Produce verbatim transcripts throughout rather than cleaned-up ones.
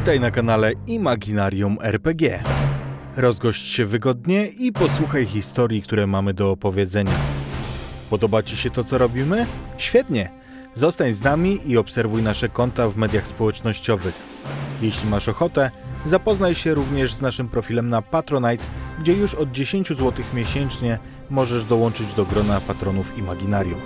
Witaj na kanale Imaginarium R P G. Rozgość się wygodnie i posłuchaj historii, które mamy do opowiedzenia. Podoba Ci się to, co robimy? Świetnie! Zostań z nami i obserwuj nasze konta w mediach społecznościowych. Jeśli masz ochotę, zapoznaj się również z naszym profilem na Patronite, gdzie już od dziesięć złotych miesięcznie możesz dołączyć do grona patronów Imaginarium.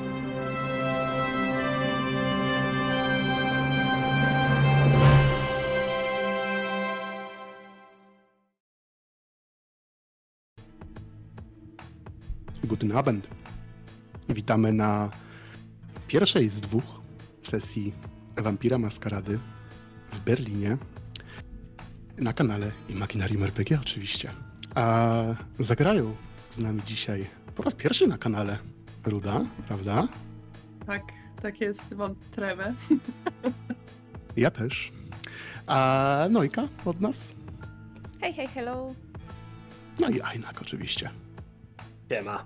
Guten Abend. Witamy na pierwszej z dwóch sesji Vampira Maskarady w Berlinie na kanale Imaginarium R P G oczywiście. A zagrają z nami dzisiaj po raz pierwszy na kanale Ruda, prawda? Tak, tak jest, mam tremę. Ja też. A Nojka od nas? Hej, hej, hello. No i Ajnak oczywiście. Siema.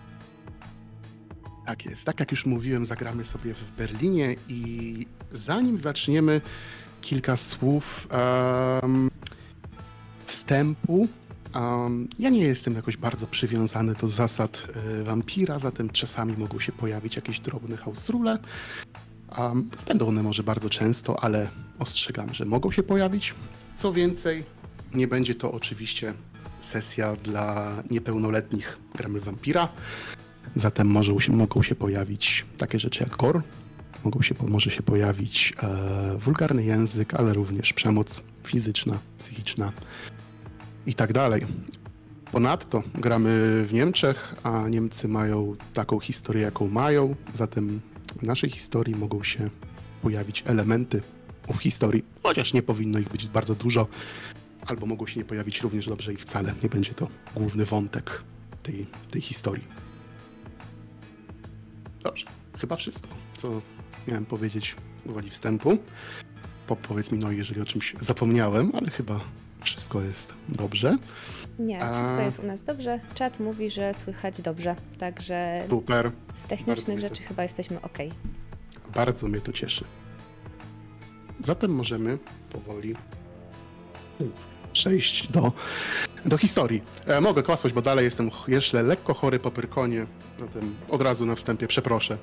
Tak jest. Tak jak już mówiłem, zagramy sobie w Berlinie i zanim zaczniemy, kilka słów um, wstępu. Um, ja nie jestem jakoś bardzo przywiązany do zasad y, wampira, zatem czasami mogą się pojawić jakieś drobne hausrule. Um, będą one może bardzo często, ale ostrzegam, że mogą się pojawić. Co więcej, nie będzie to oczywiście sesja dla niepełnoletnich. Gramy w wampira, zatem może się, mogą się pojawić takie rzeczy jak gore, mogą się, może się pojawić e, wulgarny język, ale również przemoc fizyczna, psychiczna i tak dalej. Ponadto gramy w Niemczech, a Niemcy mają taką historię, jaką mają, zatem w naszej historii mogą się pojawić elementy w historii, chociaż nie powinno ich być bardzo dużo, albo mogą się nie pojawić również dobrze i wcale nie będzie to główny wątek tej, tej historii. Dobrze, chyba wszystko, co miałem powiedzieć gwoli wstępu. Powiedz mi, no jeżeli o czymś zapomniałem, ale chyba wszystko jest dobrze. Nie, wszystko A... jest u nas dobrze. Czat mówi, że słychać dobrze, także super. Z technicznych rzeczy to... chyba jesteśmy ok. Bardzo mnie to cieszy. Zatem możemy powoli przejść do, do historii. E, mogę kłasać, bo dalej jestem jeszcze lekko chory po pyrkonie, zatem od razu na wstępie przeproszę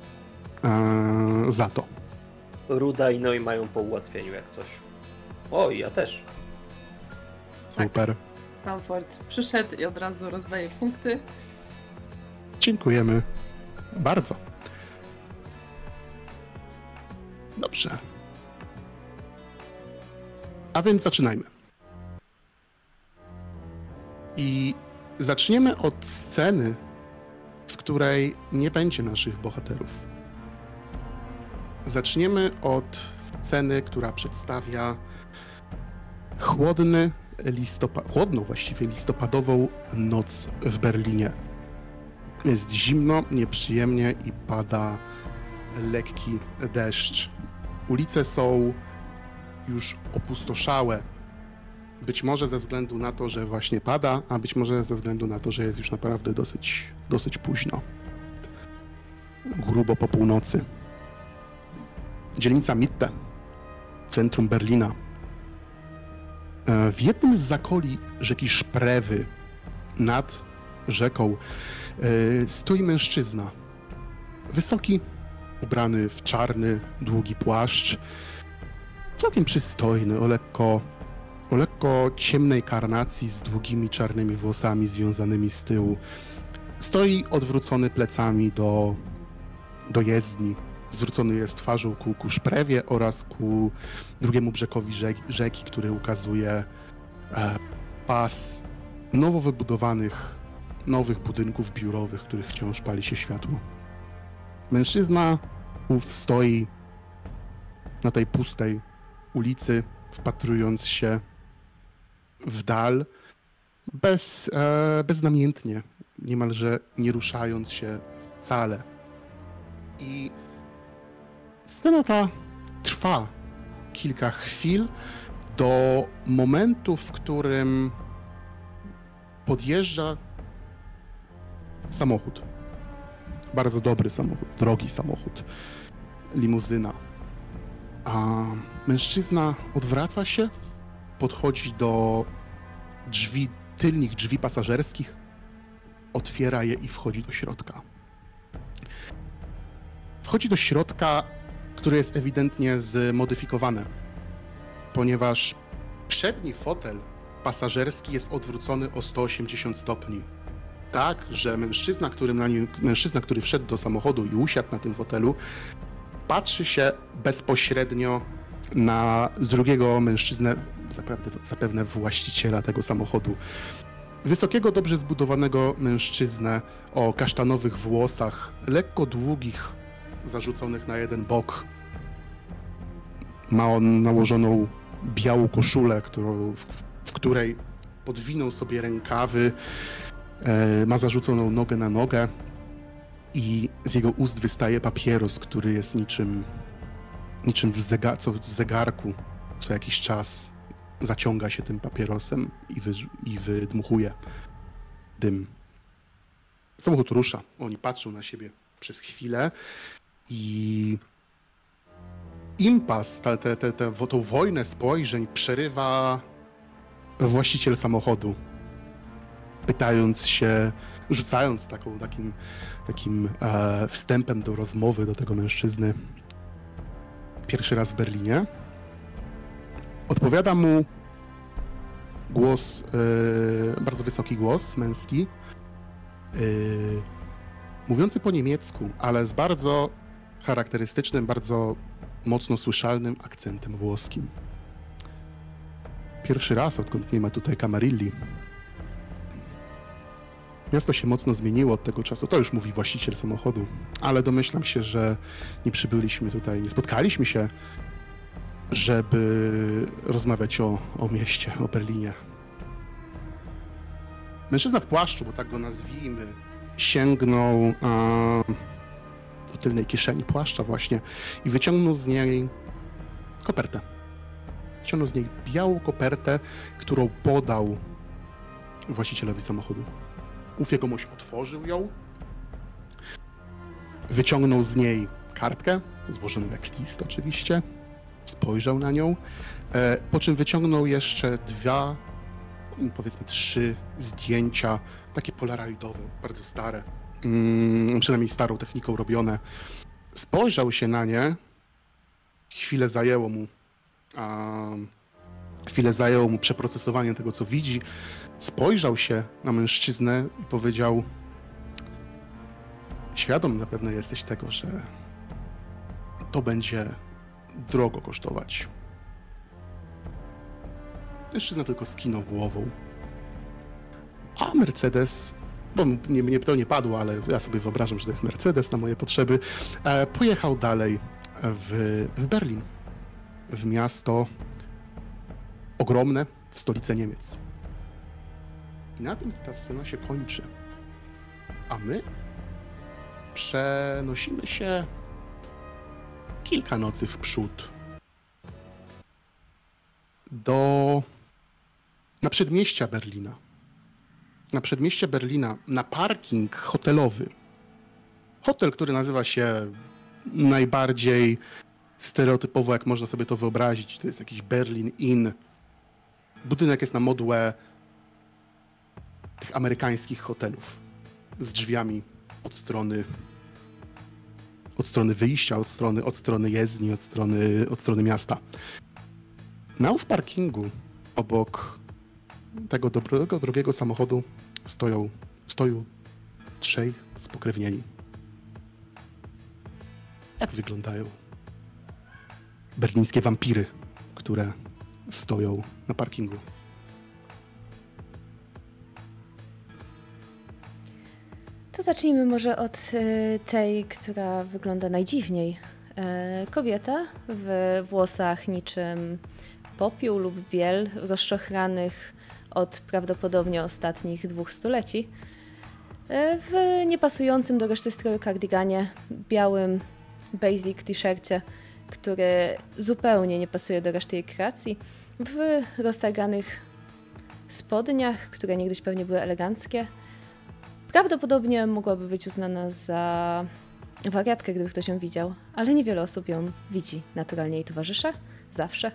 e, za to. Ruda i Noj mają po ułatwieniu jak coś. O, i ja też. Super. Tak, Stanford przyszedł i od razu rozdaje punkty. Dziękujemy bardzo. Dobrze. A więc zaczynajmy. I zaczniemy od sceny, w której nie będzie naszych bohaterów. Zaczniemy od sceny, która przedstawia chłodny listopad, chłodną właściwie listopadową noc w Berlinie. Jest zimno, nieprzyjemnie i pada lekki deszcz. Ulice są już opustoszałe. Być może ze względu na to, że właśnie pada, a być może ze względu na to, że jest już naprawdę dosyć, dosyć późno. Grubo po północy. Dzielnica Mitte, centrum Berlina. W jednym z zakoli rzeki Szprewy, nad rzeką, stoi mężczyzna. Wysoki, ubrany w czarny, długi płaszcz. Całkiem przystojny, o lekko, o lekko ciemnej karnacji z długimi czarnymi włosami związanymi z tyłu. Stoi odwrócony plecami do, do jezdni. Zwrócony jest twarzą ku, ku Szprewie oraz ku drugiemu brzegu rzeki, rzeki, który ukazuje e, pas nowo wybudowanych, nowych budynków biurowych, w których wciąż pali się światło. Mężczyzna ów stoi na tej pustej ulicy, wpatrując się w dal, bez, e, beznamiętnie, niemalże nie ruszając się wcale. I scena ta trwa kilka chwil do momentu, w którym podjeżdża samochód. Bardzo dobry samochód, drogi samochód. Limuzyna. A mężczyzna odwraca się, podchodzi do drzwi, tylnych drzwi pasażerskich, otwiera je i wchodzi do środka. Wchodzi do środka, które jest ewidentnie zmodyfikowane, ponieważ przedni fotel pasażerski jest odwrócony o sto osiemdziesiąt stopni. Tak, że mężczyzna, który, na nim, mężczyzna, który wszedł do samochodu i usiadł na tym fotelu, patrzy się bezpośrednio na drugiego mężczyznę, zapewne, zapewne właściciela tego samochodu. Wysokiego, dobrze zbudowanego mężczyznę o kasztanowych włosach, lekko długich, zarzuconych na jeden bok. Ma on nałożoną białą koszulę, którą, w, w której podwinął sobie rękawy, e, ma zarzuconą nogę na nogę i z jego ust wystaje papieros, który jest niczym, niczym w, zega, co w zegarku. Co jakiś czas zaciąga się tym papierosem i, wy, i wydmuchuje dym. Samochód rusza. Oni patrzą na siebie przez chwilę i impas, tę te, te, te, tą wojnę spojrzeń przerywa właściciel samochodu, pytając się, rzucając taką, takim, takim e, wstępem do rozmowy do tego mężczyzny. Pierwszy raz w Berlinie. Odpowiada mu głos, e, bardzo wysoki głos, męski, e, mówiący po niemiecku, ale z bardzo charakterystycznym, bardzo mocno słyszalnym akcentem włoskim. Pierwszy raz, odkąd nie ma tutaj Camarilli. Miasto się mocno zmieniło od tego czasu, to już mówi właściciel samochodu, ale domyślam się, że nie przybyliśmy tutaj, nie spotkaliśmy się, żeby rozmawiać o, o mieście, o Berlinie. Mężczyzna w płaszczu, bo tak go nazwijmy, sięgnął a, do tylnej kieszeni płaszcza właśnie i wyciągnął z niej kopertę. Wyciągnął z niej białą kopertę, którą podał właścicielowi samochodu. Ów jegomość otworzył ją, wyciągnął z niej kartkę, złożoną jak list oczywiście, spojrzał na nią, po czym wyciągnął jeszcze dwa, powiedzmy trzy zdjęcia, takie polaroidowe, bardzo stare, hmm, przynajmniej starą techniką robione. Spojrzał się na nie, chwilę zajęło mu, a, chwilę zajęło mu przeprocesowanie tego, co widzi. Spojrzał się na mężczyznę i powiedział: świadom zapewne jesteś tego, że to będzie drogo kosztować. Mężczyzna tylko skinął głową. A Mercedes, bo mnie, mnie to nie padło, ale ja sobie wyobrażam, że to jest Mercedes na moje potrzeby, e, pojechał dalej w, w Berlin, w miasto ogromne, w stolicę Niemiec. I na tym ta scena się kończy. A my przenosimy się kilka nocy w przód do na przedmieścia Berlina. Na przedmieście Berlina, na parking hotelowy. Hotel, który nazywa się najbardziej stereotypowo, jak można sobie to wyobrazić. To jest jakiś Berlin Inn. Budynek jest na modłę tych amerykańskich hotelów z drzwiami od strony od strony wyjścia, od strony, od strony jezdni, od strony, od strony miasta. Na ów parkingu obok tego dobrego, drogiego samochodu stoją, stoją trzej spokrewnieni. Jak wyglądają berlińskie wampiry, które stoją na parkingu? To zacznijmy może od y, tej, która wygląda najdziwniej. Y, kobieta w włosach niczym popiół lub biel, rozczochranych od prawdopodobnie ostatnich dwóch stuleci, y, w niepasującym do reszty stroju kardiganie, białym basic t-shircie, który zupełnie nie pasuje do reszty jej kreacji, w roztarganych spodniach, które niegdyś pewnie były eleganckie. Prawdopodobnie mogłaby być uznana za wariatkę, gdyby ktoś ją widział, ale niewiele osób ją widzi. Naturalnie jej towarzyszę. Zawsze.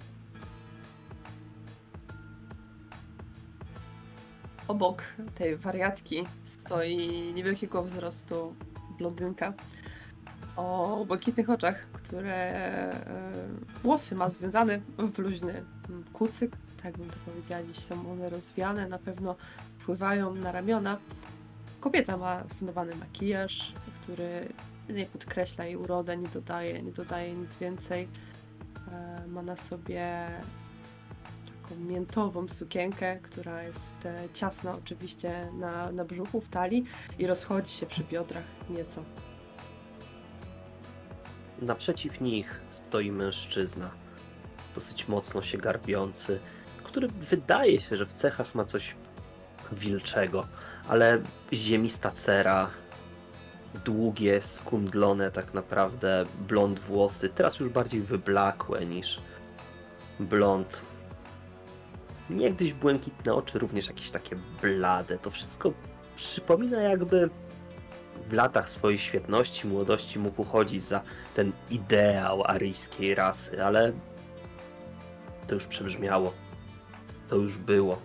Obok tej wariatki stoi niewielkiego wzrostu blondynka o błękitnych oczach, które e, włosy ma związane w luźny kucyk, tak bym to powiedziała, dziś są one rozwiane, na pewno wpływają na ramiona. Kobieta ma stonowany makijaż, który nie podkreśla jej urodę, nie dodaje, nie dodaje nic więcej. E, ma na sobie taką miętową sukienkę, która jest e, ciasna oczywiście na, na brzuchu, w talii i rozchodzi się przy biodrach nieco. Naprzeciw nich stoi mężczyzna, dosyć mocno się garbiący, który wydaje się, że w cechach ma coś wilczego, ale ziemista cera, długie, skumdlone tak naprawdę blond włosy, teraz już bardziej wyblakłe niż blond. Niegdyś błękitne oczy, również jakieś takie blade. To wszystko przypomina, jakby w latach swojej świetności, młodości mógł uchodzić za ten ideał aryjskiej rasy, ale to już przebrzmiało. To już było.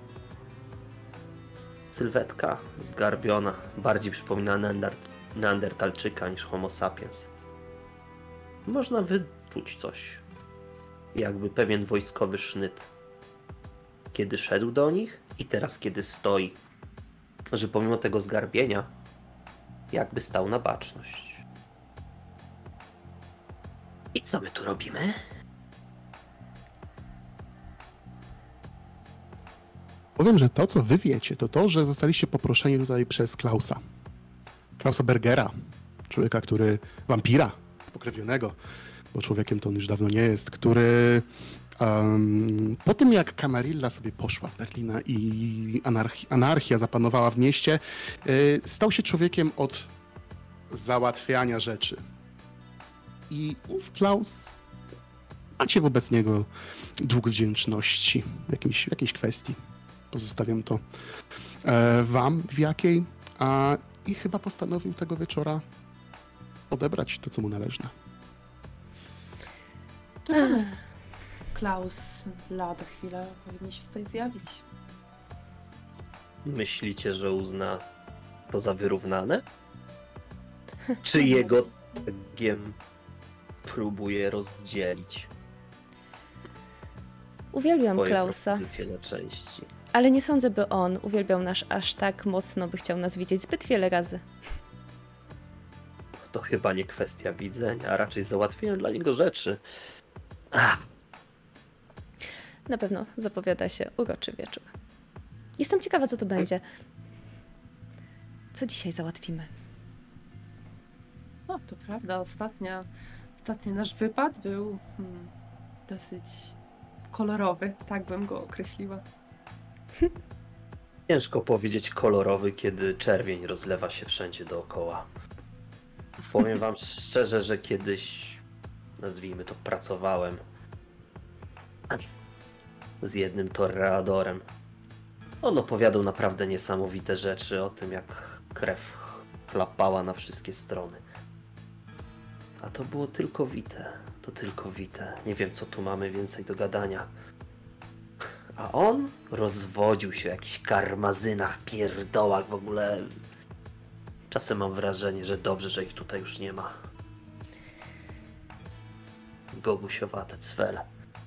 Sylwetka zgarbiona, bardziej przypomina neandert- neandertalczyka niż homo sapiens. Można wyczuć coś, jakby pewien wojskowy sznyt, kiedy szedł do nich i teraz kiedy stoi, że pomimo tego zgarbienia jakby stał na baczność. I co my tu robimy? Powiem, że to, co wy wiecie, to to, że zostaliście poproszeni tutaj przez Klausa. Klausa Bergera, człowieka, który... wampira spokrewnionego, bo człowiekiem to on już dawno nie jest, który um, po tym, jak Camarilla sobie poszła z Berlina i anarchi- anarchia zapanowała w mieście, y, stał się człowiekiem od załatwiania rzeczy. I ów Klaus, macie wobec niego dług wdzięczności w, jakimś, w jakiejś kwestii. Pozostawiam to e, wam, w jakiej, a i chyba postanowił tego wieczora odebrać to, co mu należne. Czekamy. Klaus lada chwilę powinien się tutaj zjawić. Myślicie, że uzna to za wyrównane? Czy jego targiem próbuje rozdzielić Uwielbiam twoje Klausa, propozycje na części? ale nie sądzę, by on uwielbiał nas aż tak mocno, by chciał nas widzieć zbyt wiele razy. To chyba nie kwestia widzenia, a raczej załatwienia dla niego rzeczy. Ach, Na pewno zapowiada się uroczy wieczór. Jestem ciekawa, co to będzie. Co dzisiaj załatwimy? No, to prawda, ostatnia, ostatni nasz wypad był hmm, dosyć kolorowy, tak bym go określiła. ciężko powiedzieć kolorowy, kiedy czerwień rozlewa się wszędzie dookoła. Powiem wam szczerze, że kiedyś, nazwijmy to, pracowałem z jednym torreadorem. On opowiadał naprawdę niesamowite rzeczy o tym, jak krew chlapała na wszystkie strony. A to było tylko wite, to tylko wite. Nie wiem, co tu mamy więcej do gadania. A on rozwodził się o jakichś karmazynach, pierdołach, w ogóle. Czasem mam wrażenie, że dobrze, że ich tutaj już nie ma. Gogusiowate cwele.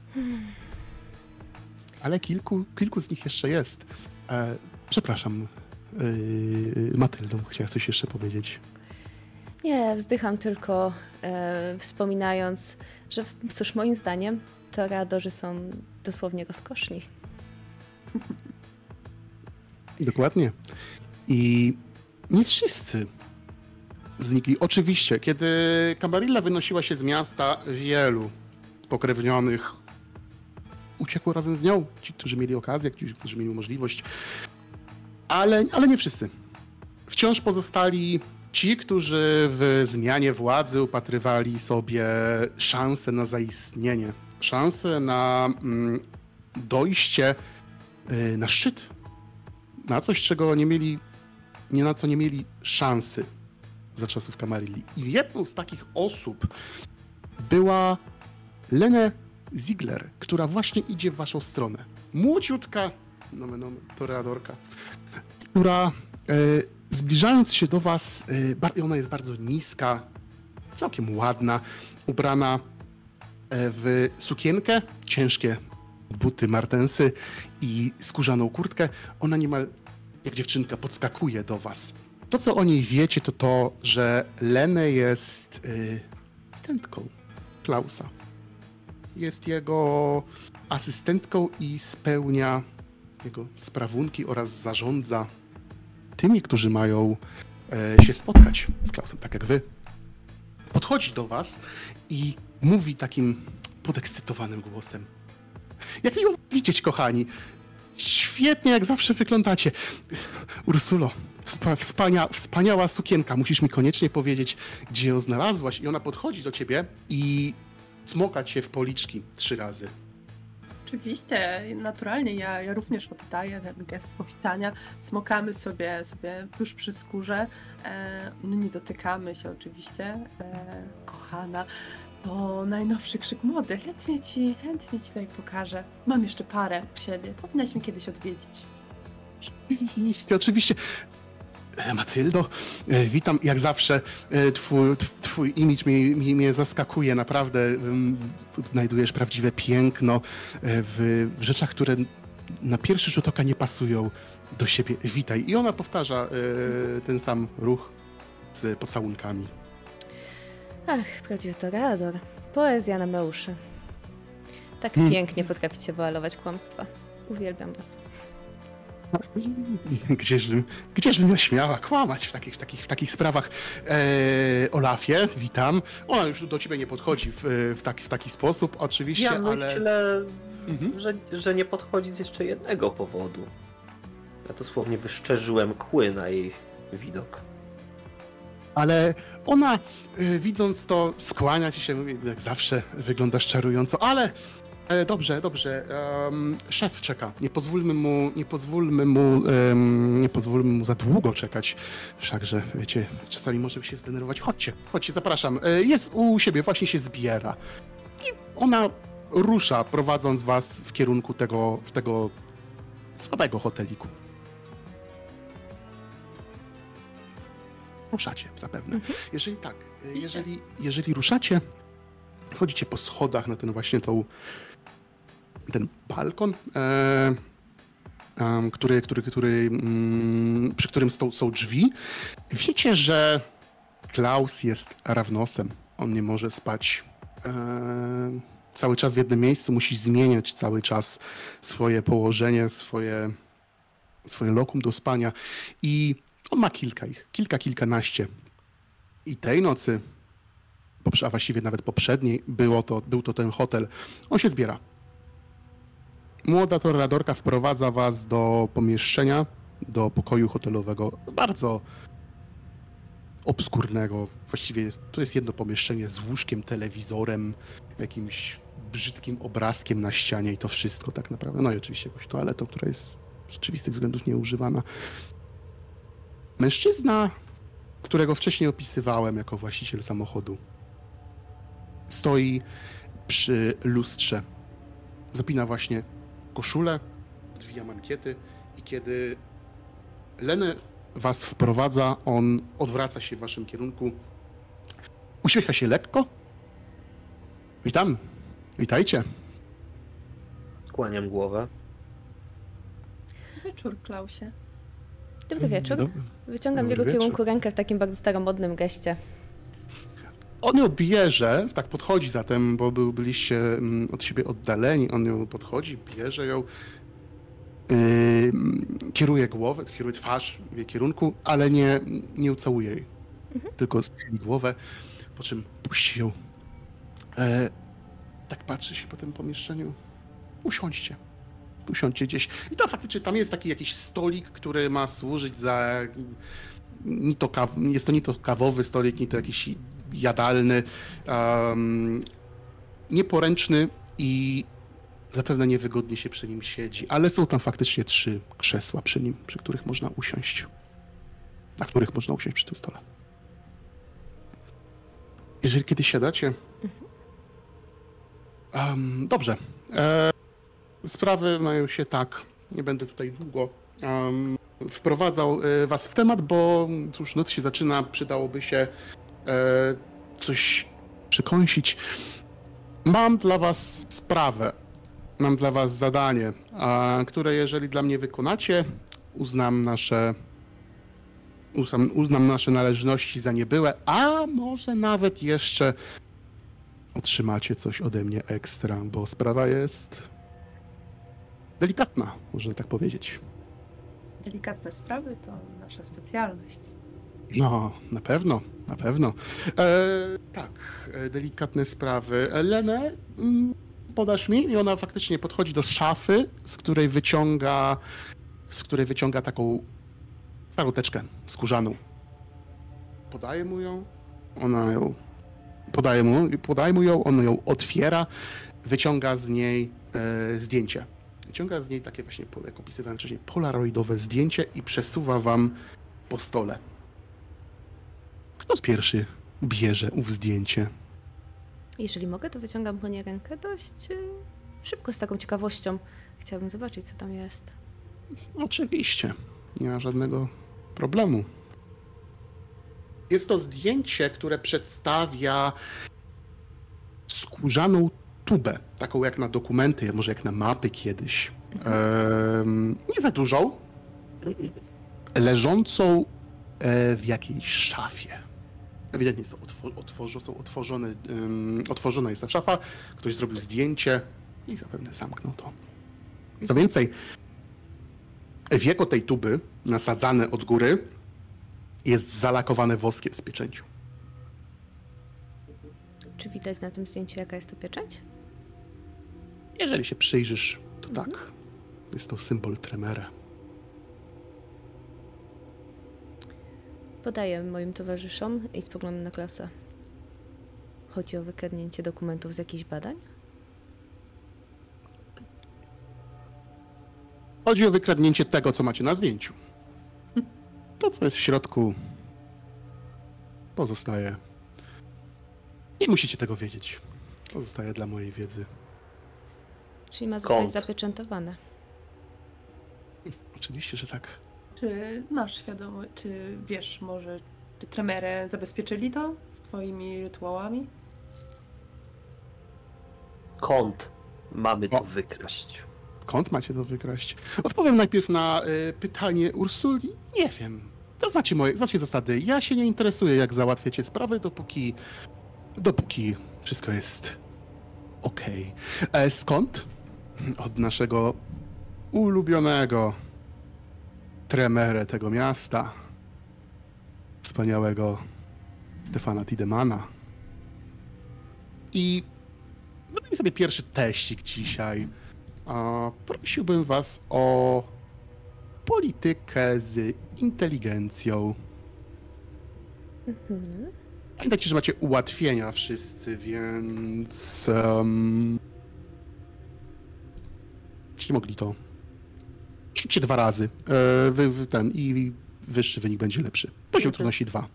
Ale kilku, kilku z nich jeszcze jest. E, przepraszam, yy, Matyldą, chciałaś coś jeszcze powiedzieć? Nie, wzdycham tylko, e, wspominając, że cóż, moim zdaniem toreadorzy są dosłownie rozkoszni. Dokładnie. I nie wszyscy znikli. Oczywiście, kiedy Camarilla wynosiła się z miasta, wielu spokrewnionych uciekło razem z nią. Ci, którzy mieli okazję, ci, którzy mieli możliwość. Ale, ale nie wszyscy. Wciąż pozostali ci, którzy w zmianie władzy upatrywali sobie szansę na zaistnienie. Szansę na mm, dojście y, na szczyt. Na coś, czego nie mieli, nie na co nie mieli szansy za czasów Camarilla. I jedną z takich osób była Lene Ziegler, która właśnie idzie w waszą stronę. Młodziutka, nomen omen, toreadorka, która e, zbliżając się do was, e, ona jest bardzo niska, całkiem ładna, ubrana e, w sukienkę, ciężkie buty martensy i skórzaną kurtkę. Ona niemal jak dziewczynka podskakuje do was. To, co o niej wiecie, to to, że Lene jest y, asystentką Klausa. Jest jego asystentką i spełnia jego sprawunki oraz zarządza tymi, którzy mają e, się spotkać z Klausem, tak jak wy. Podchodzi do was i mówi takim podekscytowanym głosem. Jak miło widzieć, kochani. Świetnie, jak zawsze wyglądacie. Ursulo, wspania, wspaniała sukienka. Musisz mi koniecznie powiedzieć, gdzie ją znalazłaś. I ona podchodzi do ciebie i cmoka cię w policzki trzy razy. Oczywiście, naturalnie. Ja, ja również oddaję ten gest powitania. Smokamy sobie, sobie tuż przy skórze. E, no nie dotykamy się oczywiście. E, kochana. To najnowszy krzyk mody. Chętnie ci, chętnie ci tutaj pokażę. Mam jeszcze parę u siebie. Powinnaś mnie kiedyś odwiedzić. Oczywiście, oczywiście. E, Matyldo, e, witam. Jak zawsze e, twój, twój imidż mnie, mnie, mnie zaskakuje. Naprawdę um, znajdujesz prawdziwe piękno e, w, w rzeczach, które na pierwszy rzut oka nie pasują do siebie. Witaj. I ona powtarza e, ten sam ruch z pocałunkami. Ach, prawdziwy toreador. Poezja na me uszy. Tak Hmm. pięknie potraficie wyalować kłamstwa. Uwielbiam was. Gdzieżbym, gdzieżbym ja śmiała kłamać w takich, w takich, w takich sprawach. Eee, Olafie, witam. Ona już do ciebie nie podchodzi w, w, taki, w taki sposób, oczywiście, Ja ale... myślę, Mhm. że, że nie podchodzi z jeszcze jednego powodu. Ja dosłownie wyszczerzyłem kły na jej widok. Ale ona, y, widząc to, skłania ci się, mówi, jak zawsze wyglądasz czarująco, ale e, dobrze, dobrze, um, szef czeka, nie pozwólmy mu, nie pozwólmy mu, um, nie pozwólmy mu za długo czekać, wszakże, wiecie, czasami może się zdenerwować. Chodźcie, chodźcie, zapraszam, e, jest u siebie, właśnie się zbiera. I ona rusza, prowadząc was w kierunku tego, w tego słabego hoteliku. Ruszacie zapewne. Mhm. Jeżeli tak, Oczywiście. jeżeli, jeżeli ruszacie, wchodzicie po schodach na ten właśnie tą, ten balkon, e, um, który, który, który, mm, przy którym są, są drzwi. Wiecie, że Klaus jest Ravnosem. On nie może spać e, cały czas w jednym miejscu, musi zmieniać cały czas swoje położenie, swoje, swoje lokum do spania i on ma kilka ich, kilka, kilkanaście. I tej nocy, a właściwie nawet poprzedniej, było to, był to ten hotel. On się zbiera. Młoda toreadorka wprowadza was do pomieszczenia, do pokoju hotelowego, bardzo obskurnego. Właściwie jest, to jest jedno pomieszczenie z łóżkiem, telewizorem, jakimś brzydkim obrazkiem na ścianie i to wszystko tak naprawdę. No i oczywiście jakąś toaletą, która jest z rzeczywistych względów nieużywana. Mężczyzna, którego wcześniej opisywałem jako właściciel samochodu, stoi przy lustrze. Zapina właśnie koszulę, odwija mankiety i kiedy Lene was wprowadza, on odwraca się w waszym kierunku, uśmiecha się lekko. Witam, witajcie. Skłaniam głowę. Wieczór, Klausie. Dobry wieczór. Dobry. Wyciągam w Dobry jego wieczór. kierunku rękę w takim bardzo staromodnym geście. On ją bierze, tak podchodzi zatem, bo był, byliście mm, od siebie oddaleni, on ją podchodzi, bierze ją, yy, kieruje głowę, kieruje twarz w jej kierunku, ale nie, nie ucałuje jej, Mhm. tylko schyli głowę, po czym puści ją. E, tak patrzy się po tym pomieszczeniu. Usiądźcie. Usiądźcie gdzieś. I tam faktycznie tam jest taki jakiś stolik, który ma służyć za... Ni to kaw... Jest to ni to kawowy stolik, ni to jakiś jadalny, um, nieporęczny i zapewne niewygodnie się przy nim siedzi, ale są tam faktycznie trzy krzesła przy nim, przy których można usiąść. Na których można usiąść przy tym stole. Jeżeli kiedyś siadacie... Um, dobrze. E, sprawy mają się tak. Nie będę tutaj długo um, wprowadzał e, was w temat, bo cóż, noc się zaczyna. Przydałoby się e, coś przekąsić. Mam dla was sprawę. Mam dla was zadanie, a, które jeżeli dla mnie wykonacie, uznam nasze uznam, uznam nasze należności za niebyłe, a może nawet jeszcze otrzymacie coś ode mnie ekstra, bo sprawa jest delikatna, można tak powiedzieć. Delikatne sprawy to nasza specjalność. No, na pewno, na pewno. E, tak, e, delikatne sprawy. Elenę mm, podasz mi i ona faktycznie podchodzi do szafy, z której wyciąga, z której wyciąga taką starą teczkę skórzaną. Podaje mu ją, ona ją podaje mu, podaje mu ją, on ją otwiera, wyciąga z niej e, zdjęcie. Wyciąga z niej takie właśnie, jak opisywałem wcześniej, polaroidowe zdjęcie i przesuwa wam po stole. Kto z pierwszy bierze ów zdjęcie? Jeżeli mogę, to wyciągam po nie rękę dość y, szybko, z taką ciekawością. Chciałabym zobaczyć, co tam jest. Oczywiście, nie ma żadnego problemu. Jest to zdjęcie, które przedstawia skórzaną tubę, taką jak na dokumenty, może jak na mapy kiedyś. Ehm, nie za dużą, leżącą e, w jakiejś szafie. Ewidentnie są, otwo- otworzone, są otworzone, um, otworzona jest ta szafa, ktoś zrobił zdjęcie i zapewne zamknął to. Co więcej, wieko tej tuby, nasadzane od góry, jest zalakowane woskiem z pieczęcią. Czy widać na tym zdjęciu, jaka jest to pieczęć? Jeżeli się przyjrzysz, to tak. Jest to symbol Tremere. Podaję moim towarzyszom i spoglądam na klasę. Chodzi o wykradnięcie dokumentów z jakichś badań? Chodzi o wykradnięcie tego, co macie na zdjęciu. To, co jest w środku, pozostaje. Nie musicie tego wiedzieć. Pozostaje dla mojej wiedzy. Czyli ma zostać Skąd? zapieczętowane. Oczywiście, że tak. Czy masz świadomość, czy wiesz może, czy Tremere zabezpieczyli to swoimi rytuałami? Skąd mamy to O. wykraść? Skąd macie to wykraść? Odpowiem najpierw na y, pytanie Ursuli. Nie wiem. To znacie moje, znacie zasady. Ja się nie interesuję, jak załatwiacie sprawy, dopóki, dopóki wszystko jest okej. E, Skąd? Od naszego ulubionego Tremere tego miasta, wspaniałego Stefana Tidemana. I zrobimy sobie pierwszy teścik dzisiaj. A prosiłbym was o politykę z inteligencją. Mhm. Pamiętajcie, że macie ułatwienia wszyscy, więc... Um, jeśli mogli to... Rzućcie dwa razy. E, wy, wy ten i wyższy wynik będzie lepszy. Poziom trudności dwa.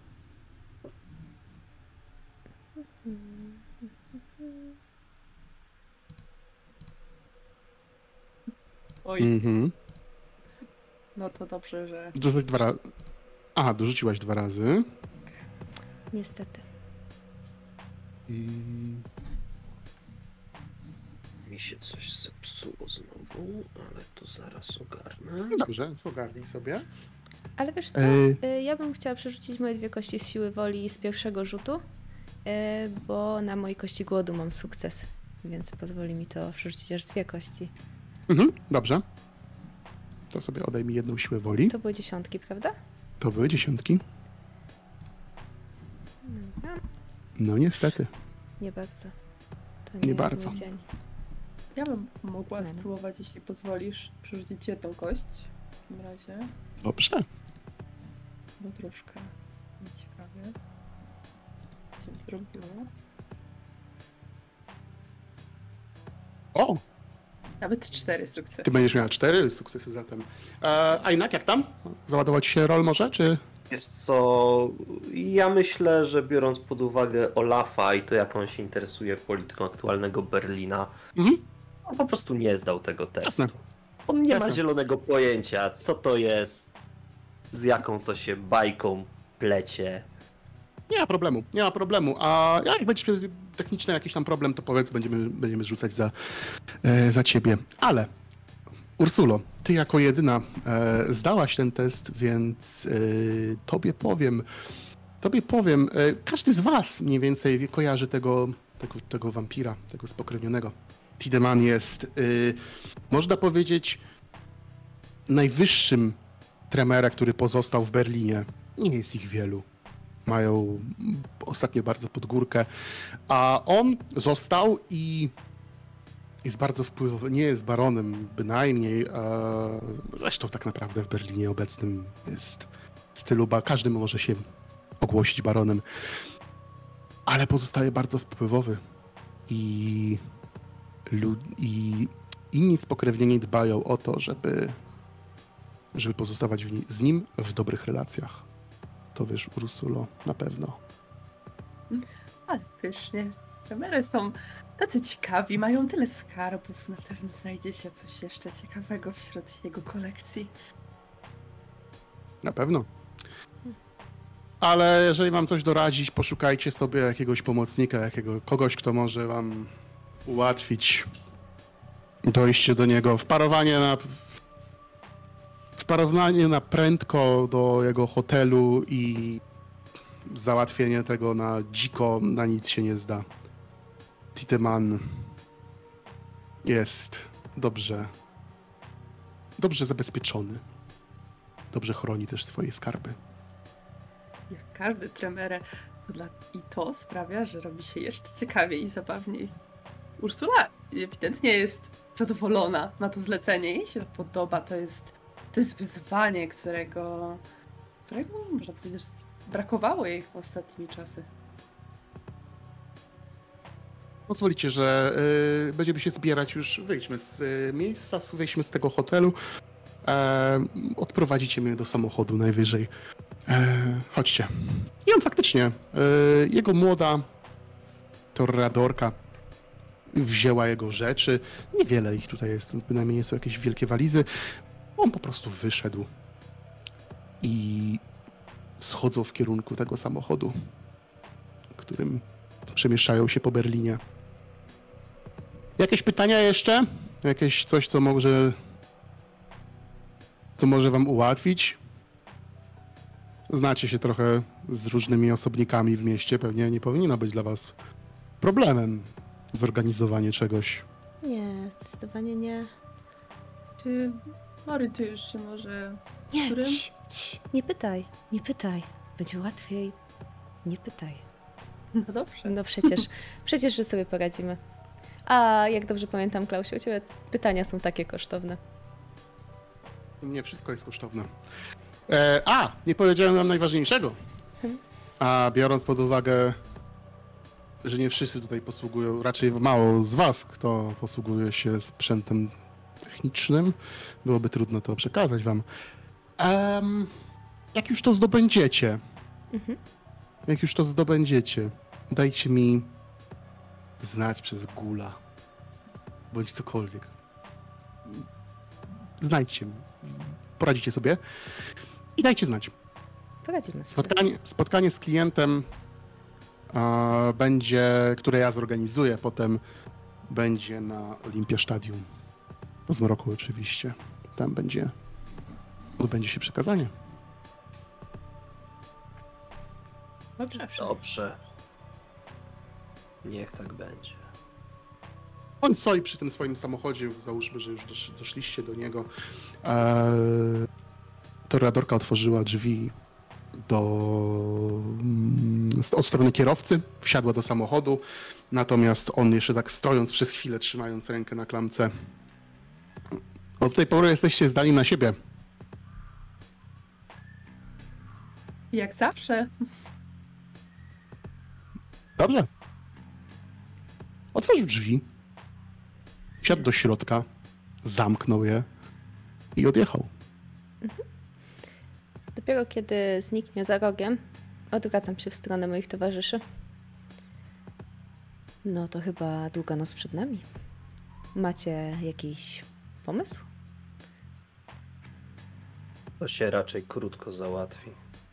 Oj, Mhm. no to dobrze, że... Dorzuć dwa razy. Aha, dorzuciłaś dwa razy. Niestety. Mm. Mi się coś zepsuło znowu, ale to zaraz ogarnę. No dobrze, ogarnij sobie. Ale wiesz co? Ej. Y, Ja bym chciała przerzucić moje dwie kości z siły woli z pierwszego rzutu, y, bo na mojej kości głodu mam sukces, więc pozwoli mi to przerzucić aż dwie kości. Mhm, dobrze. To sobie odejmij jedną siłę woli. To były dziesiątki, prawda? To były dziesiątki. Dobra. No niestety. Nie bardzo. To nie, Nie jest bardzo. mój dzień. Ja bym mogła Na noc. spróbować, jeśli pozwolisz, przerzucić jedną kość w takim razie, Dobrze. bo troszkę nieciekawie się zrobiło. O, Nawet cztery sukcesy. ty będziesz miała cztery sukcesy zatem. E, a jednak jak tam? Załadować się rol może, czy... Wiesz co, ja myślę, że biorąc pod uwagę Olafa i to, jak on się interesuje polityką aktualnego Berlina, Mhm. on po prostu nie zdał tego testu. Jasne. On nie Jasne. ma zielonego pojęcia, co to jest, z jaką to się bajką plecie. Nie ma problemu, nie ma problemu. A jak będzie techniczny jakiś tam problem, to powiedz, będziemy, będziemy rzucać za, e, za ciebie. Ale Ursulo, ty jako jedyna e, zdałaś ten test, więc e, tobie powiem, tobie powiem, e, każdy z was mniej więcej kojarzy tego, tego, tego wampira, tego spokrewnionego. Tiedemann jest, e, można powiedzieć, najwyższym Tremere, który pozostał w Berlinie. Nie jest ich wielu. Mają ostatnio bardzo pod górkę, a on został i jest bardzo wpływowy, nie jest baronem bynajmniej, a zresztą tak naprawdę w Berlinie obecnym jest stylu, ba każdy może się ogłosić baronem, ale pozostaje bardzo wpływowy i, lud- i inni spokrewnieni dbają o to, żeby, żeby pozostawać w ni- z nim w dobrych relacjach. To wiesz, Ursulo, na pewno. Ale pysznie. Tremery są tacy ciekawi, mają tyle skarbów. Na pewno znajdzie się coś jeszcze ciekawego wśród jego kolekcji. Na pewno. Ale jeżeli wam coś doradzić, poszukajcie sobie jakiegoś pomocnika, jakiego, kogoś, kto może wam ułatwić dojście do niego. Wparowanie na, wparowanie na prędko do jego hotelu i załatwienie tego na dziko na nic się nie zda. Tiedemann jest dobrze, dobrze zabezpieczony. Dobrze chroni też swoje skarby. Jak każdy Tremere, to dla... i to sprawia, że robi się jeszcze ciekawiej i zabawniej. Ursula ewidentnie jest zadowolona na to zlecenie. Jej się to podoba. To jest, to jest wyzwanie, którego, którego można powiedzieć, że brakowało jej w ostatnimi czasy. Pozwolicie, że y, będziemy się zbierać już. Wyjdźmy z y, miejsca, wyjdźmy z tego hotelu. E, odprowadzicie mnie do samochodu najwyżej. E, chodźcie. I on faktycznie, y, jego młoda torradorka wzięła jego rzeczy. Niewiele ich tutaj jest, bynajmniej nie są jakieś wielkie walizy. On po prostu wyszedł i schodzą w kierunku tego samochodu, którym przemieszczają się po Berlinie. Jakieś pytania jeszcze? Jakieś coś, co może, co może wam ułatwić? Znacie się trochę z różnymi osobnikami w mieście. Pewnie nie powinno być dla was problemem zorganizowanie czegoś. Nie, zdecydowanie nie. Czy orientujesz się może... Nie, Którym? cii, cii, nie pytaj, nie pytaj. Będzie łatwiej. Nie pytaj. No dobrze. No przecież, przecież, że sobie poradzimy. A jak dobrze pamiętam, Klausie, u ciebie pytania są takie kosztowne. Nie wszystko jest kosztowne. E, a, nie powiedziałem wam najważniejszego. Hmm? A biorąc pod uwagę, że nie wszyscy tutaj posługują, raczej mało z was, kto posługuje się sprzętem technicznym, byłoby trudno to przekazać wam. Em, jak już to zdobędziecie, Mhm. jak już to zdobędziecie, dajcie mi znać przez Gula, bądź cokolwiek. Znajdźcie mnie, poradzicie sobie i dajcie znać. Poradzimy sobie. Spotkanie, spotkanie z klientem e, będzie, które ja zorganizuję, potem będzie na Olympia Stadium. Po zmroku oczywiście. Tam będzie, odbędzie się przekazanie. Dobrze. Dobrze. Niech tak będzie. On stoi przy tym swoim samochodzie, załóżmy, że już dosz, doszliście do niego. E, Torradorka otworzyła drzwi do, mm, od strony kierowcy, wsiadła do samochodu, natomiast on jeszcze tak stojąc przez chwilę, trzymając rękę na klamce. Od tej pory jesteście zdani na siebie. Jak zawsze. Dobrze. Otworzył drzwi, wsiadł do środka, zamknął je i odjechał. Dopiero kiedy zniknie za rogiem, odwracam się w stronę moich towarzyszy. No to chyba długa noc przed nami. Macie jakiś pomysł? To się raczej krótko załatwi.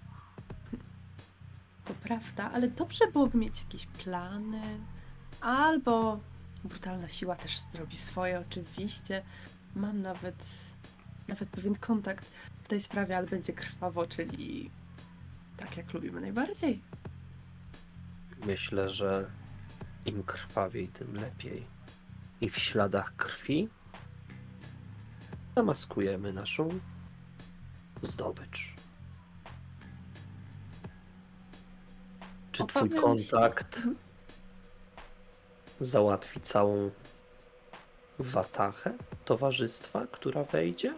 To prawda, ale dobrze byłoby mieć jakieś plany. Albo brutalna siła też zrobi swoje, oczywiście. Mam nawet, nawet pewien kontakt w tej sprawie, ale będzie krwawo, czyli tak jak lubimy najbardziej. Myślę, że im krwawiej, tym lepiej. I w śladach krwi zamaskujemy naszą zdobycz. Czy twój Obawiam się. kontakt załatwi całą watachę towarzystwa, która wejdzie?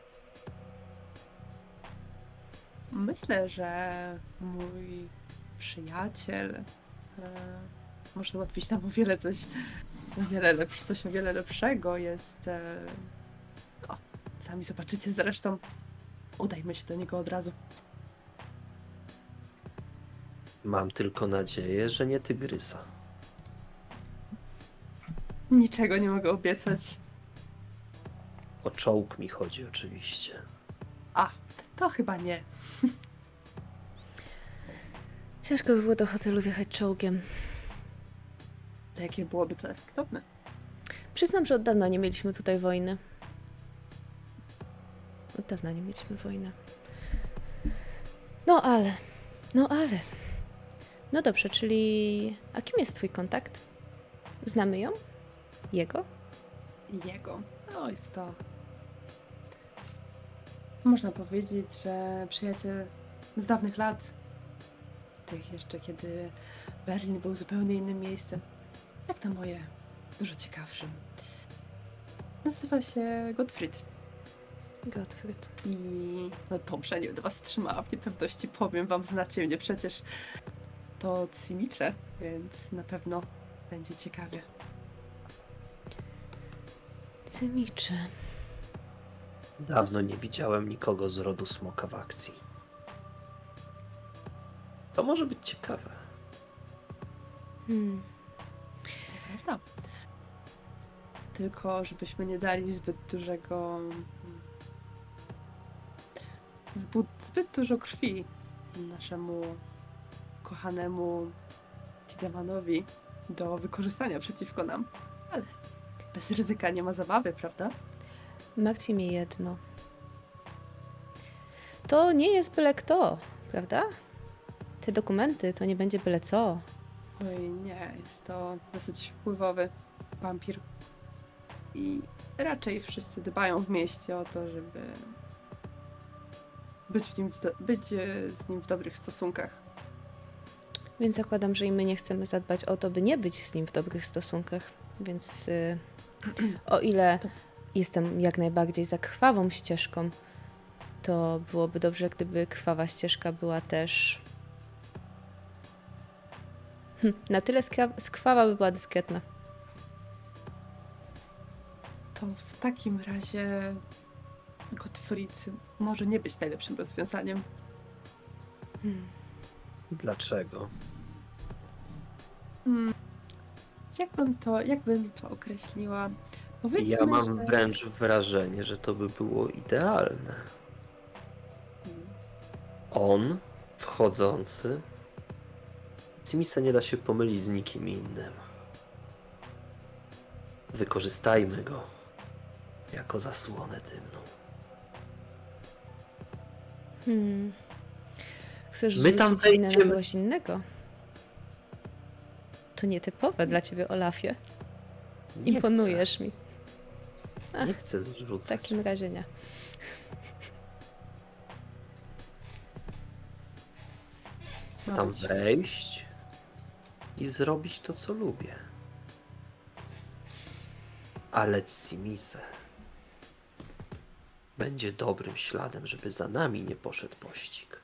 Myślę, że mój przyjaciel e, może załatwić nam o wiele coś, o wiele lepsze, coś o wiele lepszego. Jest... E, o, sami zobaczycie zresztą. Udajmy się do niego od razu. Mam tylko nadzieję, że nie tygrysa. Niczego nie mogę obiecać. O czołg mi chodzi oczywiście. A, to chyba nie. Ciężko by było do hotelu wjechać czołgiem. Jakie byłoby to efektowne? Przyznam, że od dawna nie mieliśmy tutaj wojny. Od dawna nie mieliśmy wojny. No ale, no ale. No dobrze, czyli... A kim jest twój kontakt? Znamy ją? Jego? Jego. No jest to... Można powiedzieć, że przyjaciel z dawnych lat. Tych jeszcze, kiedy Berlin był zupełnie innym miejscem. Jak na moje, dużo ciekawszym. Nazywa się Gottfried. Gottfried. I no dobrze, nie będę was trzymała w niepewności. Powiem wam, znacie mnie przecież. To Cimicze, więc na pewno będzie ciekawie. Cymicze. Dawno nie widziałem nikogo z rodu smoka w akcji. To może być ciekawe. Hmm. Prawda? Tylko żebyśmy nie dali zbyt dużego... Zbyt, zbyt dużo krwi naszemu kochanemu Tidemanowi do wykorzystania przeciwko nam. Ale bez ryzyka nie ma zabawy, prawda? Martwi mnie jedno. To nie jest byle kto, prawda? Te dokumenty to nie będzie byle co. Oj nie, jest to dosyć wpływowy wampir. I raczej wszyscy dbają w mieście o to, żeby być, w nim, w do- być e, z nim w dobrych stosunkach. Więc zakładam, że i my nie chcemy zadbać o to, by nie być z nim w dobrych stosunkach. Więc y, o ile To- jestem jak najbardziej za krwawą ścieżką, to byłoby dobrze, gdyby krwawa ścieżka była też hm, na tyle skra- skrwawa, by była dyskretna. To w takim razie Gottfried może nie być najlepszym rozwiązaniem. Hmm. Dlaczego? Hmm. Jakbym to, jakbym to określiła? Powiedzmy, Ja mam że... wręcz wrażenie, że to by było idealne. Hmm. On, wchodzący, Cimisa nie da się pomylić z nikim innym. Wykorzystajmy go jako zasłonę dymną. Hmm. Chcesz My tam rzucić winę na wejdziemy. kogoś innego? To nietypowe dla ciebie, Olafie. Nie Imponujesz mi. Chcę, nie chcę W zrzucać. takim razie nie. Chcę tam wejść i zrobić to, co lubię. Ale Cimise będzie dobrym śladem, żeby za nami nie poszedł pościg.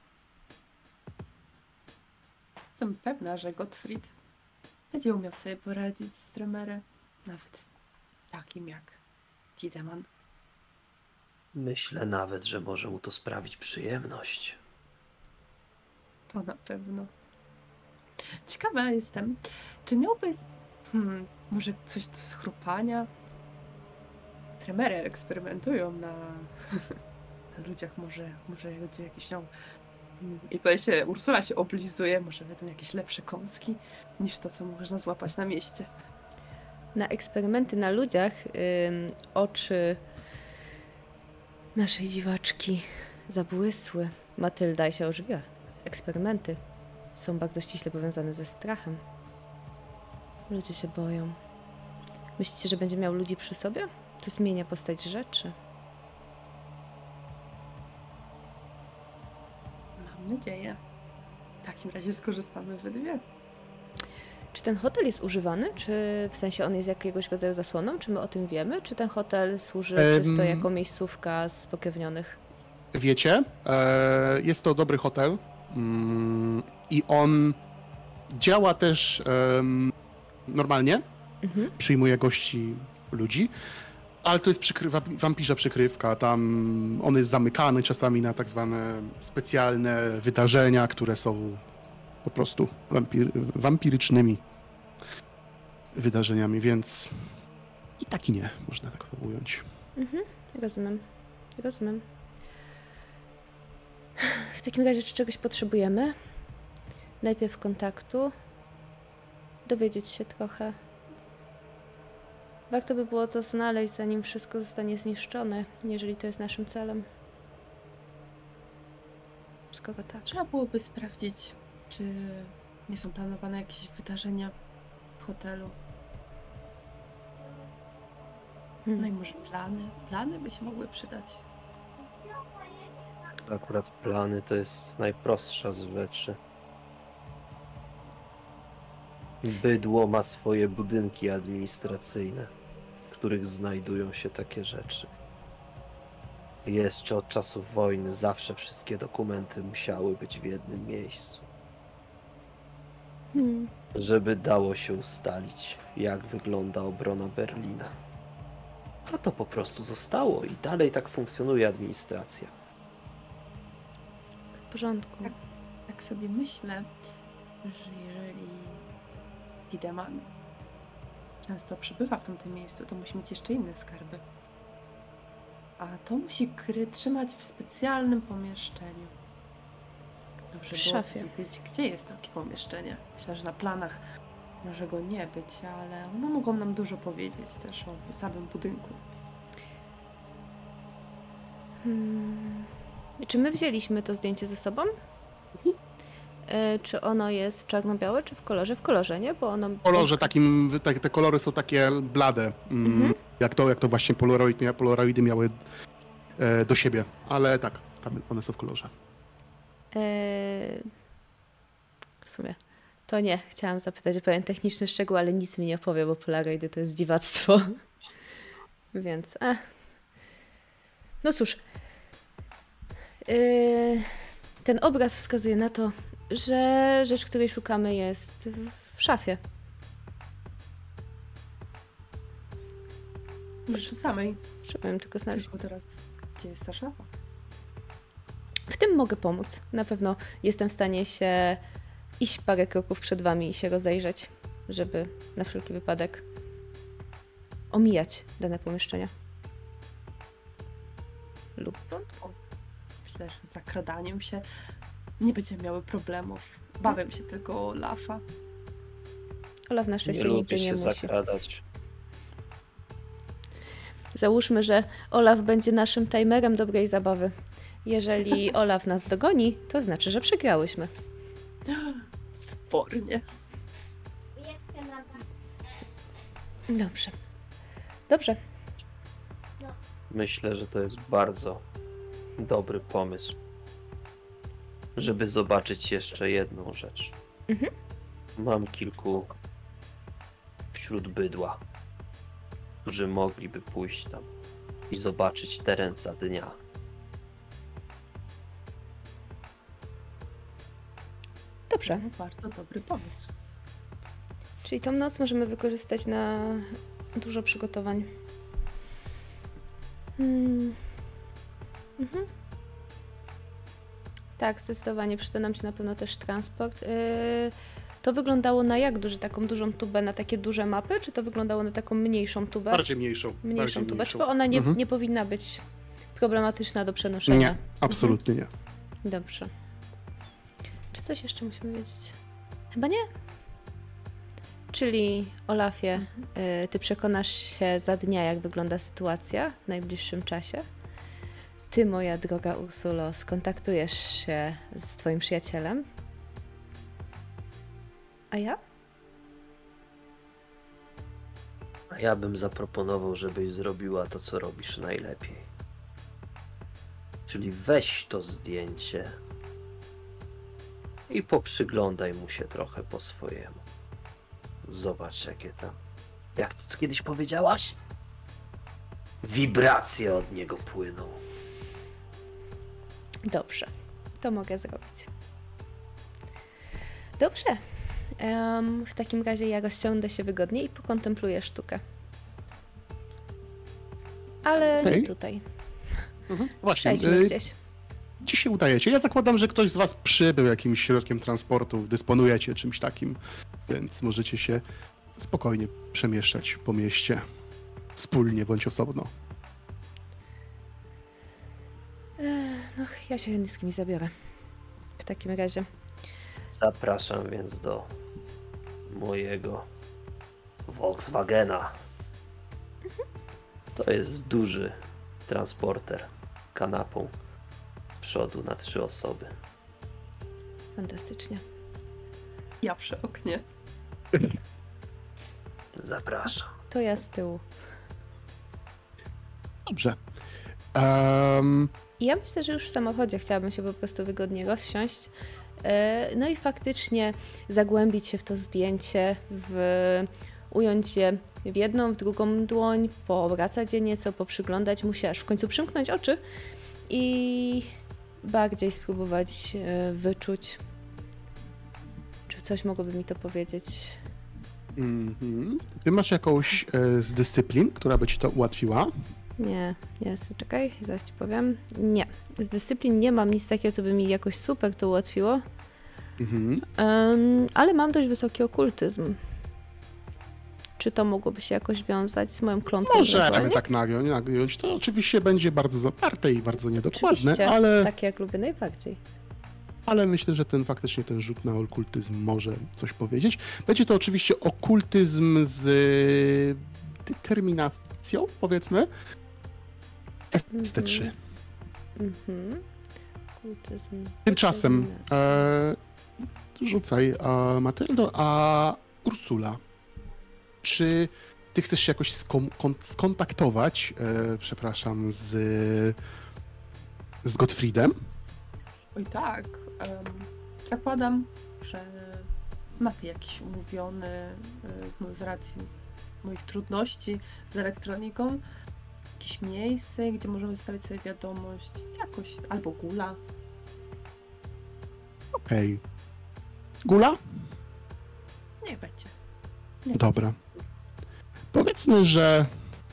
Jestem pewna, że Gottfried będzie umiał sobie poradzić z Tremerem, nawet takim jak Tideman. Myślę nawet, że może mu to sprawić przyjemność. To na pewno. Ciekawa jestem, czy miałbyś hmm, może coś do schrupania? Tremery eksperymentują na, na ludziach, może, może ludzie jakieś miał... Hmm, I tutaj się, Ursula się oblizuje, może będą jakieś lepsze kąski niż to, co można złapać na mieście. Na eksperymenty na ludziach ym, oczy naszej dziwaczki zabłysły. Matylda się ożywiła. Eksperymenty są bardzo ściśle powiązane ze strachem. Ludzie się boją. Myślicie, że będzie miał ludzi przy sobie? To zmienia postać rzeczy. Mam nadzieję. W takim razie skorzystamy we dwie. Czy ten hotel jest używany? Czy w sensie on jest jakiegoś rodzaju zasłoną? Czy my o tym wiemy? Czy ten hotel służy Em, czysto jako miejscówka spokrewnionych? Wiecie, e, jest to dobry hotel mm, i on działa też em, normalnie, Mhm. przyjmuje gości, ludzi, ale to jest przykrywa, wampirza przykrywka, tam on jest zamykany czasami na tak zwane specjalne wydarzenia, które są po prostu wampir, wampirycznymi wydarzeniami, więc i tak i nie, można tak to ująć. Mhm. Rozumiem. Rozumiem. W takim razie, czy czegoś potrzebujemy? Najpierw kontaktu. Dowiedzieć się trochę. Warto by było to znaleźć, zanim wszystko zostanie zniszczone, jeżeli to jest naszym celem. Skoro tak. Trzeba byłoby sprawdzić, czy nie są planowane jakieś wydarzenia w hotelu. No i Hmm. może plany? Plany by się mogły przydać. Akurat plany to jest najprostsza z rzeczy. Bydło ma swoje budynki administracyjne, w których znajdują się takie rzeczy. Jeszcze od czasów wojny zawsze wszystkie dokumenty musiały być w jednym miejscu, Hmm. żeby dało się ustalić, jak wygląda obrona Berlina. A to po prostu zostało i dalej tak funkcjonuje administracja. W porządku. Tak sobie myślę, że jeżeli Tideman często przebywa w tamtym miejscu, to musi mieć jeszcze inne skarby. A to musi kry trzymać w specjalnym pomieszczeniu. Dobrze W było szafie. wiedzieć, gdzie jest takie pomieszczenie. Myślę, że na planach może go nie być, ale one mogą nam dużo powiedzieć też o samym budynku. Hmm. Czy my wzięliśmy to zdjęcie ze sobą? E, czy ono jest czarno-białe, czy w kolorze? W kolorze, nie? Bo ono... W kolorze takim, te, te kolory są takie blade, mm, Mhm. jak, to, jak to właśnie Polaroid, mia- Polaroidy miały e, do siebie, ale tak, tam one są w kolorze. E, w sumie to nie. Chciałam zapytać o pewien techniczny szczegół, ale nic mi nie opowie, bo Polaroidy to jest dziwactwo. Więc... Eh. No cóż. E, ten obraz wskazuje na to, że rzecz, której szukamy, jest w szafie. Może samej. Trzeba tylko znaleźć. Tylko teraz, gdzie jest ta szafa? W tym mogę pomóc. Na pewno jestem w stanie się iść parę kroków przed wami i się rozejrzeć, żeby na wszelki wypadek omijać dane pomieszczenia. Lub... porządku. Myślę, że z zakradaniem się nie będziemy miały problemów. Bawię się tylko o Lafa. Olaf na Nie szczęście lubię nigdy nie się musi. zakradać. Załóżmy, że Olaf będzie naszym timerem dobrej zabawy. Jeżeli Olaf nas dogoni, to znaczy, że przegrałyśmy. Pornie. Dobrze. Dobrze. Myślę, że to jest bardzo dobry pomysł, żeby zobaczyć jeszcze jedną rzecz. Mhm. Mam kilku wśród bydła, którzy mogliby pójść tam i zobaczyć teren za dnia. Dobrze. No, bardzo dobry pomysł. Czyli tą noc możemy wykorzystać na dużo przygotowań. Hmm. Mhm. Tak, zdecydowanie przyda nam się na pewno też transport. Yy, to wyglądało na jak duży? Taką dużą tubę, na takie duże mapy, czy to wyglądało na taką mniejszą tubę? Bardziej mniejszą. Mniejszą bardziej tubę, mniejszą. czy ona nie, Mhm. nie powinna być problematyczna do przenoszenia? Nie, absolutnie nie. Dobrze. Czy coś jeszcze musimy wiedzieć? Chyba nie. Czyli, Olafie, y, ty przekonasz się za dnia, jak wygląda sytuacja w najbliższym czasie. Ty, moja droga Ursulo, skontaktujesz się z twoim przyjacielem. A ja? A ja bym zaproponował, żebyś zrobiła to, co robisz najlepiej. Czyli weź to zdjęcie i poprzyglądaj mu się trochę po swojemu. Zobacz, jakie tam... Jak ty kiedyś powiedziałaś? Wibracje od niego płyną. Dobrze, to mogę zrobić. Dobrze. Em, w takim razie ja rozciągnę się wygodnie i pokontempluję sztukę. Ale Okej. nie tutaj. Mhm. Właśnie, Przejdźmy y, gdzieś. gdzie się udajecie? Ja zakładam, że ktoś z was przybył jakimś środkiem transportu, dysponujecie czymś takim, więc możecie się spokojnie przemieszczać po mieście. Wspólnie bądź osobno. No, ja się z kimś zabiorę. W takim razie. Zapraszam więc do mojego Volkswagena. To jest duży transporter kanapą z przodu na trzy osoby. Fantastycznie. Ja przy oknie. Zapraszam. To ja z tyłu. Dobrze. Um, I ja myślę, że już w samochodzie chciałabym się po prostu wygodnie rozsiąść. E, No i faktycznie zagłębić się w to zdjęcie, w, ująć je w jedną, w drugą dłoń, poobracać je nieco, poprzyglądać mu się, aż w końcu przymknąć oczy i bardziej spróbować e, wyczuć, czy coś mogłoby mi to powiedzieć. mhm. Ty masz jakąś e, z dyscyplin, która by ci to ułatwiła? Nie, nie, czekaj, zaraz ci powiem. Nie, z dyscyplin nie mam nic takiego, co by mi jakoś super to ułatwiło. Mhm. Um, ale mam dość wysoki okultyzm. Czy to mogłoby się jakoś wiązać z moją klątwą? Możemy ewentualnie? tak nagiąć, nagiąć. To oczywiście będzie bardzo zatarte i bardzo niedokładne, Oczywiście, ale, tak jak lubię najbardziej. ale myślę, że ten faktycznie ten rzut na okultyzm może coś powiedzieć. Będzie to oczywiście okultyzm z y, determinacją, powiedzmy. S T trzy. Mhm. Okultyzm z Tymczasem determinacją. e, rzucaj e, Matyldo, a Ursula, czy ty chcesz się jakoś skom- kon- skontaktować, e, przepraszam, z, z Gottfriedem? Oj tak. em, zakładam, że mapie jakiś umówiony e, no, z racji moich trudności z elektroniką. Jakieś miejsce, gdzie możemy zostawić sobie wiadomość. Jakoś, albo gula. Okej. Gula? Niech będzie. Niech Dobra. Powiedzmy, że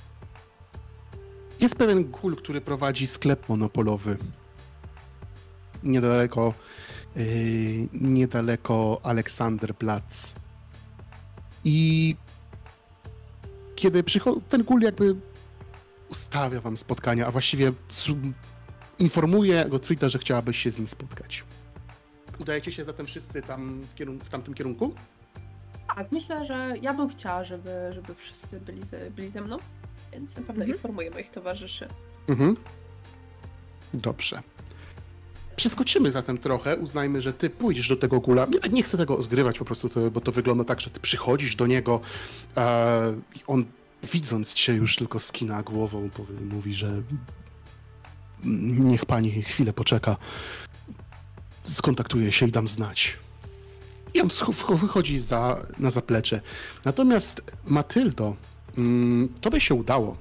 jest pewien gul, który prowadzi sklep monopolowy. Niedaleko, yy, niedaleko Aleksanderplatz. I kiedy przychodzi, ten gul jakby ustawia wam spotkania, a właściwie su- informuje Gottfrieda, że chciałabyś się z nim spotkać. Udajecie się zatem wszyscy tam w, kierun- w tamtym kierunku? Tak, myślę, że ja bym chciała, żeby, żeby wszyscy byli ze, byli ze mną, więc na pewno Mhm. informuję moich towarzyszy. Mhm. Dobrze. Przeskoczymy zatem trochę, uznajmy, że ty pójdziesz do tego gula. Nie, nie chcę tego zgrywać po prostu, to, bo to wygląda tak, że ty przychodzisz do niego e, i on widząc cię już tylko skina głową, powie, mówi, że niech pani chwilę poczeka, skontaktuję się i dam znać. I on sch- wychodzi za, na zaplecze. Natomiast Matyldo, mm, to by się udało.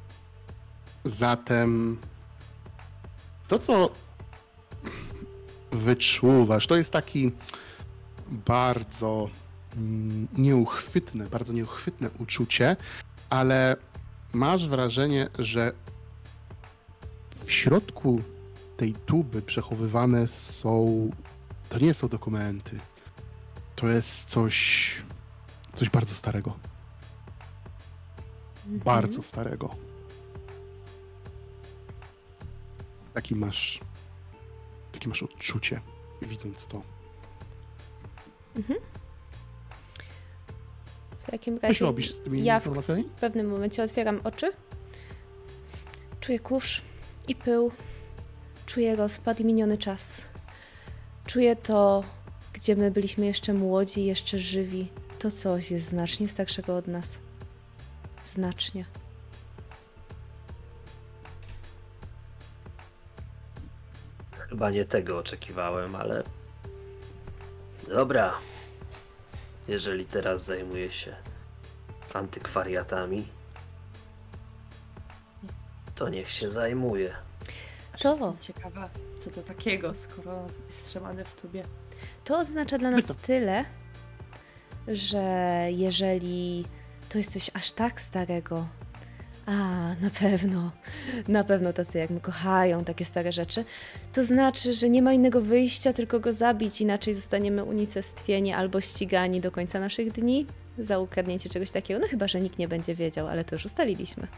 Zatem to, co wyczuwasz, to jest taki bardzo mm, nieuchwytne, bardzo nieuchwytne uczucie, ale masz wrażenie, że w środku tej tuby przechowywane są... To nie są dokumenty. To jest coś... Coś bardzo starego. Mhm. Bardzo starego. Taki masz... Takie masz odczucie, widząc to. Mhm. W takim Coś razie robisz z tymi ja w informacjami? w pewnym momencie otwieram oczy. Czuję kurz i pył. Czuję rozpad i miniony czas. Czuję to, gdzie my byliśmy jeszcze młodzi, jeszcze żywi. To coś jest znacznie starszego od nas. Znacznie. Chyba nie tego oczekiwałem, ale... Dobra. Jeżeli teraz zajmuję się antykwariatami, to niech się zajmuje. Aż To. Jestem ciekawa, co to takiego, skoro jest trzymany w tubie. To oznacza dla nas Byto. tyle, że jeżeli to jest coś aż tak starego, a na pewno, na pewno tacy jak my kochają takie stare rzeczy, to znaczy, że nie ma innego wyjścia, tylko go zabić, inaczej zostaniemy unicestwieni albo ścigani do końca naszych dni za ukradnięcie czegoś takiego. No chyba, że nikt nie będzie wiedział, ale to już ustaliliśmy.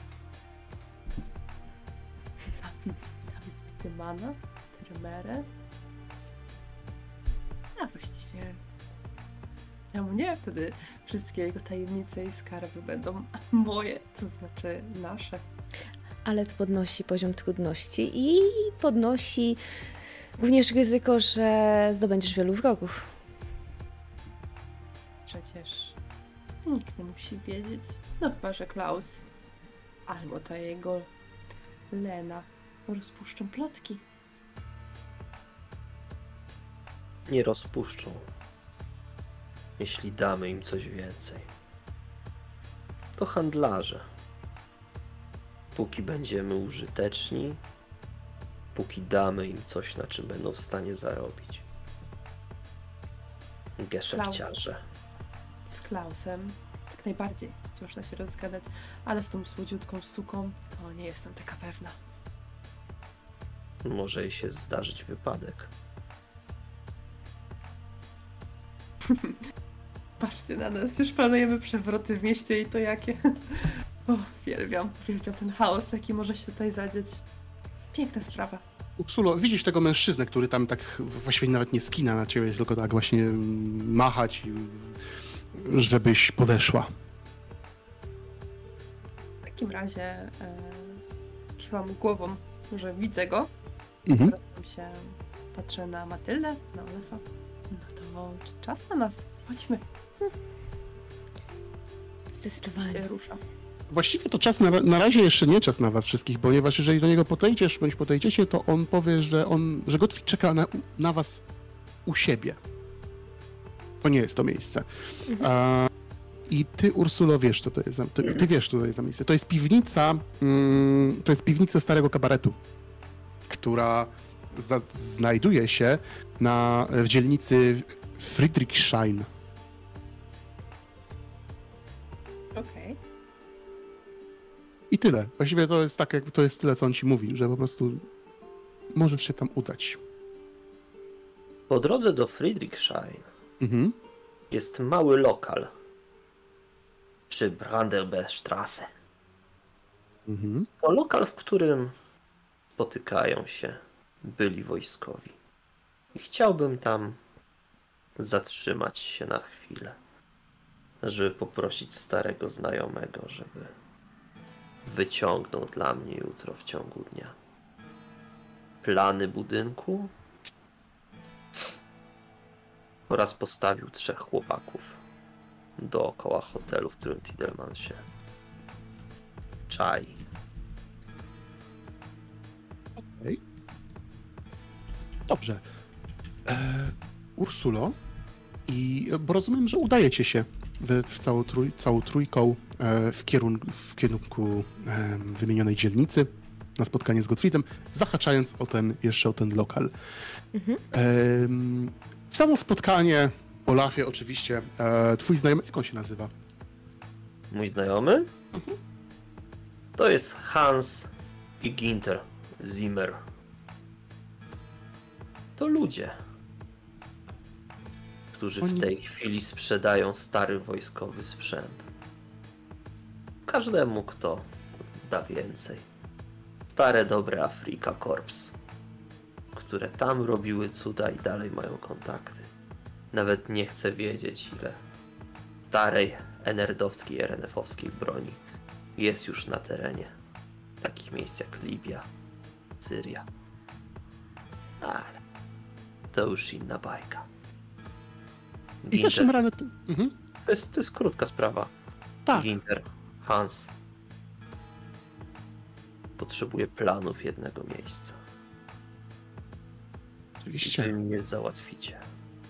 Zabić, zabić Tymana, Termerę. A właściwie... Czemu nie? Wtedy wszystkie jego tajemnice i skarby będą moje, to znaczy nasze. Ale to podnosi poziom trudności i podnosi również ryzyko, że zdobędziesz wielu wrogów. Przecież nikt nie musi wiedzieć. No chyba, że Klaus albo ta jego Lena rozpuszczą plotki. Nie rozpuszczą, jeśli damy im coś więcej. To handlarze. Póki będziemy użyteczni, póki damy im coś, na czym będą w stanie zarobić. Geszefciarze. Z Klausem jak najbardziej można się rozgadać, ale z tą słodziutką suką to nie jestem taka pewna. Może i się zdarzyć wypadek. Patrzcie na nas, już planujemy przewroty w mieście i to jakie. O, uwielbiam, uwielbiam ten chaos, jaki może się tutaj zadzieć. Piękna sprawa. Ursulo, widzisz tego mężczyznę, który tam tak właściwie nawet nie skina na ciebie, tylko tak właśnie mm, machać, i- żebyś podeszła. W takim razie e, kiwam głową, że widzę go. Mhm. Zwracam się, patrzę na Matyldę, na Olefa. No to czas na nas. Chodźmy. Zdecydowanie. Się rusza. Właściwie to czas na, na razie jeszcze nie czas na was wszystkich, ponieważ jeżeli do niego podejdziesz, bądź podejdziecie, to on powie, że on, że Gottfried czeka na, na was u siebie. To nie jest to miejsce. A, I ty, Ursulo, wiesz, co to jest za, ty, ty wiesz, co to jest za miejsce. To jest piwnica, mm, to jest piwnica starego kabaretu, która zna, znajduje się na, w dzielnicy Friedrichshain. Okej. I tyle. Właściwie to jest tak, jak to jest tyle, co on ci mówi, że po prostu możesz się tam udać. Po drodze do Friedrichshain Mhm. jest mały lokal przy Brandenbergstrasse. Mhm. To lokal, w którym spotykają się byli wojskowi. I chciałbym tam zatrzymać się na chwilę, żeby poprosić starego znajomego, żeby wyciągnął dla mnie jutro w ciągu dnia plany budynku oraz postawił trzech chłopaków dookoła hotelu, w którym Tiedemann się czai. Okej. Dobrze. E, Ursulo, i bo rozumiem, że udajecie się w, w całą, trój, całą trójką e, w kierunku, w kierunku e, wymienionej dzielnicy na spotkanie z Gottfriedem, zahaczając o ten, jeszcze o ten lokal. Mhm. E, samo spotkanie, Olafie oczywiście, e, twój znajomy, jak on się nazywa? Mój znajomy? To jest Hans i Ginter Zimmer. To ludzie, którzy Oni- w tej chwili sprzedają stary wojskowy sprzęt. Każdemu, kto da więcej. Stare, dobre Afrika Corps, które tam robiły cuda i dalej mają kontakty. Nawet nie chcę wiedzieć, ile starej enerdowskiej, er en efowskiej broni jest już na terenie takich miejsc jak Libia, Syria. Ale to już inna bajka. I też Ginter, rany... Mhm. to, jest, to jest krótka sprawa. Tak. Ginter, Hans potrzebuje planów jednego miejsca. I Oczywiście. wy mi je załatwicie.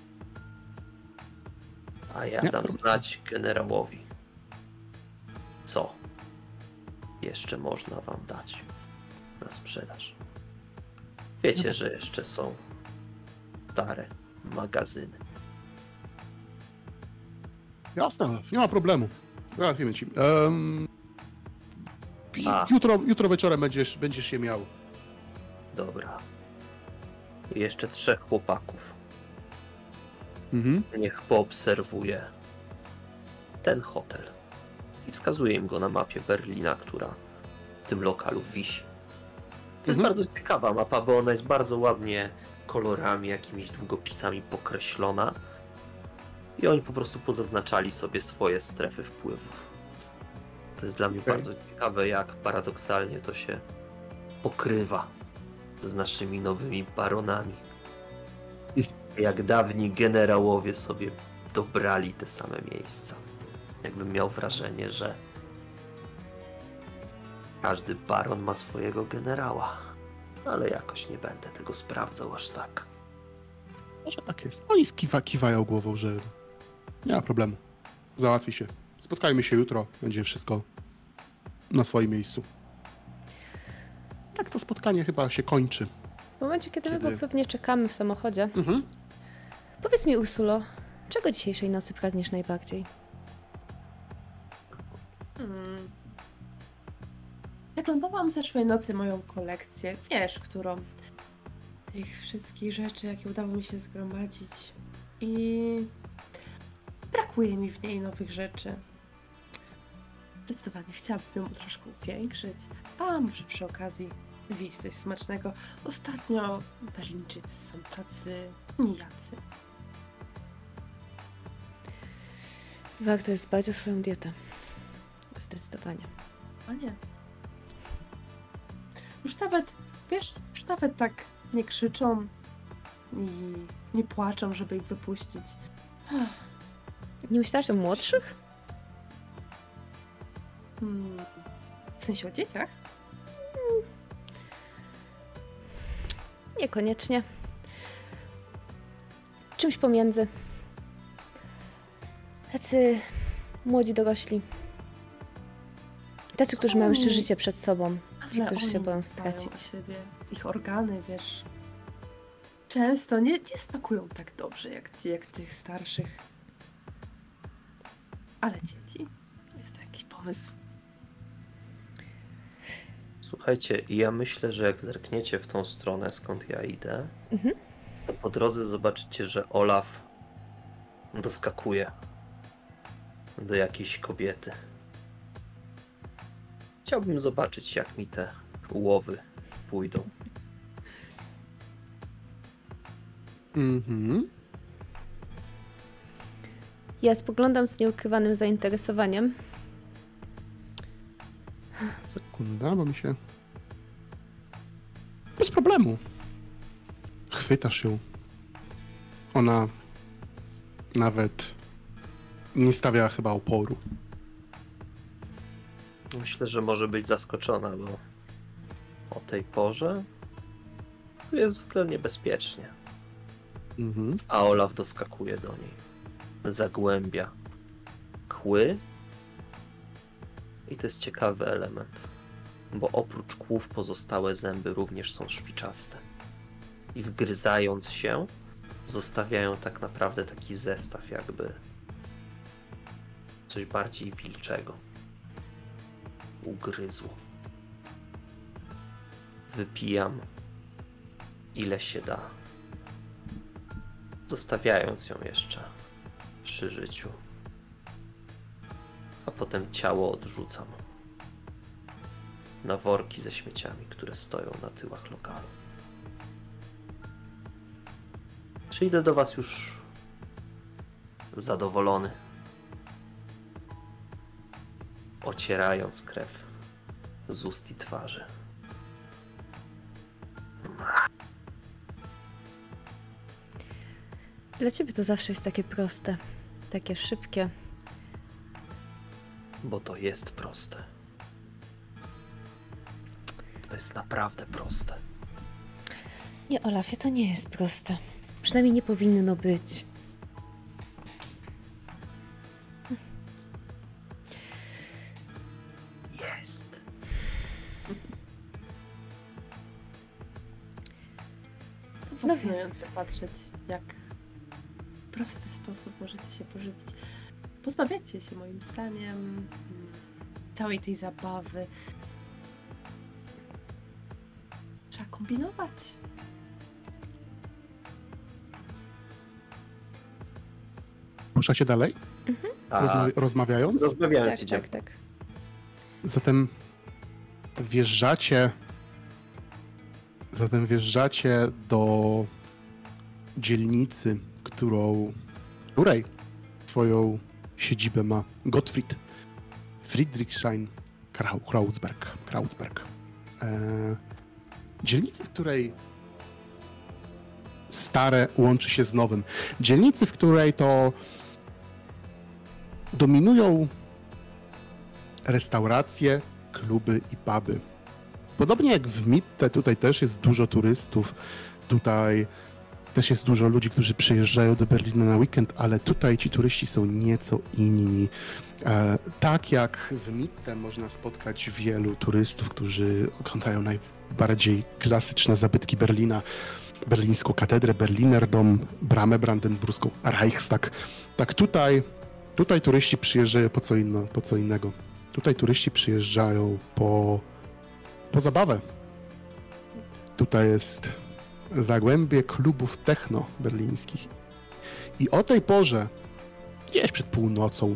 A ja Nie, dam problem. znać generałowi, co jeszcze można wam dać na sprzedaż. Wiecie, że jeszcze są stare magazyny. Jasne, nie ma problemu. Załatwimy ci. Um, A. jutro, jutro wieczorem będziesz, będziesz je miał. Dobra. I jeszcze trzech chłopaków. Mhm. Niech poobserwuje ten hotel. I wskazuje im go na mapie Berlina, która w tym lokalu wisi. To jest Mhm. bardzo ciekawa mapa, bo ona jest bardzo ładnie kolorami, jakimiś długopisami pokreślona. I oni po prostu pozaznaczali sobie swoje strefy wpływów. To jest dla mnie Okej. bardzo ciekawe, jak paradoksalnie to się pokrywa z naszymi nowymi baronami. Jak dawni generałowie sobie dobrali te same miejsca. Jakbym miał wrażenie, że każdy baron ma swojego generała. Ale jakoś nie będę tego sprawdzał aż tak. Może tak jest. Oni kiwa, kiwają głową, że nie ma problemu. Załatwi się. Spotkajmy się jutro. Będzie wszystko na swoim miejscu. Tak to spotkanie chyba się kończy. W momencie, kiedy, Kiedy- my pewnie czekamy w samochodzie, Mhm. powiedz mi, Ursulo, czego dzisiejszej nocy pragniesz najbardziej? Hmm. Oglądałam zeszłej nocy moją kolekcję, wiesz, którą tych wszystkich rzeczy, jakie udało mi się zgromadzić i brakuje mi w niej nowych rzeczy. Zdecydowanie chciałabym ją troszkę upiększyć, a może przy okazji zjeść coś smacznego. Ostatnio Berlińczycy są tacy nijacy. Warto jest dbać o swoją dietę. Zdecydowanie. A nie. Już nawet, wiesz, już nawet tak nie krzyczą i nie płaczą, żeby ich wypuścić. Nie myślałaś o młodszych? Hmm. W sensie o dzieciach? Niekoniecznie. Czymś pomiędzy. Tacy młodzi dorośli. Tacy, którzy mają jeszcze życie przed sobą. Ci, którzy się oni boją mają stracić. od siebie. Ich organy, wiesz, często nie, nie smakują tak dobrze jak, jak tych starszych. Ale dzieci? Jest taki pomysł. Słuchajcie, ja myślę, że jak zerkniecie w tą stronę, skąd ja idę, Mhm. to po drodze zobaczycie, że Olaf doskakuje do jakiejś kobiety. Chciałbym zobaczyć, jak mi te łowy pójdą. Mhm. Ja spoglądam z nieukrywanym zainteresowaniem. Sekunda, bo mi się... Bez problemu. Chwytasz ją. Ona nawet nie stawia chyba oporu. Myślę, że może być zaskoczona, bo o tej porze tu jest względnie bezpiecznie. Mhm. A Olaf doskakuje do niej. Zagłębia kły. I to jest ciekawy element, bo oprócz kłów pozostałe zęby również są szpiczaste. I wgryzając się, zostawiają tak naprawdę taki zestaw jakby coś bardziej wilczego. Ugryzło. wypijam ile się da, zostawiając ją jeszcze przy życiu, a potem ciało odrzucam na worki ze śmieciami, które stoją na tyłach lokalu. Przyjdę do was już zadowolony, ocierając krew z ust i twarzy. Dla ciebie to zawsze jest takie proste, takie szybkie. Bo to jest proste. To jest naprawdę proste. Nie, Olafie, to nie jest proste. Przynajmniej nie powinno być. Jest. No Fascynujące więc. patrzeć, jak w prosty sposób możecie się pożywić. Pozbawiacie się moim zdaniem mm, całej tej zabawy. Trzeba kombinować. Ruszacie dalej, A rozma- rozmawiając? rozmawiając Tak, idziemy. tak, tak. Zatem wjeżdżacie, zatem wjeżdżacie do dzielnicy, którą, której swoją siedzibę ma Gottfried Friedrichshain Krau- Krautsberg. Krautsberg. E, dzielnicy, w której stare łączy się z nowym. Dzielnicy, w której to dominują restauracje, kluby i puby. Podobnie jak w Mitte, tutaj też jest dużo turystów. Tutaj też jest dużo ludzi, którzy przyjeżdżają do Berlina na weekend, ale tutaj ci turyści są nieco inni. E, tak jak w Mitte można spotkać wielu turystów, którzy oglądają najbardziej klasyczne zabytki Berlina, berlińską katedrę, Berlinerdom, bramę brandenburską, Reichstag. Tak tutaj, tutaj turyści przyjeżdżają po co, inno, po co innego. Tutaj turyści przyjeżdżają po, po zabawę. Tutaj jest zagłębie klubów techno berlińskich. I o tej porze, gdzieś przed północą,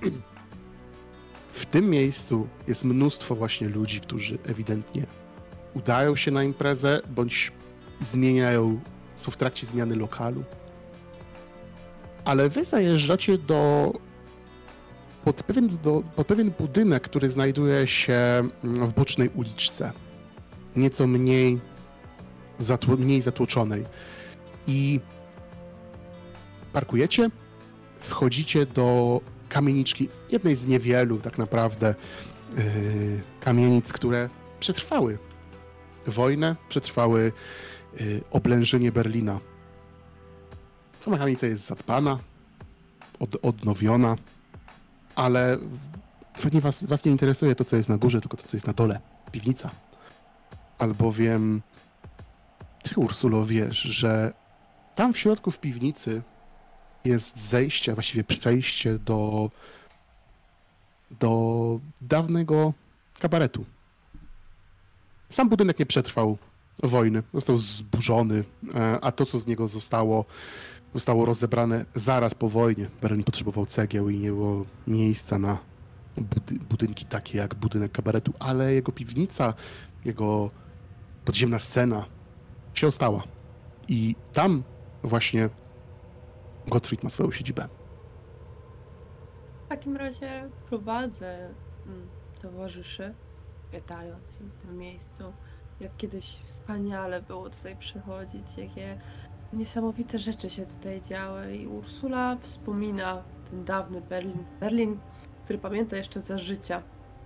w tym miejscu jest mnóstwo właśnie ludzi, którzy ewidentnie udają się na imprezę, bądź zmieniają, są w trakcie zmiany lokalu. Ale wy zajeżdżacie do pod pewien, do, pod pewien budynek, który znajduje się w bocznej uliczce, nieco mniej, zatło, mniej zatłoczonej. I parkujecie, wchodzicie do kamieniczki, jednej z niewielu tak naprawdę yy, kamienic, które przetrwały wojnę, przetrwały yy, oblężenie Berlina. Sama kamienica jest zadbana, od, odnowiona, ale pewnie was, was nie interesuje to, co jest na górze, tylko to, co jest na dole. Piwnica. Albowiem ty, Ursulo, wiesz, że tam w środku w piwnicy jest zejście, właściwie przejście do, do dawnego kabaretu. Sam budynek nie przetrwał wojny, został zburzony, a to, co z niego zostało, zostało rozebrane zaraz po wojnie. Berlin potrzebował cegieł i nie było miejsca na budy- budynki takie jak budynek kabaretu, ale jego piwnica, jego podziemna scena się ostała. I tam właśnie Gottfried ma swoją siedzibę. W takim razie prowadzę mm, towarzyszy, witając im w tym miejscu. Jak kiedyś wspaniale było tutaj przychodzić, jakie niesamowite rzeczy się tutaj działy. I Ursula wspomina ten dawny Berlin, Berlin, który pamięta jeszcze za życia.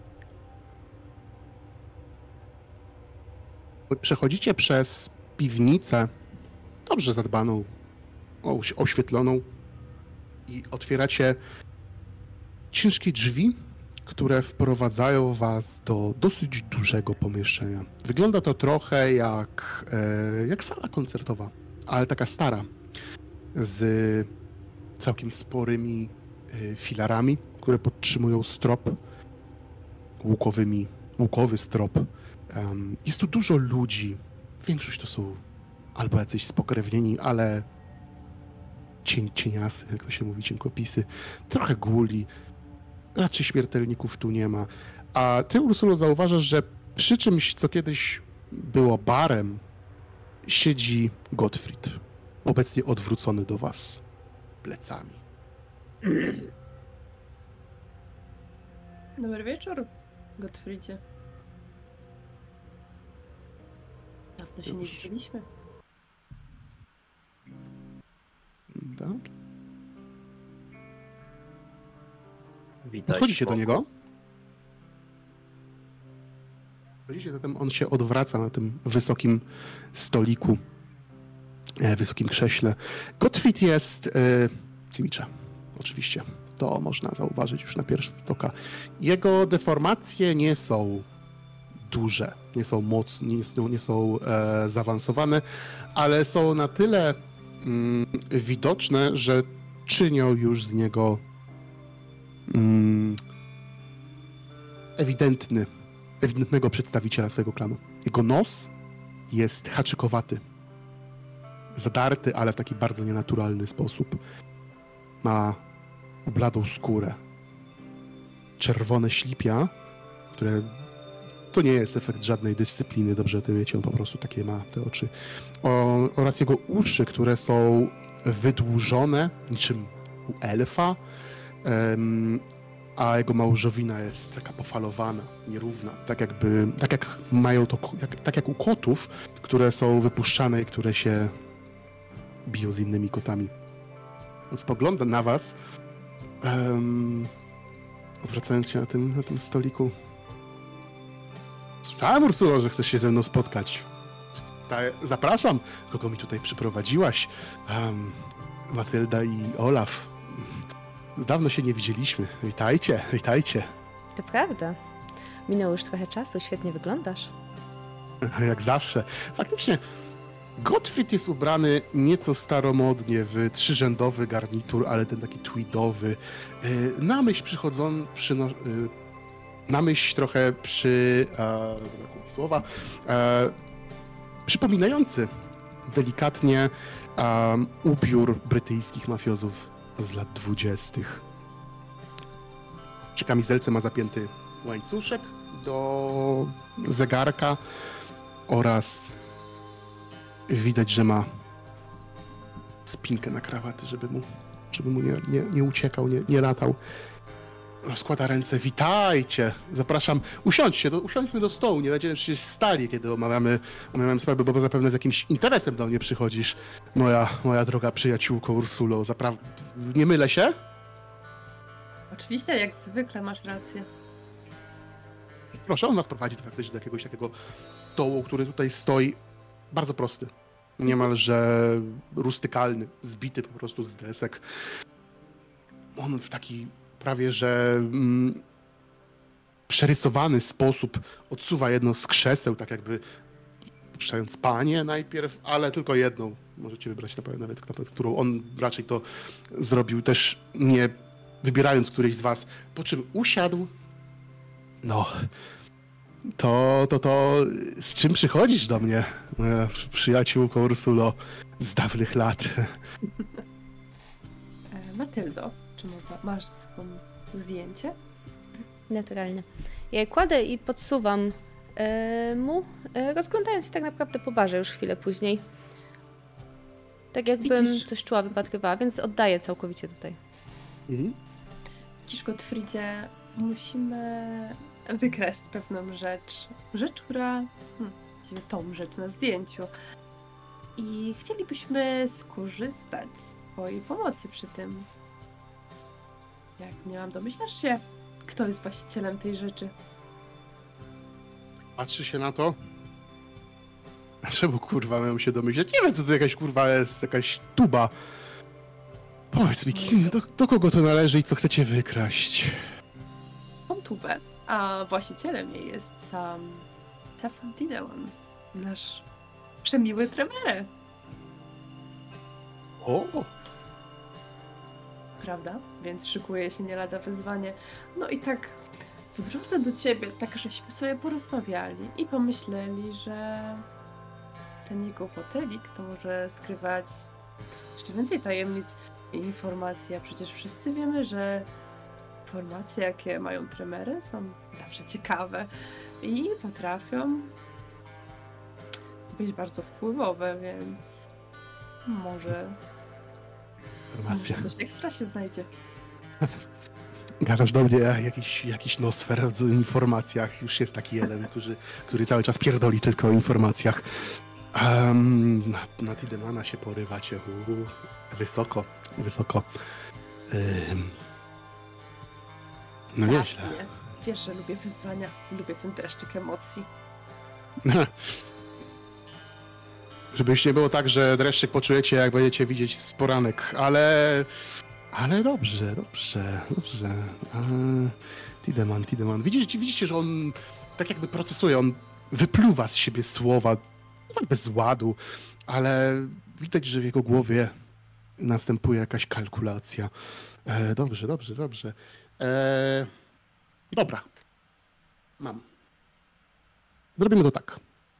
Przechodzicie przez piwnicę, dobrze zadbaną, oś- oświetloną i otwieracie ciężkie drzwi, które wprowadzają was do dosyć dużego pomieszczenia. Wygląda to trochę jak, e, jak sala koncertowa, ale taka stara, z całkiem sporymi e, filarami, które podtrzymują strop, łukowymi łukowy strop. Um, jest tu dużo ludzi. Większość to są albo jacyś spokrewnieni, ale cień, cieniasy, jak to się mówi, cienkopisy. Trochę guli. Raczej śmiertelników tu nie ma. A ty, Ursulo, zauważasz, że przy czymś, co kiedyś było barem, siedzi Gottfried. Obecnie odwrócony do was plecami. Dobry wieczór, Gottfriedzie. Dawno się nie Już. widzieliśmy. Tak? Witaj, Podchodzicie do spoko. niego. Podchodzicie, zatem on się odwraca na tym wysokim stoliku, e, wysokim krześle. Gottfried jest e, Cimicza, oczywiście. To można zauważyć już na pierwszy rzut oka. Jego deformacje nie są duże, nie są mocne, nie są, nie są e, zaawansowane, ale są na tyle mm, widoczne, że czynią już z niego mm, ewidentny, ewidentnego przedstawiciela swojego klanu. Jego nos jest haczykowaty, zadarty, ale w taki bardzo nienaturalny sposób. Ma bladą skórę, czerwone ślipia, które to nie jest efekt żadnej dyscypliny, dobrze o tym wiecie, on po prostu takie ma te oczy. O, oraz jego uszy, które są wydłużone, niczym u elfa, em, a jego małżowina jest taka pofalowana, nierówna, tak jakby, tak jak mają to, jak, tak jak u kotów, które są wypuszczane i które się biją z innymi kotami. Spogląda na was, um, odwracając się na tym, na tym stoliku. Słyszałem, Ursulo, że chcesz się ze mną spotkać. Zapraszam, kogo mi tutaj przyprowadziłaś. Um, Matylda i Olaf. Dawno się nie widzieliśmy. Witajcie, witajcie. To prawda. Minęło już trochę czasu, świetnie wyglądasz. Jak zawsze. Faktycznie, Gottfried jest ubrany nieco staromodnie w trzyrzędowy garnitur, ale ten taki tweedowy. Na myśl przychodzą, przyno, na myśl trochę przy, e, słowa, e, przypominający delikatnie e, ubiór brytyjskich mafiozów z lat dwudziestych. Przy kamizelce ma zapięty łańcuszek do zegarka oraz widać, że ma spinkę na krawaty, żeby mu, żeby mu nie, nie, nie uciekał, nie, nie latał. Rozkłada ręce. Witajcie! Zapraszam. Usiądźcie, do, usiądźmy do stołu. Nie będziemy przecież stali, kiedy omawiamy, omawiamy sprawy, bo zapewne z jakimś interesem do mnie przychodzisz, moja, moja droga przyjaciółko Ursulo. Zapra... Nie mylę się? Oczywiście, jak zwykle masz rację. Proszę, on nas prowadzi do faktycznie do jakiegoś takiego stołu, który tutaj stoi. Bardzo prosty. Niemalże rustykalny, zbity po prostu z desek. On w taki prawie że mm, przerysowany sposób odsuwa jedno z krzeseł, tak jakby puszczając panię najpierw, ale tylko jedną. Możecie wybrać nawet, nawet, nawet którą. On raczej to zrobił też nie wybierając którejś z was. Po czym usiadł. No, to, to, to z czym przychodzisz do mnie, moja przyjaciółko Ursulo z dawnych lat? E, Matyldo, czy ma, masz swą zdjęcie? Naturalnie. Ja je kładę i podsuwam e, mu, e, rozglądając się tak naprawdę po barze już chwilę później. Tak jakbym Widzisz? coś czuła, wypatrywała, więc oddaję całkowicie tutaj. Mhm. Widzisz, Gottfriedzie, musimy wykreślić pewną rzecz. Rzecz, która... Hmm, właściwie tą rzecz na zdjęciu. I chcielibyśmy skorzystać z twojej pomocy przy tym. Jak nie mam, domyślasz się, kto jest właścicielem tej rzeczy? Patrzy się na to. Czemu kurwa mają się domyśleć? Nie wiem, co to jakaś kurwa jest, jakaś tuba. Powiedz mi, kim, do, do kogo to należy i co chcecie wykraść? Tą tubę, a właścicielem jej jest sam Stefan Dideon, nasz przemiły Tremere, O, prawda? Więc szykuje się nie lada wyzwanie. No i tak po drodze do ciebie, tak żeśmy sobie porozmawiali i pomyśleli, że ten jego hotelik to może skrywać jeszcze więcej tajemnic i informacji, a przecież wszyscy wiemy, że informacje, jakie mają tremery, są zawsze ciekawe i potrafią być bardzo wpływowe, więc może, Informacja. może coś ekstra się znajdzie. Gadasz do mnie jakiś, jakiś nosfer w informacjach. Już jest taki jeden, który, który cały czas pierdoli tylko o informacjach. Um, na, na Tidemana się porywacie. Uu, wysoko, wysoko. Um, no nieźle. Tak, nie. Wiesz, że lubię wyzwania, lubię ten dreszczyk emocji. Żebyś nie było tak, że dreszczyk poczujecie, jak będziecie widzieć z poranek, ale... Ale dobrze, dobrze, dobrze. Eee, Tideman, Tideman. Widzicie, widzicie, że on tak jakby procesuje, on wypluwa z siebie słowa, bez ładu, ale widać, że w jego głowie następuje jakaś kalkulacja. Eee, dobrze, dobrze, dobrze. Eee, dobra. Mam. Zrobimy to tak.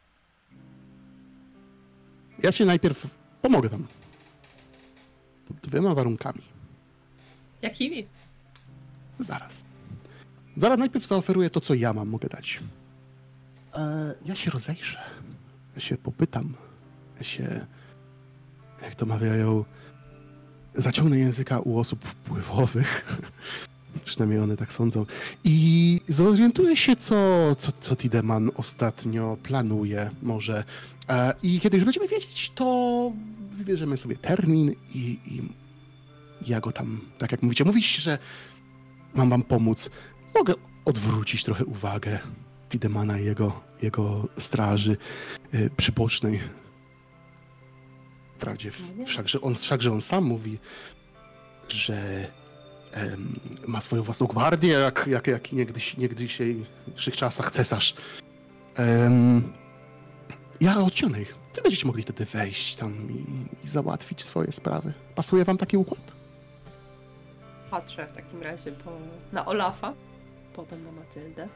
Ja się najpierw pomogę tam. Pod dwiema warunkami. Jakimi? Zaraz. Zaraz najpierw zaoferuję to, co ja mam, mogę dać. E, ja się rozejrzę. Ja się popytam. Ja się, jak to mawiają, zaciągnę języka u osób wpływowych. Przynajmniej one tak sądzą. I zorientuję się, co, co, co Tideman ostatnio planuje może. E, I kiedy już będziemy wiedzieć, to wybierzemy sobie termin i, i ja go tam, tak jak mówicie, mówicie, że mam wam pomóc. Mogę odwrócić trochę uwagę Tidemana i jego, jego straży y, przybocznej. Wprawdzie, wszakże on, wszakże on sam mówi, że em, ma swoją własną gwardię, jak, jak, jak niegdyś, niegdysiejszych czasach cesarz. Em, ja odciągnę ich. Wy będziecie mogli wtedy wejść tam i, i załatwić swoje sprawy. Pasuje wam taki układ? Patrzę w takim razie po, na Olafa, potem na Matyldę.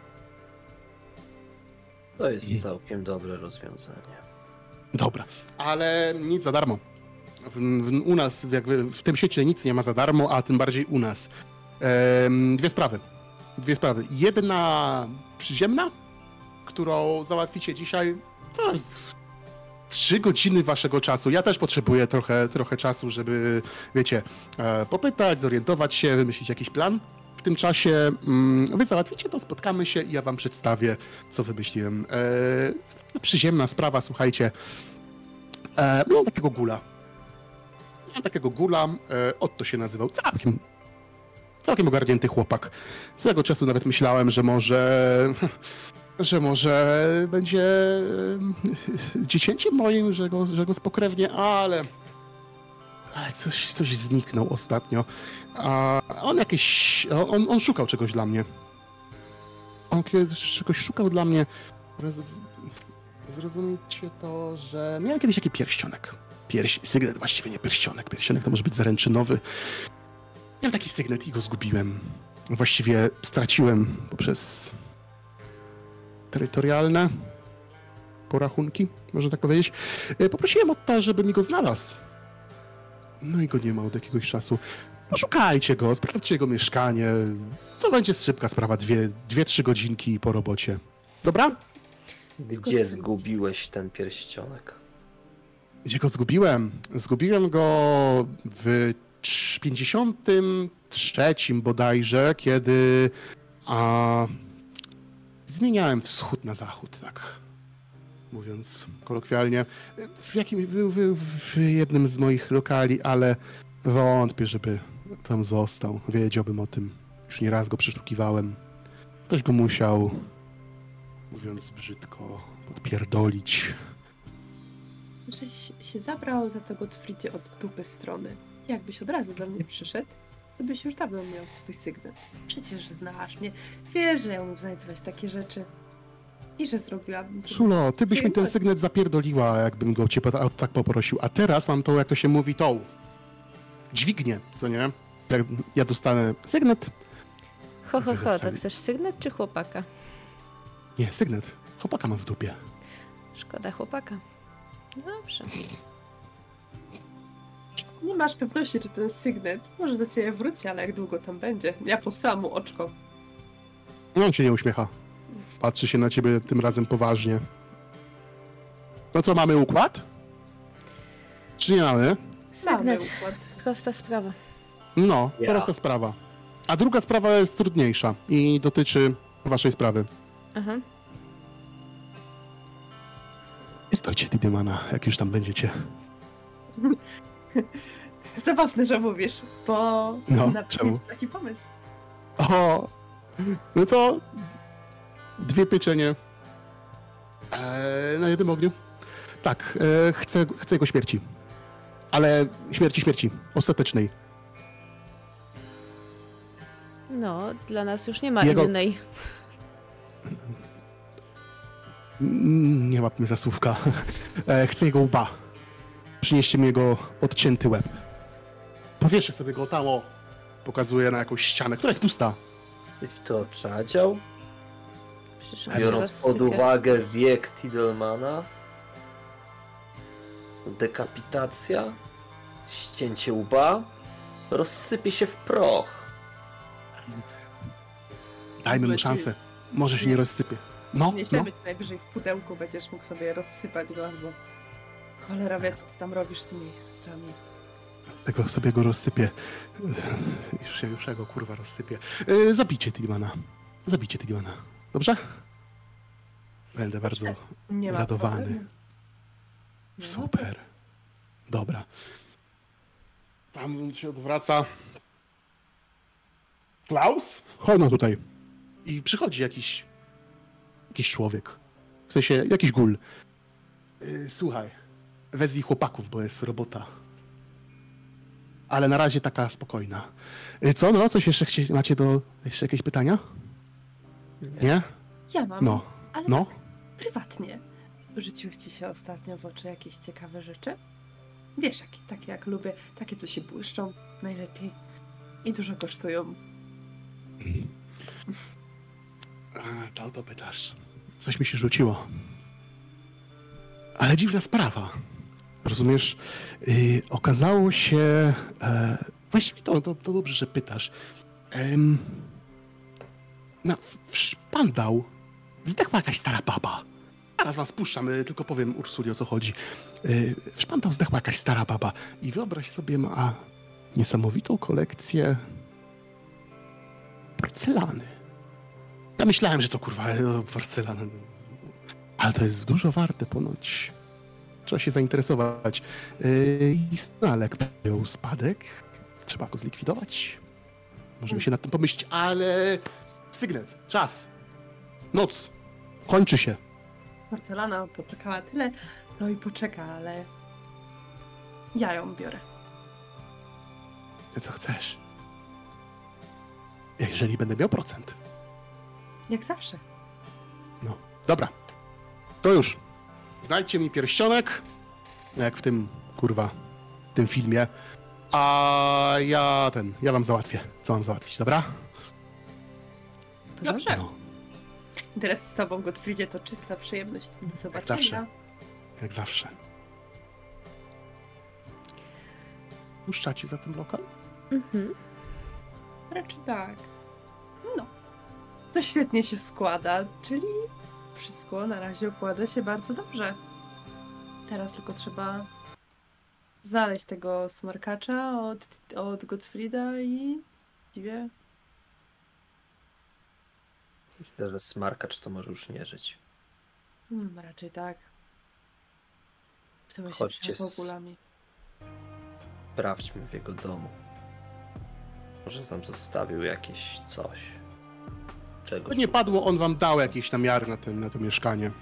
To jest I- całkiem dobre rozwiązanie. Dobra, ale nic za darmo. W, w, u nas, jakby w tym świecie nic nie ma za darmo, a tym bardziej u nas. Em, dwie sprawy. Dwie sprawy. Jedna przyziemna, którą załatwicie dzisiaj, to jest trzy godziny waszego czasu. Ja też potrzebuję trochę, trochę czasu, żeby, wiecie, e, popytać, zorientować się, wymyślić jakiś plan. W tym czasie mm, wy załatwicie to, spotkamy się i ja wam przedstawię, co wymyśliłem. E, przyziemna sprawa, słuchajcie. E, miałem takiego gula. Miałem takiego gula, e, Otto się nazywał. Całkiem, całkiem ogarnięty chłopak. Swego czasu nawet myślałem, że może... że może będzie e, dziecięciem moim, że go, że go spokrewnię, ale... Ale coś, coś zniknął ostatnio. A on jakieś... On, on szukał czegoś dla mnie. On kiedyś czegoś szukał dla mnie. Roz- Zrozumcie to, że miałem kiedyś taki pierścionek. Pierś, sygnet, właściwie nie pierścionek. Pierścionek to może być zaręczynowy. Miałem taki sygnet i go zgubiłem. Właściwie straciłem poprzez terytorialne porachunki, można tak powiedzieć. E, Poprosiłem Otta, żeby mi go znalazł. No i go nie ma od jakiegoś czasu. Poszukajcie go, sprawdźcie jego mieszkanie. To będzie szybka sprawa, dwie, dwie, trzy godzinki po robocie. Dobra? Gdzie zgubiłeś ten pierścionek? Gdzie go zgubiłem? Zgubiłem go w pięćdziesiątym trzecim bodajże, kiedy a, zmieniałem wschód na zachód, tak mówiąc kolokwialnie. W, jakim, w, w, w jednym z moich lokali, ale wątpię, żeby tam został. Wiedziałbym o tym. Już nieraz go przeszukiwałem. Ktoś go musiał, mówiąc brzydko, podpierdolić. Żeś się zabrał za tego Twritie od dupy strony. Jakbyś od razu do mnie przyszedł, to byś już dawno miał swój sygnet. Przecież znasz mnie. Wiesz, że ja umiem znajdować takie rzeczy. I że zrobiłabym... to- Szulo, ty byś mi ten Dziękuję. sygnet zapierdoliła, jakbym go cię po- tak poprosił. A teraz mam tą, jak to się mówi, tą dźwignię, co nie? Jak ja dostanę sygnet, Ho, ho, ho, to wydostali. chcesz sygnet czy chłopaka? Nie, sygnet. Chłopaka mam w dupie. Szkoda chłopaka. No dobrze. Nie masz pewności, czy ten sygnet może do ciebie wróci, ale jak długo tam będzie? Ja po samu oczko. No, on się nie uśmiecha. Patrzy się na ciebie tym razem poważnie. No co, mamy układ? Czy nie mamy? Mamy Sygnet. układ. Prosta sprawa. No, Ja. prosta sprawa. A druga sprawa jest trudniejsza i dotyczy waszej sprawy. Aha. Pierdolcie Tidymana, jak już tam będziecie. Zabawne, że mówisz, bo No, na czemu? taki pomysł. O, no to dwie pieczenie eee, na jednym ogniu. Tak, e, chcę, chcę jego śmierci. Ale śmierci, śmierci. Ostatecznej. No, dla nas już nie ma Jego- innej. Mm, Nie łap mnie za słówka. E, chcę jego łba. Przynieście mi jego odcięty łeb. Powieszę sobie go tam, o. Pokazuję na jakąś ścianę, która jest pusta. Byś to czadział? Przecież on się Biorąc pod rozsypie. uwagę wiek Tidalmana, dekapitacja, ścięcie łba, rozsypie się w proch. Dajmy mu Leci- szansę. Może się nie rozsypie. No, no. Nieślemy najwyżej w pudełku, będziesz mógł sobie rozsypać go albo... Cholera wie, co ty tam robisz z tymi rzeczami. Z tego sobie go rozsypię. Już się już ja go kurwa rozsypię. Yy, zabijcie Tidymana. Zabijcie Tidymana. Dobrze? Będę bardzo Nie ma radowany. problemu. No. Super. Dobra. Tam się odwraca. Klaus? Chodź no tutaj. I przychodzi jakiś... Jakiś człowiek. W sensie, jakiś gul. Yy, słuchaj. Wezwij chłopaków, bo jest robota. Ale na razie taka spokojna. Yy, co, no? Coś jeszcze chcie, macie do... Jeszcze jakieś pytania? Nie? Ja mam, No. ale No? tak prywatnie. Rzuciły ci się ostatnio w oczy jakieś ciekawe rzeczy? Wiesz, jakie, takie jak lubię, takie co się błyszczą najlepiej i dużo kosztują. A, to o to pytasz. Coś mi się rzuciło. Ale dziwna sprawa. Rozumiesz? Yy, okazało się... E, właściwie to, to, to dobrze, że pytasz. Em, na, w szpandał zdechła jakaś stara baba. Zaraz wam spuszczam, y, tylko powiem Ursuli, o co chodzi. Yy, w szpandał zdechła jakaś stara baba. I wyobraź sobie, ma niesamowitą kolekcję porcelany. Ja myślałem, że to kurwa e, porcelana. Ale to jest dużo warte ponoć. Trzeba się zainteresować. Yy, I Snalek miał spadek. Trzeba go zlikwidować. Możemy się nad tym pomyśleć, ale... Sygnet, czas. Noc. Kończy się. Porcelana poczekała tyle, no i poczeka, ale ja ją biorę. Ty co chcesz? Jeżeli będę miał procent. Jak zawsze. No, dobra. To już. Znajdźcie mi pierścionek, jak w tym, kurwa, tym filmie. A ja ten, ja wam załatwię, co mam załatwić, dobra? Dobrze. No, Teraz z tobą, Gottfriedzie, to czysta przyjemność. Do zobaczenia. zawsze. jak zawsze. Puszczacie za ten lokal? Mhm. Raczej tak. No. To świetnie się składa, czyli wszystko na razie układa się bardzo dobrze. Teraz tylko trzeba znaleźć tego smarkacza od, od Gottfrieda i właściwie Myślę, że smarkacz to może już nie żyć. hmm, raczej tak. Kto by się Chodźcie przejmował z- bólami? Sprawdźmy w jego domu. Może tam zostawił jakieś coś. To Czegoś. nie padło, on wam dał jakieś namiary na, ten, na to mieszkanie.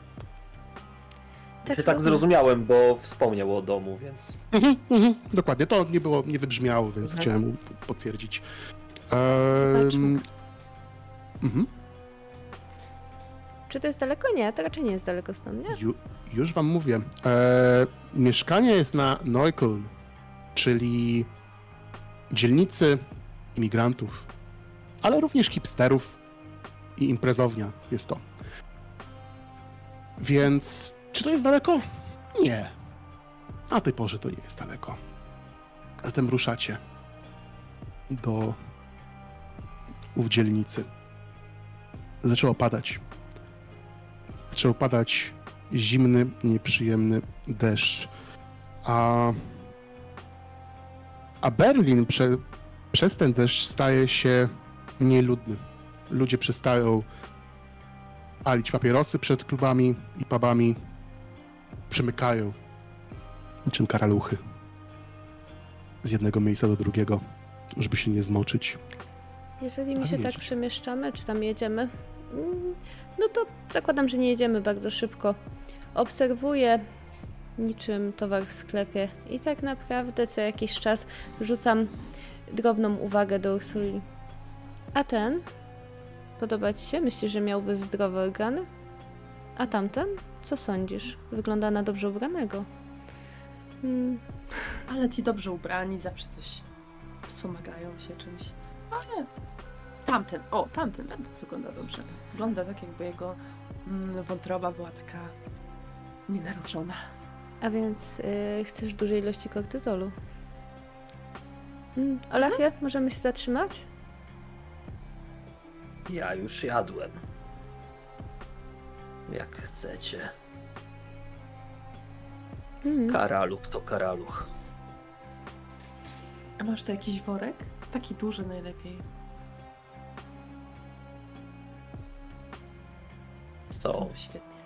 Tak, tak słowem. zrozumiałem, bo wspomniał o domu, więc... Mhm, mhm, dokładnie, to nie było, nie wybrzmiało, więc Mhm. chciałem mu potwierdzić. Zobaczmy. Ehm, mhm. Czy to jest daleko? Nie, to raczej nie jest daleko stąd, nie? Ju, już wam mówię. E, mieszkanie jest na Neukölln, czyli dzielnicy imigrantów. ale również hipsterów i imprezownia jest to. Więc czy to jest daleko? Nie. Na tej porze to nie jest daleko. Zatem ruszacie do ów dzielnicy. Zaczęło padać. Zaczął padać zimny, nieprzyjemny deszcz. A, a Berlin prze, przez ten deszcz staje się mniej ludny. Ludzie przestają palić papierosy przed klubami i pubami. Przemykają niczym karaluchy z jednego miejsca do drugiego, żeby się nie zmoczyć. Jeżeli my Ale się jedzie. tak przemieszczamy, czy tam jedziemy, mm, no to zakładam, że nie jedziemy bardzo szybko. Obserwuję niczym towar w sklepie i tak naprawdę co jakiś czas rzucam drobną uwagę do Ursuli. A ten? Podoba ci się? Myślisz, że miałby zdrowe organy? A tamten? Co sądzisz? Wygląda na dobrze ubranego. Hmm. Ale ci dobrze ubrani zawsze coś wspomagają się czymś. Ale tamten, o, tamten, tamten wygląda dobrze. Wygląda tak, jakby jego mm, wątroba była taka nienaruszona. A więc y, chcesz dużej ilości kortyzolu? Mm, Olafie, możemy się zatrzymać? Ja już jadłem. Jak chcecie. Mm. Karaluch to karaluch. A masz tu jakiś worek? Taki duży najlepiej. Co? To świetnie.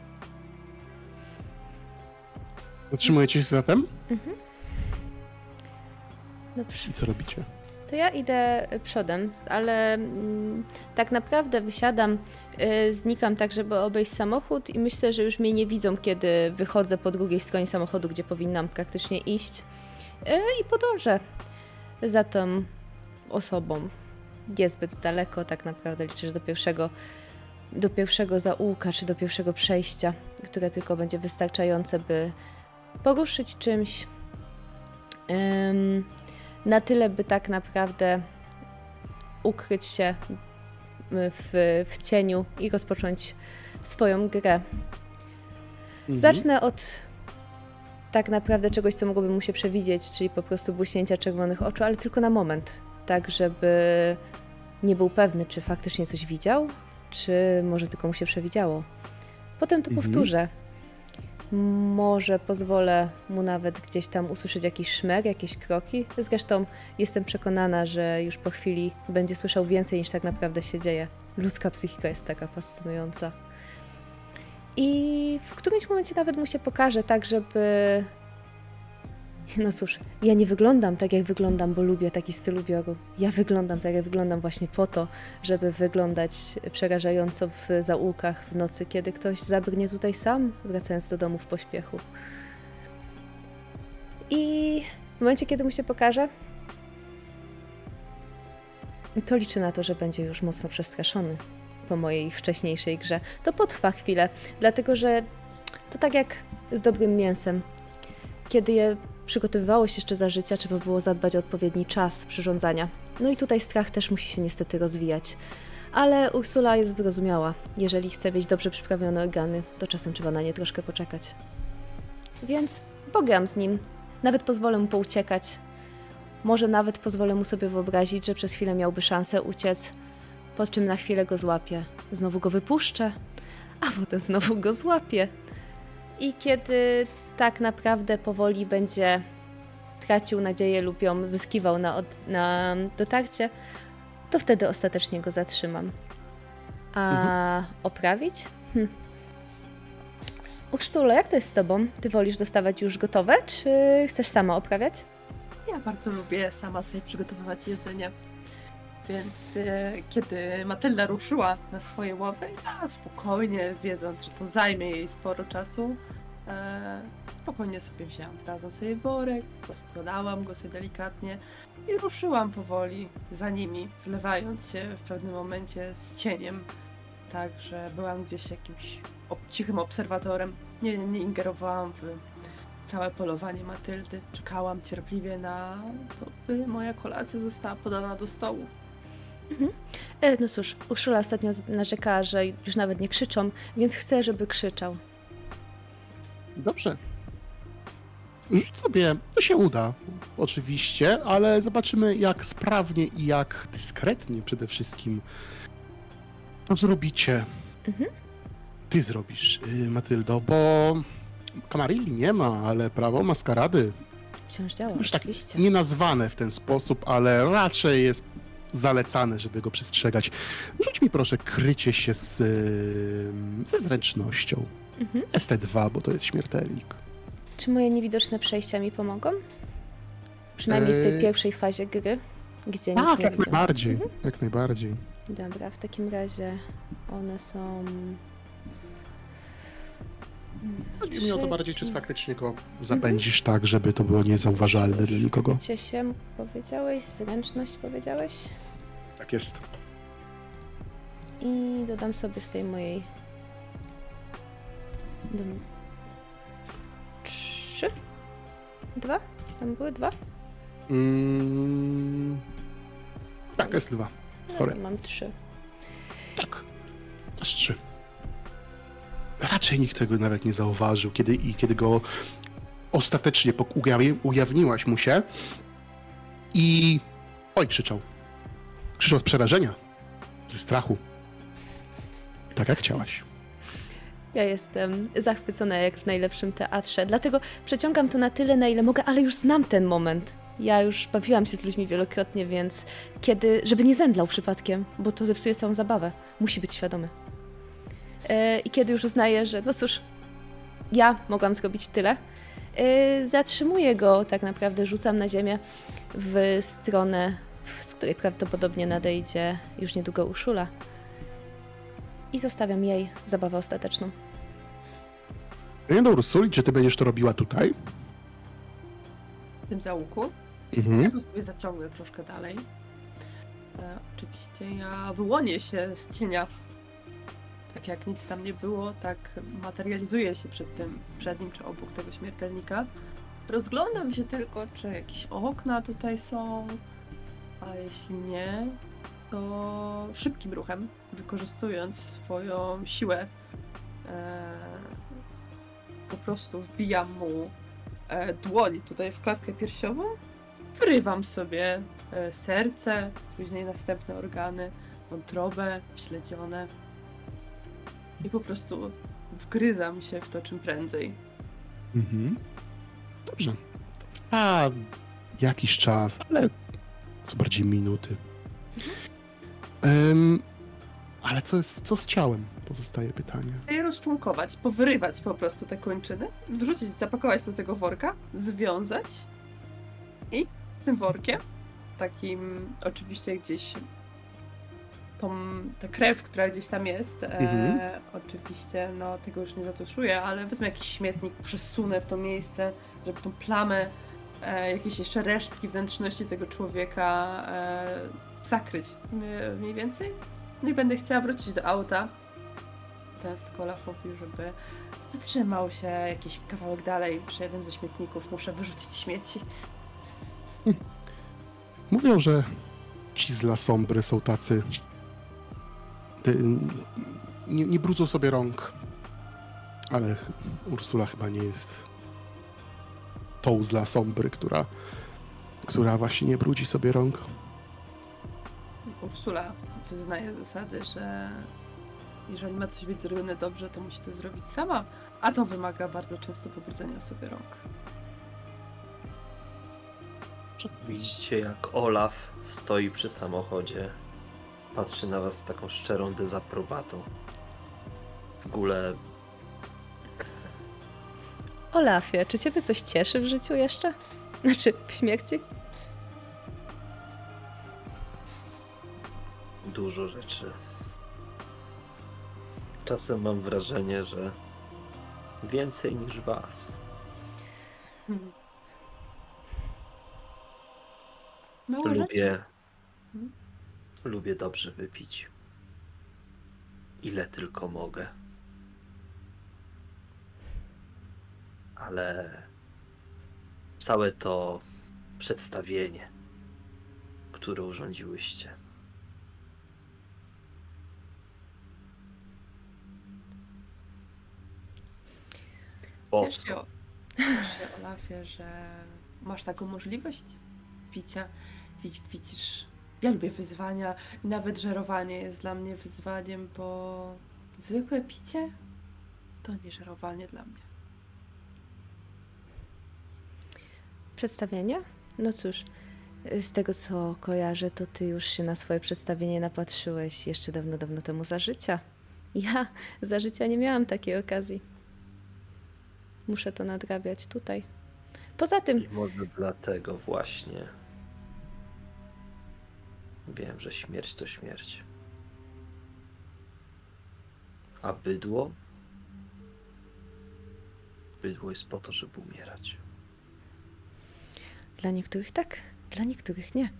Zatrzymujecie się zatem? Mhm. Dobrze. I co robicie? To ja idę przodem, ale mm, tak naprawdę wysiadam, y, znikam tak, żeby obejść samochód i myślę, że już mnie nie widzą, kiedy wychodzę po drugiej stronie samochodu, gdzie powinnam praktycznie iść y, i podążę za tą osobą. Niezbyt daleko, tak naprawdę liczę, że do pierwszego, do pierwszego zaułka, czy do pierwszego przejścia, które tylko będzie wystarczające, by poruszyć czymś. Ym, na tyle, by tak naprawdę ukryć się w, w cieniu i rozpocząć swoją grę. Mhm. Zacznę od tak naprawdę czegoś, co mogłoby mu się przewidzieć, czyli po prostu błyśnięcia czerwonych oczu, ale tylko na moment, tak żeby nie był pewny, czy faktycznie coś widział, czy może tylko mu się przewidziało. Potem to Mhm. powtórzę. Może pozwolę mu nawet gdzieś tam usłyszeć jakiś szmer, jakieś kroki. Zresztą jestem przekonana, że już po chwili będzie słyszał więcej niż tak naprawdę się dzieje. Ludzka psychika jest taka fascynująca. I w którymś momencie nawet mu się pokaże tak, żeby... No cóż, ja nie wyglądam tak, jak wyglądam, bo lubię taki styl ubioru. Ja wyglądam tak, jak wyglądam właśnie po to, żeby wyglądać przerażająco w zaułkach w nocy, kiedy ktoś zabrnie tutaj sam, wracając do domu w pośpiechu. I w momencie, kiedy mu się pokaże, to liczę na to, że będzie już mocno przestraszony po mojej wcześniejszej grze. To potrwa chwilę, dlatego że to tak jak z dobrym mięsem. Kiedy je przygotowywało się jeszcze za życia, trzeba było zadbać o odpowiedni czas przyrządzania. No i tutaj strach też musi się niestety rozwijać. Ale Ursula jest wyrozumiała. Jeżeli chce mieć dobrze przyprawione organy, to czasem trzeba na nie troszkę poczekać. Więc pogram z nim. Nawet pozwolę mu pouciekać. Może nawet pozwolę mu sobie wyobrazić, że przez chwilę miałby szansę uciec, po czym na chwilę go złapię. Znowu go wypuszczę, a potem znowu go złapię. I kiedy tak naprawdę powoli będzie tracił nadzieję lub ją zyskiwał na, od, na dotarcie, to wtedy ostatecznie go zatrzymam. A Mhm. oprawić? Hm. Ursula, jak to jest z tobą? Ty wolisz dostawać już gotowe, czy chcesz sama oprawiać? Ja bardzo lubię sama sobie przygotowywać jedzenie. Więc e, kiedy Matylda ruszyła na swoje łowy, ja spokojnie, wiedząc, że to zajmie jej sporo czasu, e, spokojnie sobie wzięłam. Znalazłam sobie worek, poskładałam go sobie delikatnie i ruszyłam powoli za nimi, zlewając się w pewnym momencie z cieniem. Tak, że byłam gdzieś jakimś ob- cichym obserwatorem. Nie, nie ingerowałam w całe polowanie Matyldy. Czekałam cierpliwie na to, by moja kolacja została podana do stołu. E, no cóż, Urszula ostatnio z- narzekała, że już nawet nie krzyczą, więc chcę, żeby krzyczał. Dobrze. Rzuć sobie, to się uda, oczywiście, ale zobaczymy, jak sprawnie i jak dyskretnie przede wszystkim to zrobicie. Mhm. Ty zrobisz, y, Matyldo, bo Kamarilli nie ma, ale prawo maskarady Wciąż działa, już tak oczywiście. nie nazwane w ten sposób, ale raczej jest zalecane, żeby go przestrzegać. Rzuć mi proszę krycie się z, y, ze zręcznością. Mhm. S T dwa, bo to jest śmiertelnik. Czy moje niewidoczne przejścia mi pomogą? Przynajmniej w tej Eee. pierwszej fazie gry, gdzie Tak, nikt nie jak widział. najbardziej, Mhm. jak najbardziej. Dobra, w takim razie one są... Chodzi mi o to bardziej, czy Trzeci. faktycznie go zapędzisz tak, żeby to było niezauważalne dla nikogo. Krycie się powiedziałeś, zręczność powiedziałeś Tak jest. i dodam sobie z tej mojej... Dom... Trzy? Dwa? Tam były dwa? Mm... Tak, S dwa. No Sorry. to mam trzy. Tak. Aż trzy. Raczej nikt tego nawet nie zauważył, kiedy i kiedy go ostatecznie pok- ujawi- ujawniłaś mu się i... Oj, krzyczał. Krzyczał z przerażenia, ze strachu. Tak jak chciałaś. Ja jestem zachwycona jak w najlepszym teatrze, dlatego przeciągam to na tyle, na ile mogę, ale już znam ten moment. Ja już bawiłam się z ludźmi wielokrotnie, więc kiedy... Żeby nie zemdlał przypadkiem, bo to zepsuje całą zabawę. Musi być świadomy. E, I kiedy już uznaję, że no cóż, ja mogłam zrobić tyle, e, zatrzymuję go tak naprawdę, rzucam na ziemię w stronę, z której prawdopodobnie nadejdzie już niedługo Urszula. I zostawiam jej zabawę ostateczną. Nie do Ursuli, czy ty będziesz to robiła tutaj? W tym załuku. Ja Mhm. go sobie zaciągnę troszkę dalej. E, oczywiście ja wyłonię się z cienia. Tak jak nic tam nie było, tak materializuję się przed tym, przed nim czy obok tego śmiertelnika. Rozglądam się tylko, czy jakieś okna tutaj są, a jeśli nie, to szybkim ruchem, wykorzystując swoją siłę, e, po prostu wbijam mu e, dłoń tutaj w klatkę piersiową, wrywam sobie e, serce, później następne organy, wątrobę, śledzione i po prostu wgryzam się w to czym prędzej. Mhm. Dobrze. A jakiś czas, ale co bardziej minuty. Em, ale co, jest, co z ciałem? Pozostaje pytanie. Je rozczłonkować, powyrywać po prostu te kończyny, wrzucić, zapakować do tego worka, związać i z tym workiem, takim oczywiście gdzieś tą, ta krew, która gdzieś tam jest, Mhm. e, oczywiście no tego już nie zatuszuję, ale wezmę jakiś śmietnik, przesunę w to miejsce, żeby tą plamę, e, jakieś jeszcze resztki wnętrzności tego człowieka e, zakryć m- mniej więcej. No i będę chciała wrócić do auta. Teraz tylko Olafowi, żeby zatrzymał się jakiś kawałek dalej przy jednym ze śmietników. Muszę wyrzucić śmieci. Mówią, że ci z La Sombry są tacy... Ty, nie, nie brudzą sobie rąk. Ale Ursula chyba nie jest tą z La Sombry, która, która właśnie nie brudzi sobie rąk. Ursula wyznaje zasady, że jeżeli ma coś być zrobione dobrze, to musi to zrobić sama, a to wymaga bardzo często pobrudzenia sobie rąk. Widzicie, jak Olaf stoi przy samochodzie, patrzy na was z taką szczerą dezaprobatą. W ogóle Olafie, czy ciebie coś cieszy w życiu jeszcze? Znaczy, w śmierci? dużo rzeczy. Czasem mam wrażenie, że więcej niż was. Hmm. Mało rzeczy. Lubię, Mhm. lubię dobrze wypić. Ile tylko mogę. Ale całe to przedstawienie, które urządziłyście, Po Wiesz co? się, wiesz się, Olafie, że masz taką możliwość picia. Widz, widzisz, ja lubię wyzwania i nawet żerowanie jest dla mnie wyzwaniem, bo zwykłe picie to nie żerowanie dla mnie. Przedstawienie? No cóż, z tego co kojarzę, to ty już się na swoje przedstawienie napatrzyłeś jeszcze dawno, dawno temu za życia. Ja za życia nie miałam takiej okazji. Muszę to nadrabiać tutaj. Poza tym, I może dlatego właśnie wiem, że śmierć to śmierć. A bydło? Bydło jest po to, żeby umierać. dla niektórych tak, dla niektórych nie.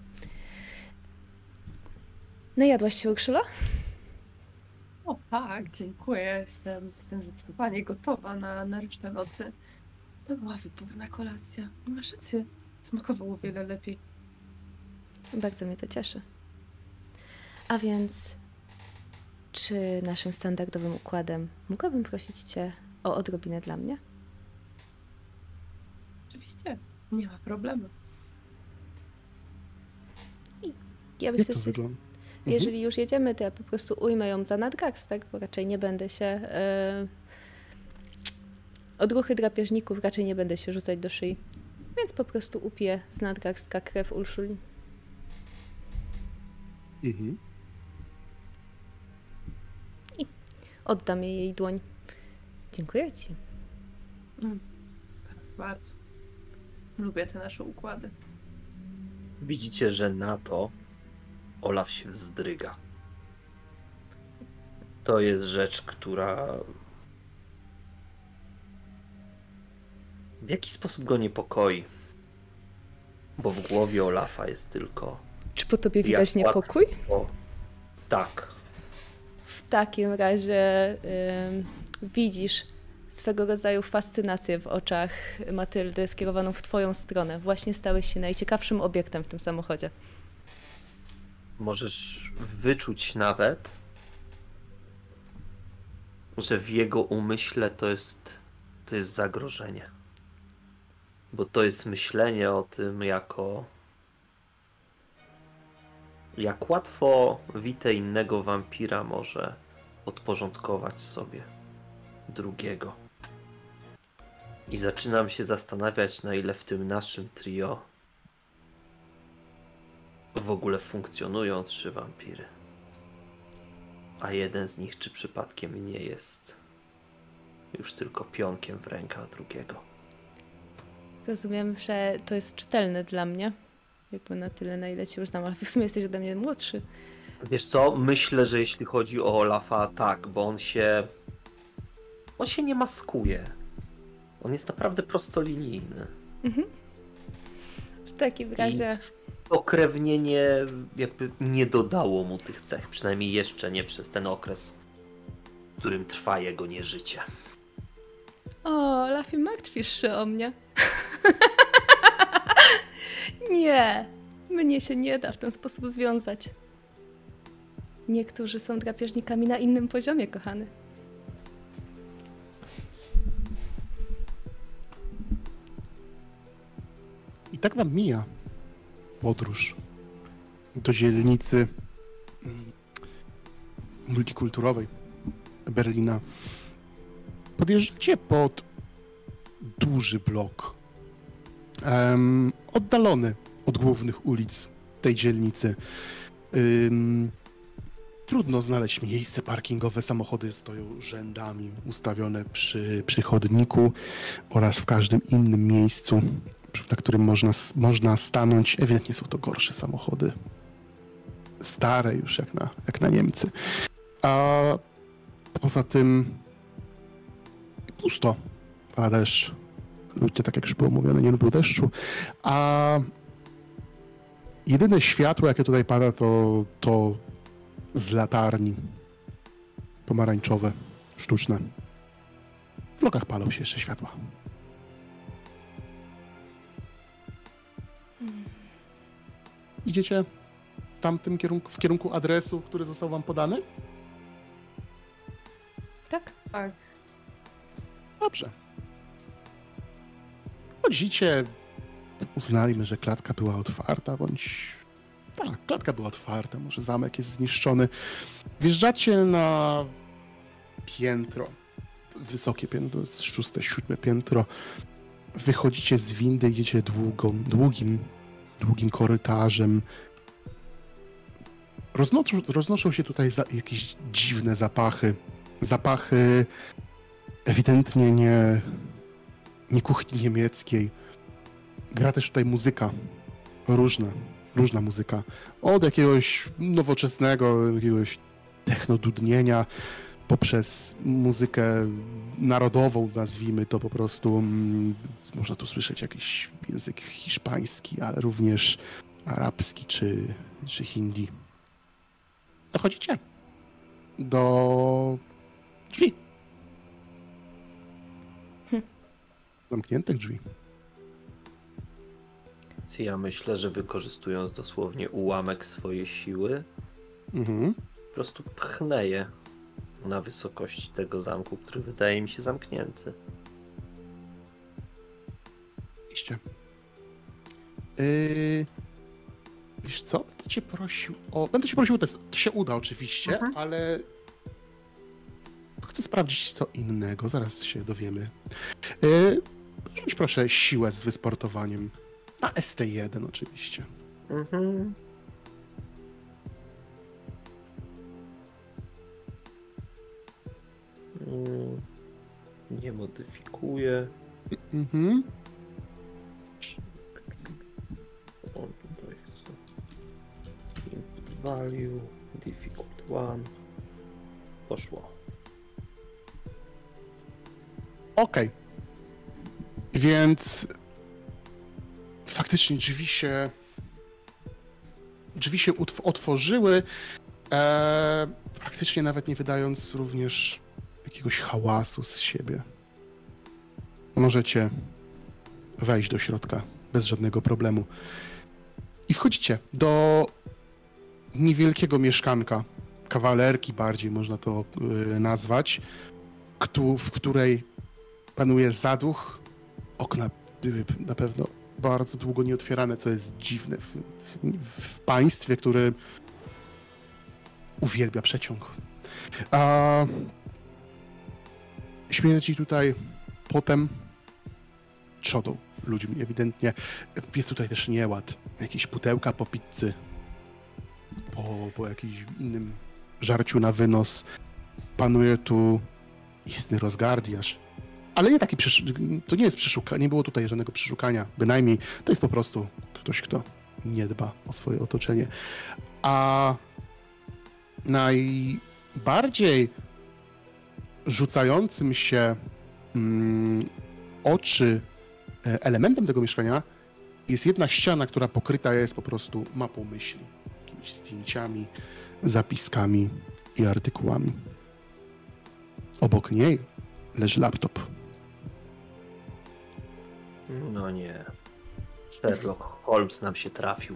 Najadłaś się, Urszulo? O tak, dziękuję. Jestem, jestem zdecydowanie gotowa na, na resztę nocy. To była wyborna kolacja. Masz rację, smakowało wiele lepiej. Bardzo mnie to cieszy. A więc, czy naszym standardowym układem mogłabym prosić cię o odrobinę dla mnie? Oczywiście, nie ma problemu. Ja Jak myślę, to że wygląda? jeżeli już jedziemy, to ja po prostu ujmę ją za nadgarstek, bo raczej nie będę się... E, odruchy drapieżników raczej nie będę się rzucać do szyi. Więc po prostu upiję z nadgarstka krew Urszuli. Mhm. Oddam jej jej dłoń. Dziękuję ci. Mm, bardzo. Lubię te nasze układy. Widzicie, że na to Olaf się wzdryga. To jest rzecz, która w jakiś sposób go niepokoi. Bo w głowie Olafa jest tylko Czy po tobie Jak widać niepokój? o, tak. W takim razie ym, widzisz swego rodzaju fascynację w oczach Matyldy skierowaną w twoją stronę. Właśnie stałeś się najciekawszym obiektem w tym samochodzie. Możesz wyczuć nawet, że w jego umyśle to jest, to jest zagrożenie. Bo to jest myślenie o tym jako jak łatwo witę innego wampira może podporządkować sobie drugiego. I zaczynam się zastanawiać, na ile w tym naszym trio w ogóle funkcjonują trzy wampiry. A jeden z nich czy przypadkiem nie jest już tylko pionkiem w rękach drugiego. Rozumiem, że to jest czytelne dla mnie. Jakby na tyle, na ile cię już znam, ale w sumie jesteś ode mnie młodszy. Wiesz co, myślę, że jeśli chodzi o Olafa, tak, bo on się... On się nie maskuje. On jest naprawdę prostolinijny. W takim razie... I okrewnienie jakby nie dodało mu tych cech, przynajmniej jeszcze nie przez ten okres, w którym trwa jego nieżycie. O, Lafi, martwisz się o mnie. Nie, mnie się nie da w ten sposób związać. Niektórzy są drapieżnikami na innym poziomie, kochany. I tak wam mija podróż do dzielnicy mm, multikulturowej Berlina. Podjeżdżacie pod duży blok, em, oddalony od głównych ulic tej dzielnicy. Ym, trudno znaleźć miejsce parkingowe, samochody stoją rzędami ustawione przy, przy chodniku oraz w każdym innym miejscu, na którym można, można stanąć. Ewidentnie są to gorsze samochody. Stare już jak na, jak na Niemcy. A poza tym pusto. Pada deszcz. Ludzie, tak jak już było mówione, nie lubią deszczu. A jedyne światło, jakie tutaj pada, to, to z latarni. Pomarańczowe, sztuczne. W blokach palą się jeszcze światła. Idziecie w tamtym kierunku, w kierunku adresu, który został wam podany? Tak? Tak. Dobrze. Chodzicie, uznajmy, że klatka była otwarta, bądź... Tak, klatka była otwarta, może zamek jest zniszczony. Wjeżdżacie na piętro, wysokie piętro, to jest szóste, siódme piętro. Wychodzicie z windy, idziecie długą, długim, długim korytarzem. Roznoszą, roznoszą się tutaj za, jakieś dziwne zapachy. Zapachy ewidentnie nie, nie kuchni niemieckiej. Gra też tutaj muzyka różna, różna muzyka. Od jakiegoś nowoczesnego, jakiegoś technodudnienia, poprzez muzykę narodową, nazwijmy to po prostu. mm, Można tu słyszeć jakiś język hiszpański, ale również arabski czy, czy hindi. Dochodzicie do drzwi. Hm. Zamkniętych drzwi. Ja myślę, że wykorzystując dosłownie ułamek swojej siły, Mhm. po prostu pchnę je na wysokości tego zamku, który wydaje mi się zamknięty. Iście. Yy... Wiesz co? Będę cię prosił o... Będę cię prosił o test. To się uda oczywiście, Mhm. ale... Chcę sprawdzić co innego. Zaraz się dowiemy. Yy... Rzuć proszę siłę z wysportowaniem. Na S T jeden oczywiście. Mhm. Mm, Nie modyfikuję. Mhm. On tutaj chce. Input value, difficult one. Poszło. Okej. Więc faktycznie drzwi się drzwi się utw- otworzyły, e, praktycznie nawet nie wydając również jakiegoś hałasu z siebie. Możecie wejść do środka bez żadnego problemu. I wchodzicie do niewielkiego mieszkanka, kawalerki bardziej można to y, nazwać, któ- w której panuje zaduch. Okna były na pewno bardzo długo nieotwierane, co jest dziwne w, w, w państwie, które uwielbia przeciąg. A śmierci tutaj potem trzodą ludźmi ewidentnie. Jest tutaj też nieład. Jakieś pudełka po pizzy, po, po jakimś innym żarciu na wynos. Panuje tu istny rozgardiaż. Ale nie taki, przesz- to nie jest przeszukanie, nie było tutaj żadnego przeszukania, bynajmniej to jest po prostu ktoś, kto nie dba o swoje otoczenie. A najbardziej rzucającym się mm, oczy e, elementem tego mieszkania jest jedna ściana, która pokryta jest po prostu mapą myśli, jakimiś zdjęciami, zapiskami i artykułami. Obok niej leży laptop. No nie. Sherlock Holmes nam się trafił.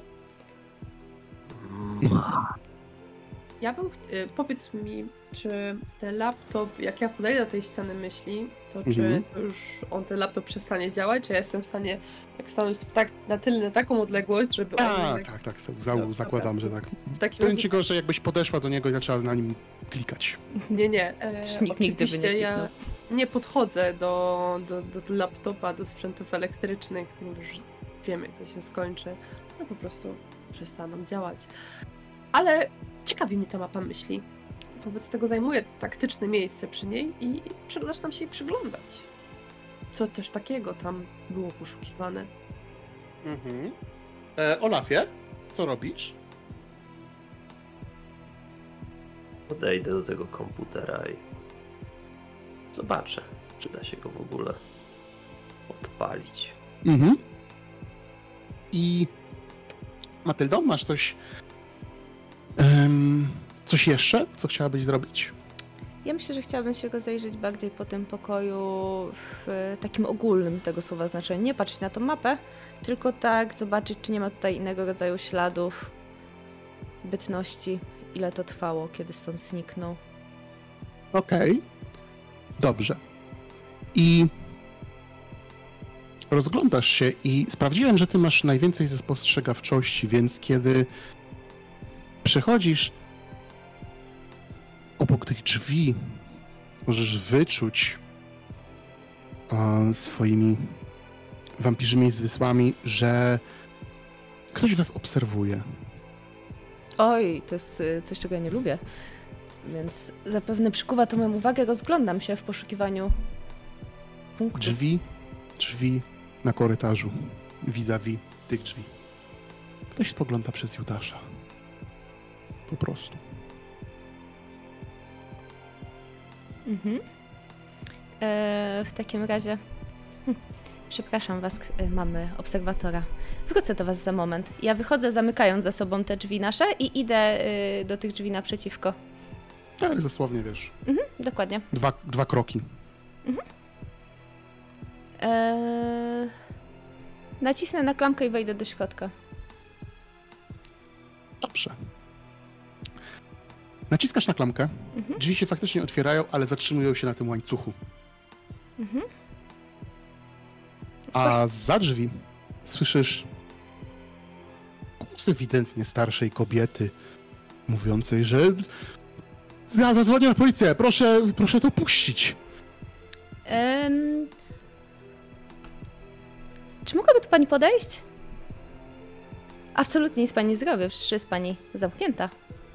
Mm. Ja bym, y, powiedz mi, czy ten laptop, jak ja podejdę do tej ściany myśli, to czy Mhm. to już on, ten laptop przestanie działać, czy ja jestem w stanie tak stanąć w tak, na tyle, na taką odległość, żeby on A, jednak tak, tak, za, Dobra. zakładam, że tak. w takim Powiem razie... ci go, że jakbyś podeszła do niego i zaczęła na nim klikać. Nie, nie. E, Przecież nikt nigdy by nie oczywiście ja kliknął. nie podchodzę do, do, do laptopa, do sprzętów elektrycznych, ponieważ wiemy, jak to się skończy. No po prostu przestaną działać. Ale ciekawi mnie ta mapa myśli. Wobec tego zajmuję taktyczne miejsce przy niej i przy- zaczynam się jej przyglądać. Co też takiego tam było poszukiwane? Mhm. E, Olafie, co robisz? Podejdę do tego komputera i zobaczę, czy da się go w ogóle odpalić. Mhm. I Matyldo, masz coś em, coś jeszcze, co chciałabyś zrobić? Ja myślę, że chciałabym się go zajrzeć bardziej po tym pokoju w takim ogólnym tego słowa znaczeniu. Nie patrzeć na tą mapę, tylko tak zobaczyć, czy nie ma tutaj innego rodzaju śladów bytności, ile to trwało, kiedy stąd zniknął. Okej. Dobrze. I rozglądasz się i sprawdziłem, że ty masz najwięcej ze spostrzegawczości, więc kiedy przechodzisz obok tych drzwi, możesz wyczuć e, swoimi wampirzymi zmysłami, że ktoś was obserwuje. Oj, to jest y, coś, czego ja nie lubię. Więc zapewne przykuwa to moją uwagę. Rozglądam się w poszukiwaniu punktu. Drzwi, drzwi na korytarzu, vis-a-vis tych drzwi. Ktoś spogląda przez Judasza. Po prostu. Mhm. E, w takim razie... Hm. Przepraszam was, e, mamy obserwatora. Wrócę do was za moment. Ja wychodzę, zamykając za sobą te drzwi nasze i idę e, do tych drzwi naprzeciwko. Tak, dosłownie, wiesz. Mhm, dokładnie. Dwa, dwa kroki. E, nacisnę na klamkę i wejdę do środka. Dobrze. Naciskasz na klamkę. Mhm. Drzwi się faktycznie otwierają, ale zatrzymują się na tym łańcuchu. Mhm. A za drzwi słyszysz głos ewidentnie starszej kobiety, mówiącej, że ja zadzwonię na policję, proszę, proszę to puścić. Em, czy mogłaby tu pani podejść? Absolutnie nic pani nie zrobię, przecież jest pani zamknięta.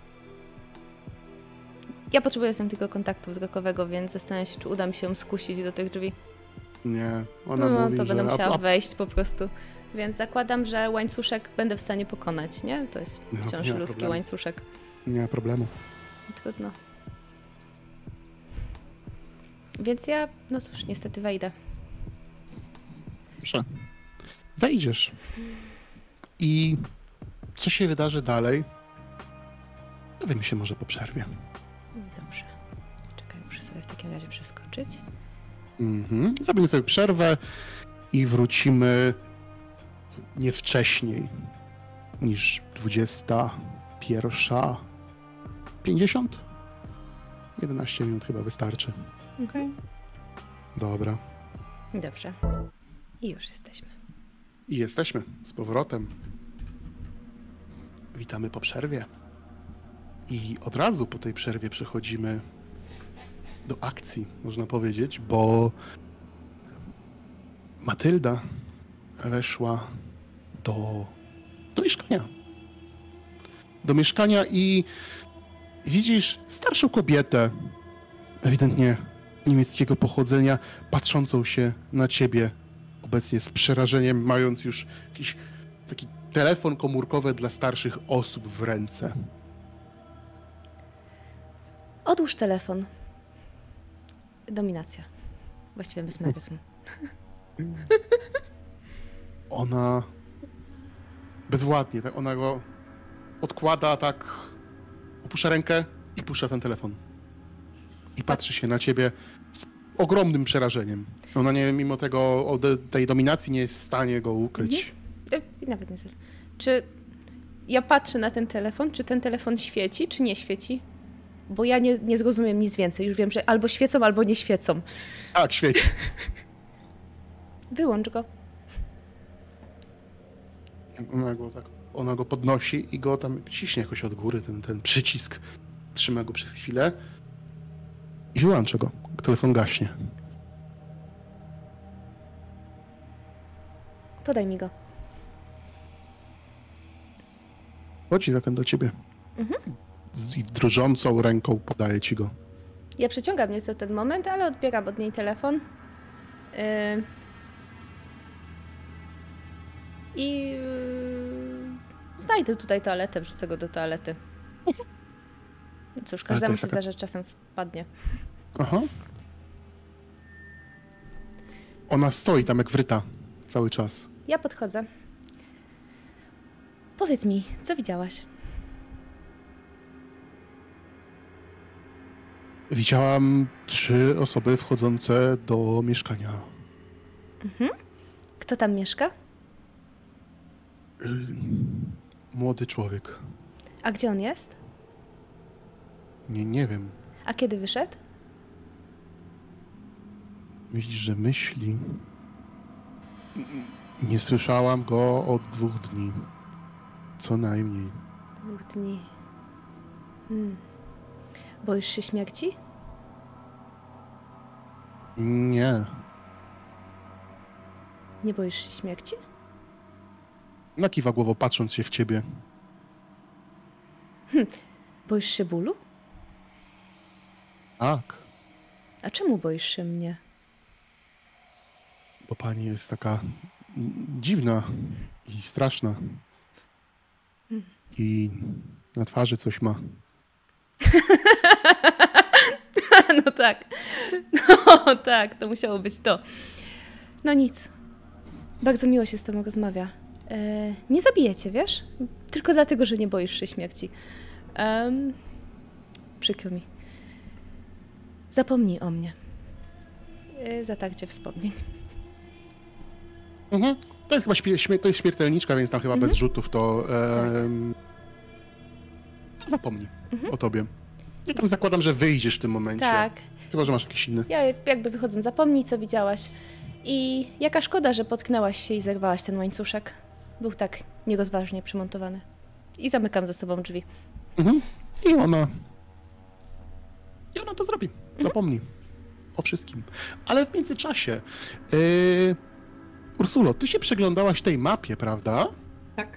Ja potrzebuję z nią tylko kontaktu wzrokowego, więc zastanawiam się, czy uda mi się ją skusić do tych drzwi. Nie, ona No, mówi, to będę że... musiała a, a, wejść po prostu. Więc zakładam, że łańcuszek będę w stanie pokonać, nie? To jest No, wciąż nie ma ludzki problemu. łańcuszek. nie ma problemu. Trudno. Więc ja, no cóż, niestety wejdę. Dobrze. Wejdziesz. I co się wydarzy dalej? Dowiemy się może po przerwie. Dobrze. Czekaj, muszę sobie w takim razie przeskoczyć. Mhm. Zrobimy sobie przerwę i wrócimy nie wcześniej niż dwudziesta pierwsza pięćdziesiąt? jedenaście minut chyba wystarczy. Okej. Dobra. Dobrze. I już jesteśmy. I jesteśmy z powrotem. Witamy po przerwie. I od razu po tej przerwie przechodzimy do akcji, można powiedzieć, bo Matylda weszła do, do mieszkania. Do mieszkania i widzisz starszą kobietę, ewidentnie niemieckiego pochodzenia, patrzącą się na ciebie obecnie z przerażeniem, mając już jakiś taki telefon komórkowy dla starszych osób w ręce. Odłóż telefon. Dominacja. Właściwie mesmeryzm. Ona bezwładnie, tak? Ona go odkłada, tak opuszcza rękę i puszcza ten telefon. I patrzy się na ciebie z ogromnym przerażeniem. Ona nie, mimo tego, od tej dominacji nie jest w stanie go ukryć. Mhm. E, Nawet nie zależy. Czy ja patrzę na ten telefon, czy ten telefon świeci, czy nie świeci? Bo ja nie, nie zrozumiem nic więcej. Już wiem, że albo świecą, albo nie świecą. Tak, świeci. Wyłącz go. Ona go, tak, ona go podnosi i go tam ciśnie jakoś od góry, ten, ten przycisk. Trzyma go przez chwilę i wyłącza go. Telefon gaśnie. Podaj mi go. Chodzi zatem do ciebie. Mhm. Z i drżącą ręką podaje ci go. Ja przeciągam nieco ten moment, ale odbieram od niej telefon. Yy... I yy... znajdę tutaj toaletę, wrzucę go do toalety. No cóż, każdemu jest się taka- zdarza, że czasem wpadnie. Aha. Ona stoi tam jak wryta cały czas. Ja podchodzę. Powiedz mi, co widziałaś? Widziałam trzy osoby wchodzące do mieszkania. Mhm. Kto tam mieszka? Y, Młody człowiek. A gdzie on jest? Nie, nie wiem. A kiedy wyszedł? Myślisz, że myśli? Nie słyszałam go od dwóch dni. Co najmniej. Dwóch dni. Hmm. Boisz się śmierci? Nie. Nie boisz się śmierci? Nakiwa głową, patrząc się w ciebie. Boisz się bólu? Tak, A czemu boisz się mnie? bo pani jest taka dziwna i straszna. I na twarzy coś ma. No tak. No tak, to musiało być to. No nic. Bardzo miło się z tobą rozmawia. E, nie zabiję cię, wiesz? Tylko dlatego, że nie boisz się śmierci. Um, przykro mi. Zapomnij o mnie. E, zatarcie wspomnień. Mhm. To jest chyba śmie- śmie- to jest śmiertelniczka, więc tam chyba Mhm. bez rzutów to em, zapomnij o tobie. Ja tam zakładam, że wyjdziesz w tym momencie. Tak. Chyba, że masz jakiś inny. Ja jakby wychodząc, zapomnij, co widziałaś. I jaka szkoda, że potknęłaś się i zerwałaś ten łańcuszek. Był tak nierozważnie przymontowany. I zamykam za sobą drzwi. Mhm. I ona... I ona to zrobi. Zapomnij. O wszystkim. Ale w międzyczasie... Yy... Ursulo, ty się przyglądałaś tej mapie, prawda? Tak.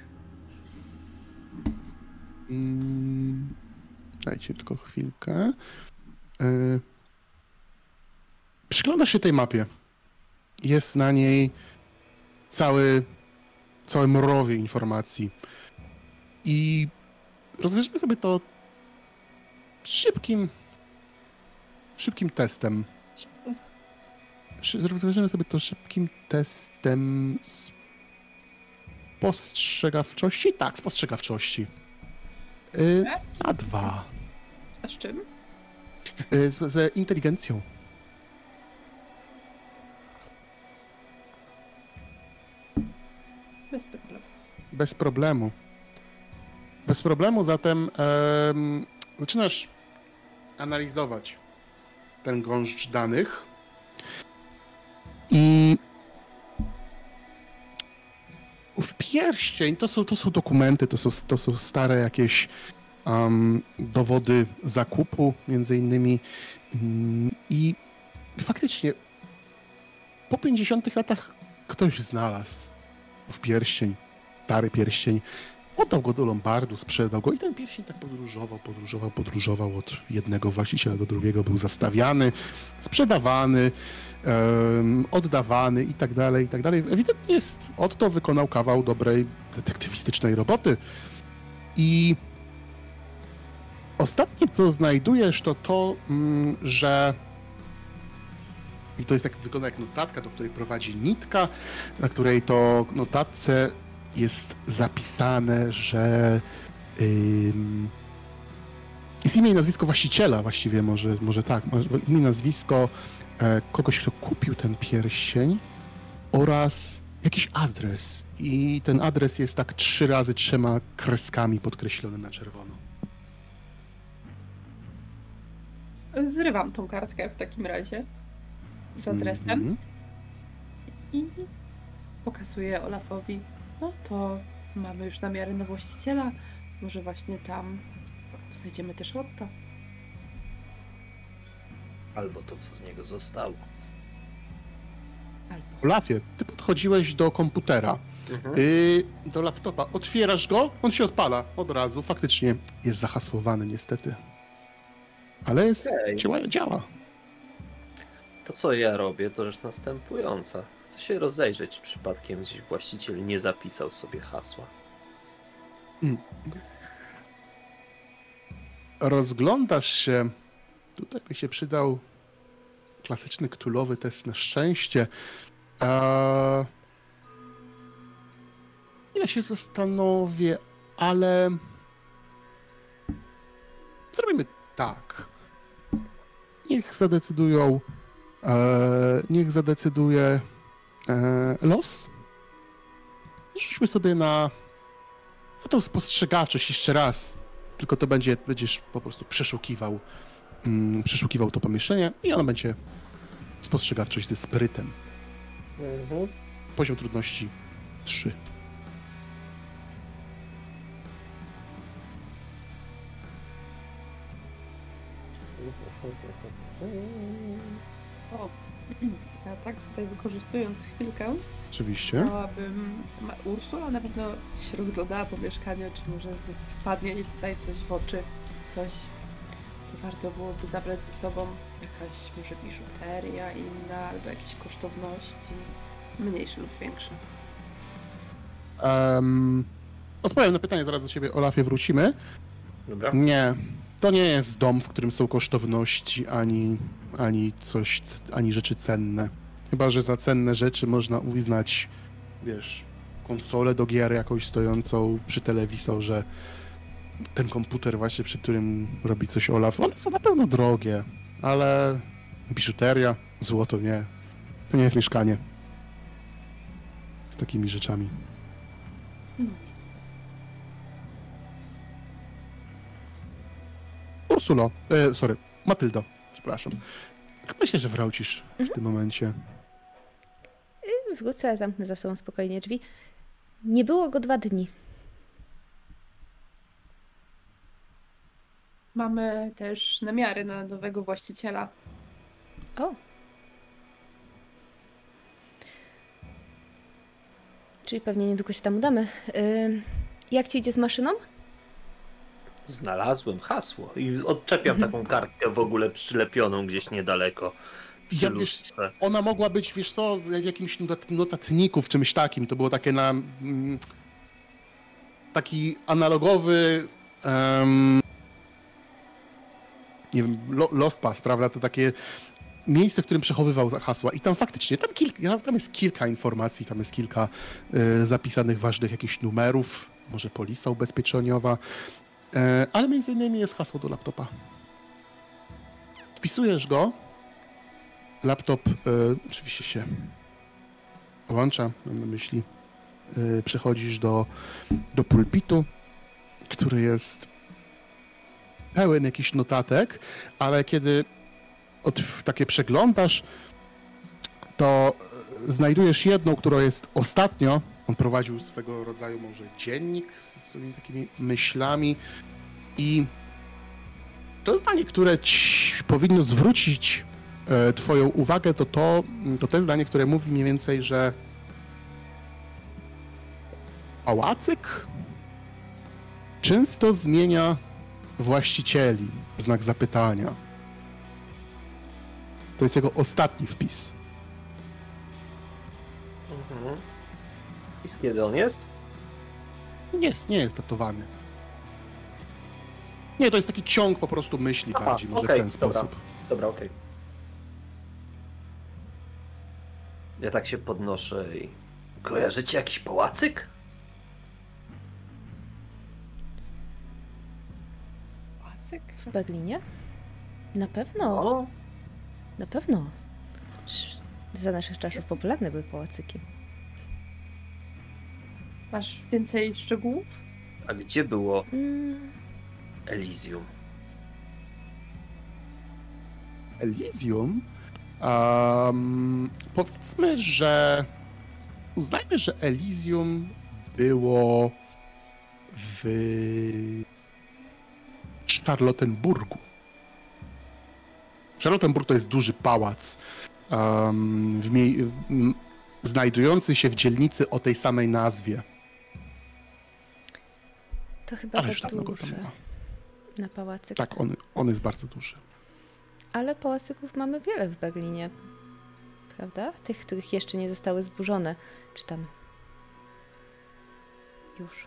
Mm, dajcie tylko chwilkę. Yy, przyglądasz się tej mapie. Jest na niej cały, cały mrowie informacji. I rozwiążemy sobie to szybkim, szybkim testem. Szy- Rozwiążemy sobie to szybkim testem spostrzegawczości? Tak, spostrzegawczości. Yy, a dwa. A z czym? Yy, z, z inteligencją. Bez problemu. Bez problemu. Bez problemu, zatem em, zaczynasz analizować ten gąszcz danych i w pierścień to są, to są dokumenty, to są, to są stare jakieś um, dowody zakupu między innymi mm, i faktycznie po pięćdziesięciu latach ktoś znalazł w pierścień, stary pierścień, oddał go do Lombardu, sprzedał go i ten pierścień tak podróżował, podróżował, podróżował od jednego właściciela do drugiego, był zastawiany, sprzedawany, um, oddawany i tak dalej, i tak dalej. Ewidentnie jest, Otto wykonał kawał dobrej detektywistycznej roboty i ostatnie, co znajdujesz, to to, mm, że i to jest jak, wygląda jak notatka, do której prowadzi nitka, na której to notatce jest zapisane, że ym, jest imię i nazwisko właściciela, właściwie może, może tak, może imię i nazwisko e, kogoś, kto kupił ten pierścień oraz jakiś adres. I ten adres jest tak trzy razy trzema kreskami podkreślony na czerwono. Zrywam tą kartkę w takim razie z adresem Mhm. i pokazuję Olafowi. No to mamy już namiary na właściciela. Może właśnie tam znajdziemy też Otto. Albo to, co z niego zostało. Albo. Olafie, ty podchodziłeś do komputera, Mhm. yy, do laptopa, otwierasz go, on się odpala od razu, faktycznie jest zahasłowany niestety. Ale jest, Okej. działa, działa. To, co ja robię, to rzecz następująca. Chcę się rozejrzeć, czy przypadkiem gdzieś właściciel nie zapisał sobie hasła. Rozglądasz się, tutaj by się przydał klasyczny ktulowy test na szczęście. Eee, ja się zastanowię, ale zrobimy tak. Niech zadecydują, e, niech zadecyduje e, los. Rzućmy sobie na, na tą spostrzegawczość jeszcze raz. Tylko to będzie, będziesz po prostu przeszukiwał, mm, przeszukiwał to pomieszczenie i ono będzie spostrzegawczość ze sprytem. Mhm. poziom trudności trzy. O, ja tak tutaj wykorzystując chwilkę, Oczywiście. chciałabym... ma- Ursula na pewno się rozglądała po mieszkaniu, czy może z- wpadnie jej tutaj coś w oczy, coś, co warto byłoby zabrać ze sobą, jakaś może biżuteria inna, albo jakieś kosztowności, mniejsze lub większe. Um, odpowiem na pytanie, zaraz do ciebie, Olafie, wrócimy. Dobra. Nie, to nie jest dom, w którym są kosztowności, ani, ani coś, c- ani rzeczy cenne. Chyba że za cenne rzeczy można uznać, wiesz, konsolę do gier jakąś stojącą przy telewizorze. Ten komputer właśnie, przy którym robi coś Olaf. One są na pewno drogie, ale biżuteria, złoto nie. To nie jest mieszkanie z takimi rzeczami. No nic. Ursulo, e, sorry, Matyldo, przepraszam. Jak myślę, że wrócisz w tym momencie? Wrócę, zamknę za sobą spokojnie drzwi. Nie było go dwa dni. Mamy też namiary na nowego właściciela. O! Czyli pewnie niedługo się tam udamy. Ym, jak ci idzie z maszyną? Znalazłem hasło i odczepiam taką kartkę w ogóle przylepioną gdzieś niedaleko. Przy Ja, wiesz, lustrze. ona mogła być, wiesz co, z jak- jakimś notat- notatniku, w czymś takim. To było takie na... Mm, taki analogowy... em, nie wiem, lo, Lost Pass, prawda? To takie miejsce, w którym przechowywał za- hasła. I tam faktycznie, tam, kilka, tam jest kilka informacji, tam jest kilka e, zapisanych ważnych jakichś numerów, może polisa ubezpieczeniowa, e, ale między innymi jest hasło do laptopa. Wpisujesz go, laptop e, oczywiście się włącza, mam na myśli, e, przechodzisz do, do pulpitu, który jest pełen jakichś notatek, ale kiedy od, takie przeglądasz, to e, znajdujesz jedną, która jest ostatnio. On prowadził swego rodzaju może dziennik ze swoimi takimi myślami i to zdanie, które ci powinno zwrócić e, twoją uwagę, to to, to te zdanie, które mówi mniej więcej, że pałacyk często zmienia właścicieli, znak zapytania. To jest jego ostatni wpis. Mhm. I z kiedy on jest? Nie jest, nie jest datowany. Nie, to jest taki ciąg po prostu myśli Aha, bardziej, może okej, w ten dobra. sposób. Dobra, okej. Ja tak się podnoszę i... Kojarzycie jakiś pałacyk? Pałacyk? W Berlinie? Na pewno, O, na pewno. Sz- Za naszych czasów popularne były pałacyki. Masz więcej szczegółów? a gdzie było Mm, Elysium? Elysium? Um, powiedzmy, że uznajmy, że Elysium było w Charlottenburgu. Charlottenburg to jest duży pałac um, w mie- m- znajdujący się w dzielnicy o tej samej nazwie. to chyba Ależ za dawno go tam duże nie ma. na pałacyk. Tak, on, on jest bardzo duży. Ale pałacyków mamy wiele w Berlinie. Prawda? Tych, których jeszcze nie zostały zburzone. Czy tam już.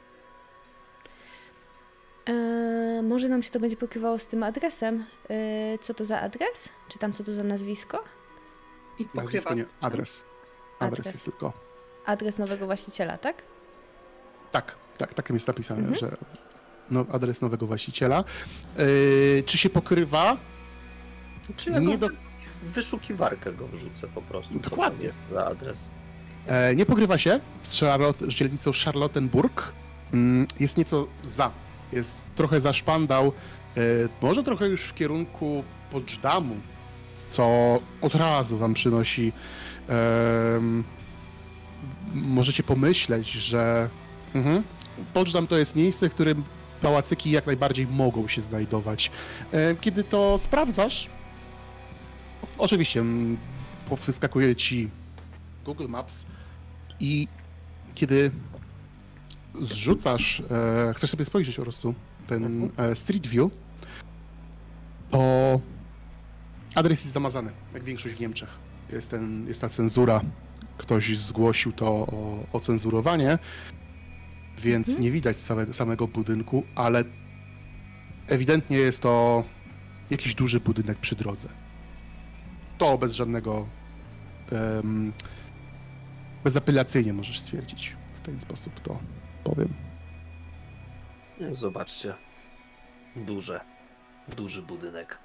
Eee, może nam się to będzie pokrywało z tym adresem. Eee, co to za adres? Czy tam co to za nazwisko? I Nazwisko pokrywa. nie, adres. Adres Adres. jest tylko. Adres nowego właściciela, tak? Tak, tak, tak jest napisane, Mhm. że no, adres nowego właściciela. Yy, czy się pokrywa? Czy ja Nie go... do, wyszukiwarkę go wrzucę po prostu. Co tam Dokładnie. jest za adres? e, nie pokrywa się z, Charlotte, z dzielnicą Charlottenburg. Mm, jest nieco za. Jest trochę za szpandał. E, może trochę już w kierunku Potsdamu, co od razu wam przynosi em, możecie pomyśleć, że mhm, Poczdam to jest miejsce, w którym pałacyki jak najbardziej mogą się znajdować. E, Kiedy to sprawdzasz, oczywiście mm, po- wyskakuje ci Google Maps i kiedy zrzucasz, e, chcesz sobie spojrzeć po prostu ten e, Street View, to adres jest zamazany, jak większość w Niemczech. Jest, ten, jest ta cenzura. Ktoś zgłosił to o, o cenzurowanie, więc Mhm. nie widać całego, samego budynku, ale ewidentnie jest to jakiś duży budynek przy drodze. To bez żadnego... Um, bezapelacyjnie możesz stwierdzić. W ten sposób to powiem. Zobaczcie. Duże. Duży budynek.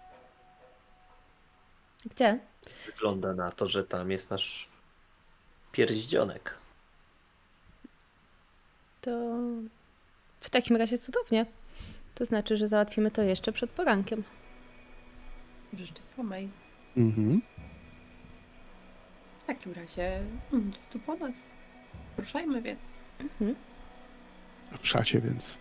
Gdzie? Wygląda na to, że tam jest nasz pierścionek. To w takim razie cudownie. To znaczy, że załatwimy to jeszcze przed porankiem. Rzeczy samej. Mhm. W takim razie mm, tu po nas. Ruszajmy więc. Mhm. Ruszacie więc.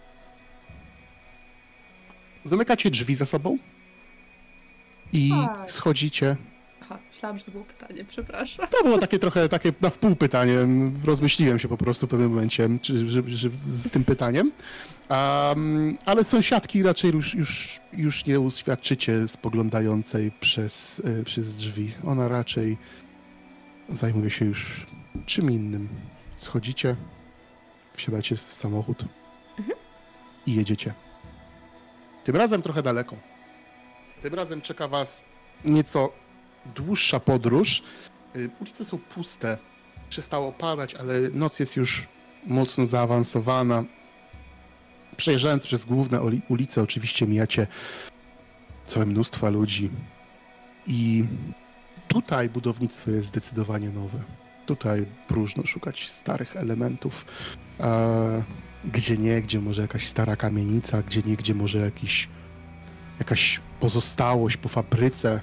Zamykacie drzwi za sobą i Tak. schodzicie. Aha, myślałam, że to było pytanie, przepraszam. To było takie trochę takie na wpół pytanie. Rozmyśliłem się po prostu w pewnym momencie czy, że, że z tym pytaniem. Um, ale sąsiadki raczej już, już, już nie uświadczycie spoglądającej przez, e, przez drzwi. Ona raczej zajmuje się już czym innym. Schodzicie, wsiadacie w samochód i jedziecie. Tym razem trochę daleko. Tym razem czeka was nieco dłuższa podróż. Y, Ulice są puste. Przestało padać, ale noc jest już mocno zaawansowana. Przejeżdżając przez główne uli- ulice, oczywiście mijacie całe mnóstwo ludzi. I tutaj budownictwo jest zdecydowanie nowe. Tutaj próżno szukać starych elementów. E, gdzie nie, gdzie może jakaś stara kamienica, gdzie nie, gdzie może jakiś, jakaś pozostałość po fabryce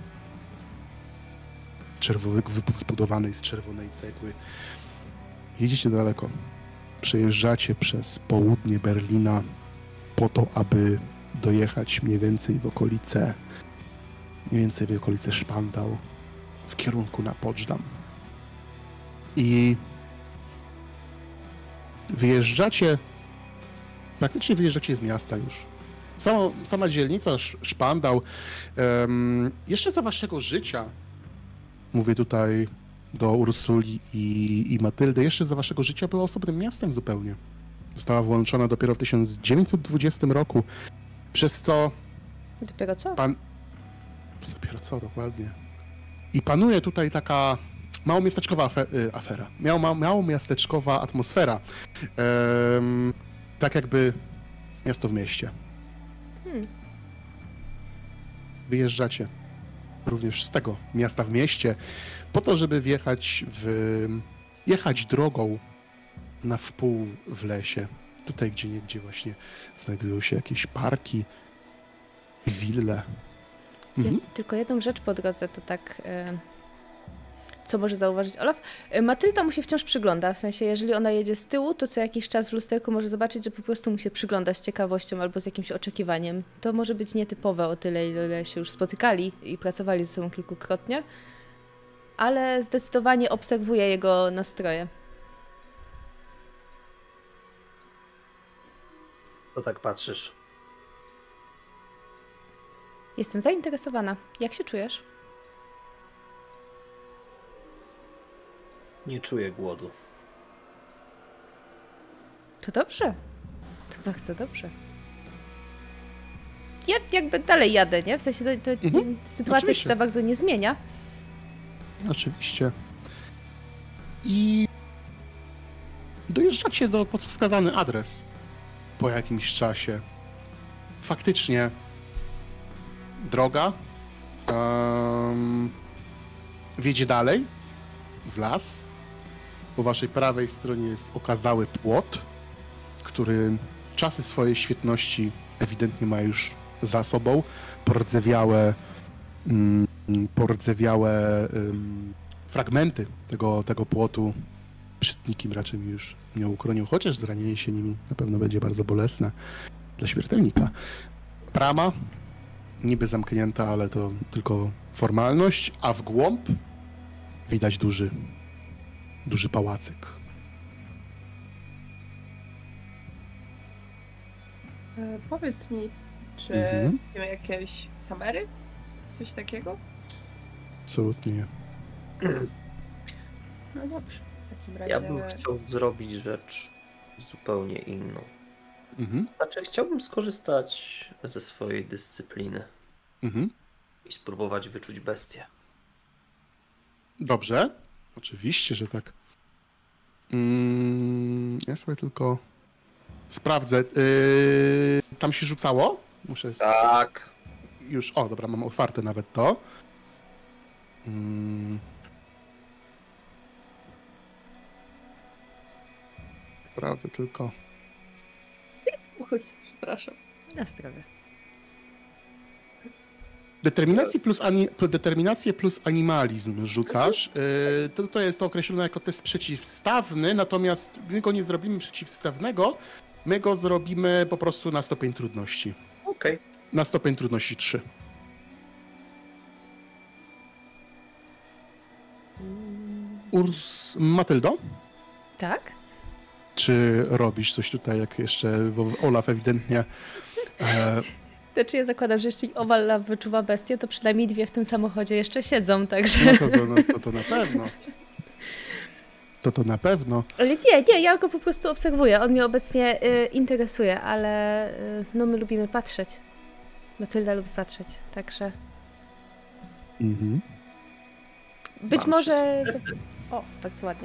z czerwonych, zbudowanej z czerwonej cegły. Jedziecie daleko. Przejeżdżacie przez południe Berlina po to, aby dojechać mniej więcej w okolice, mniej więcej w okolice Spandau, w kierunku na Poczdam. I wyjeżdżacie, praktycznie wyjeżdżacie z miasta już. Sama, sama dzielnica Sz- Spandau, em, jeszcze za waszego życia, mówię tutaj do Ursuli i, i Matyldy, jeszcze za waszego życia była osobnym miastem zupełnie. Została włączona dopiero w tysiąc dziewięćset dwudziestym roku, przez co Dopiero co? pan... Dopiero co, dokładnie. I panuje tutaj taka małomiasteczkowa afe- y, afera, Miał, ma, małomiasteczkowa atmosfera. Em, tak jakby miasto w mieście. Hmm. Wyjeżdżacie również z tego miasta w mieście po to, żeby wjechać w... jechać drogą na wpół w lesie. Tutaj gdzie niegdzie właśnie znajdują się jakieś parki, wille. Ja Mhm. tylko jedną rzecz po drodze, to tak, e, co może zauważyć Olaf. E, Matylda mu się wciąż przygląda, w sensie jeżeli ona jedzie z tyłu, to co jakiś czas w lusterku może zobaczyć, że po prostu mu się przygląda z ciekawością albo z jakimś oczekiwaniem. To może być nietypowe o tyle, ile się już spotykali i pracowali ze sobą kilkukrotnie, ale zdecydowanie obserwuje jego nastroje. To tak patrzysz. Jestem zainteresowana. Jak się czujesz? Nie czuję głodu. To dobrze. To bardzo dobrze. Ja jakby dalej jadę, nie? W sensie to, to Mhm, sytuacja się oczywiście. za bardzo nie zmienia. Oczywiście. I dojeżdżacie do pod wskazany adres po jakimś czasie. Faktycznie droga um, wiedzie dalej w las. Po waszej prawej stronie jest okazały płot, który czasy swojej świetności ewidentnie ma już za sobą. Pordzewiałe, mm, pordzewiałe ym, fragmenty tego, tego płotu przed nikim raczej mi już nie uchronił, chociaż zranienie się nimi na pewno będzie bardzo bolesne dla śmiertelnika. Brama niby zamknięta, ale to tylko formalność, a w głąb widać duży, duży pałacyk. E, powiedz mi, czy Mhm. widzimy jakieś kamery? Coś takiego? Absolutnie nie. No dobrze, w takim razie... Ja bym chciał zrobić rzecz zupełnie inną. Mhm. Znaczy, chciałbym skorzystać ze swojej dyscypliny Mhm. i spróbować wyczuć bestię. Dobrze. Oczywiście, że tak. Mm, ja sobie tylko sprawdzę. Yy, tam się rzucało? Muszę Tak. już... O, dobra, mam otwarte nawet to. Mm. Sprawdzę tylko. Oj, przepraszam. Na zdrowie. Determinację plus, ani, plus, determinację plus animalizm rzucasz. Yy, to, to jest określone jako test przeciwstawny, natomiast my go nie zrobimy przeciwstawnego, my go zrobimy po prostu na stopień trudności. Okej. Na stopień trudności trzy. Urs... Matyldo? Tak? Czy robisz coś tutaj, jak jeszcze, bo Olaf ewidentnie... E, Znaczy ja zakładam, że jeśli Owala wyczuwa bestię, to przynajmniej dwie w tym samochodzie jeszcze siedzą, także... no to, to, no, to, to na pewno. To to na pewno. Ale nie, nie, ja go po prostu obserwuję. On mnie obecnie y, interesuje, ale y, no my lubimy patrzeć. Matylda lubi patrzeć, także... Mhm. Być Mam może... trzy sukcesy. O, bardzo ładnie.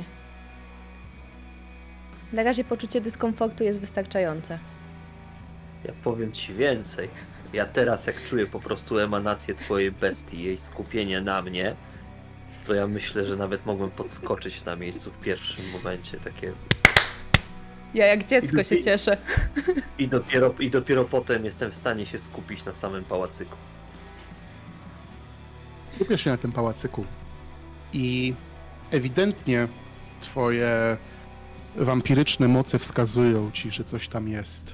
Na razie poczucie dyskomfortu jest wystarczające. Ja powiem ci więcej. Ja teraz, jak czuję po prostu emanację twojej bestii, jej skupienie na mnie, to ja myślę, że nawet mogłem podskoczyć na miejscu w pierwszym momencie. Takie... Ja jak dziecko się cieszę. I dopiero, I dopiero potem jestem w stanie się skupić na samym pałacyku. Skupiasz się na tym pałacyku i ewidentnie twoje wampiryczne moce wskazują ci, że coś tam jest.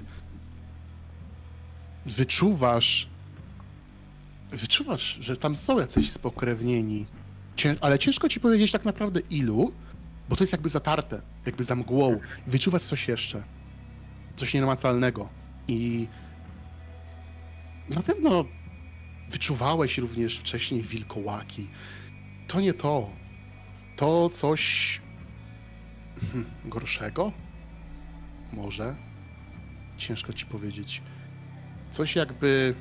Wyczuwasz, wyczuwasz, że tam są jacyś spokrewnieni, Cię, ale ciężko ci powiedzieć tak naprawdę ilu, bo to jest jakby zatarte, jakby za mgłą. Wyczuwasz coś jeszcze, coś nienamacalnego i na pewno wyczuwałeś również wcześniej wilkołaki. To nie to. To coś hmm, gorszego? Może? Ciężko ci powiedzieć. Coś jakby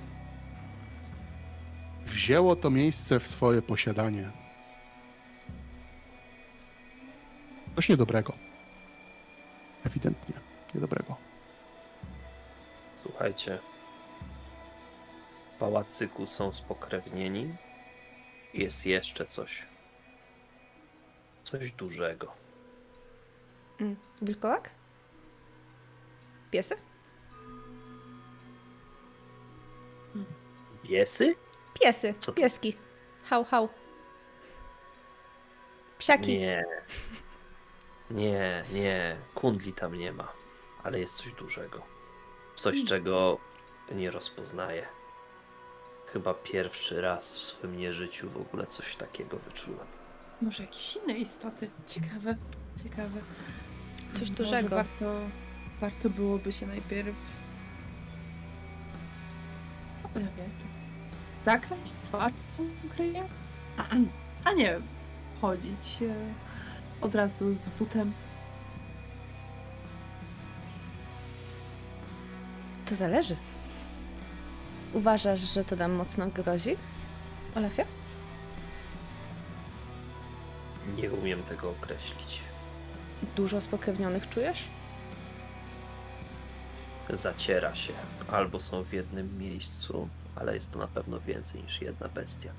wzięło to miejsce w swoje posiadanie. Coś niedobrego. Ewidentnie niedobrego. Słuchajcie. W pałacyku są spokrewnieni. Jest jeszcze coś. Coś dużego. Mm. Wilkołak? Piesy? Piesy? Piesy, Co to? pieski. Hał, hał. Psiaki. Nie. Nie, nie. Kundli tam nie ma. Ale jest coś dużego. Coś, czego nie rozpoznaję. Chyba pierwszy raz w swym nieżyciu w ogóle coś takiego wyczułem. Może jakieś inne istoty. Ciekawe, ciekawe. Coś Może dużego. Warto, warto byłoby się najpierw... Nie wiem, zakraść z farcą kryje? A nie, chodzić e, od razu z butem. To zależy. Uważasz, że to nam mocno grozi, Olafia? Nie umiem tego określić. Dużo spokrewnionych czujesz? Zaciera się. Albo są w jednym miejscu, ale jest to na pewno więcej niż jedna bestia.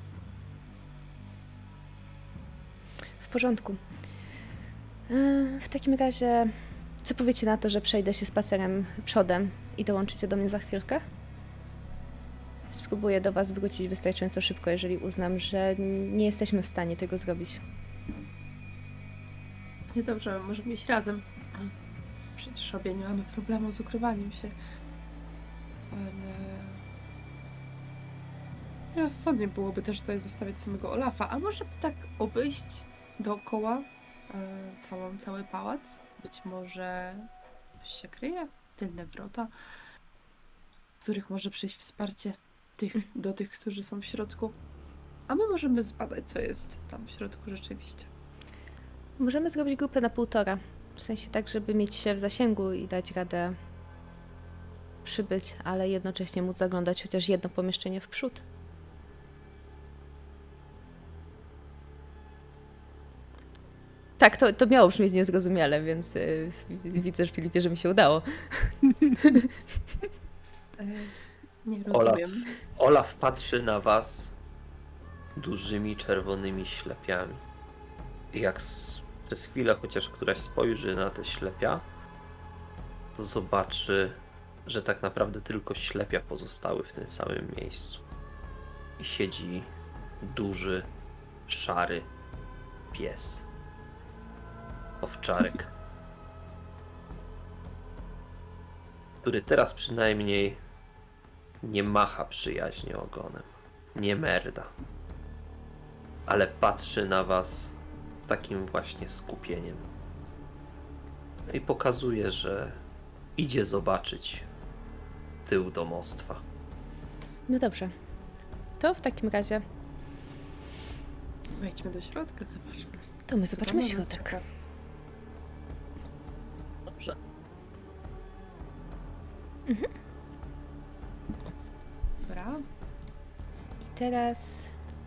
W porządku. Yy, W takim razie, co powiecie na to, że przejdę się spacerem przodem i dołączycie do mnie za chwilkę? Spróbuję do was wrócić wystarczająco szybko, jeżeli uznam, że nie jesteśmy w stanie tego zrobić. Równie dobrze możemy iść razem. Przecież obie nie mamy problemu z ukrywaniem się. Ale... Rozsądnie byłoby też tutaj zostawiać samego Olafa, a może by tak obejść dookoła e, całą, cały pałac? Być może się kryje tylne wrota, z których może przyjść wsparcie tych, do tych, którzy są w środku. A my możemy zbadać, co jest tam w środku rzeczywiście. Możemy zrobić grupę na półtora. W sensie tak, żeby mieć się w zasięgu i dać radę przybyć, ale jednocześnie móc zaglądać chociaż jedno pomieszczenie w przód. Tak, to, to miało brzmieć niezrozumiale, więc y, widzę, że Filipie, że mi się udało. E, nie Olaf, rozumiem. Olaf patrzy na was dużymi czerwonymi ślepiami. I jak s- przez chwilę chociaż któraś spojrzy na te ślepia, to zobaczy, że tak naprawdę tylko ślepia pozostały w tym samym miejscu. I siedzi duży, szary pies. Owczarek. Który teraz przynajmniej nie macha przyjaźnie ogonem. Nie merda. Ale patrzy na was z takim właśnie skupieniem. I pokazuje, że idzie zobaczyć tył domostwa. No dobrze. To w takim razie Wejdźmy do środka, zobaczmy. to my Co zobaczmy tam nas środek. czeka. Dobrze. Dobra. I teraz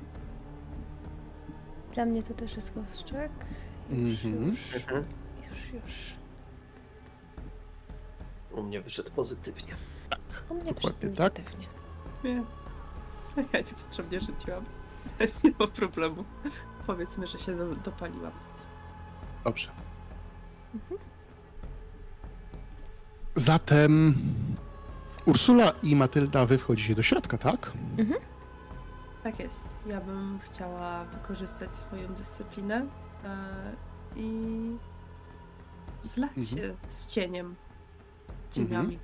dla mnie to też jest kostrzak. Już, Mhm. już, Mhm. już, już. U mnie wyszedł pozytywnie. U mnie Dokładnie wszedł tak. negatywnie. Nie. Ja niepotrzebnie rzuciłam. Nie ma problemu. Powiedzmy, że się do, dopaliłam. Dobrze. Zatem Ursula i Matylda, wy wchodzicie do środka, tak? Tak jest. Ja bym chciała wykorzystać swoją dyscyplinę e, i zlać Mhm. się z cieniem, cieniami.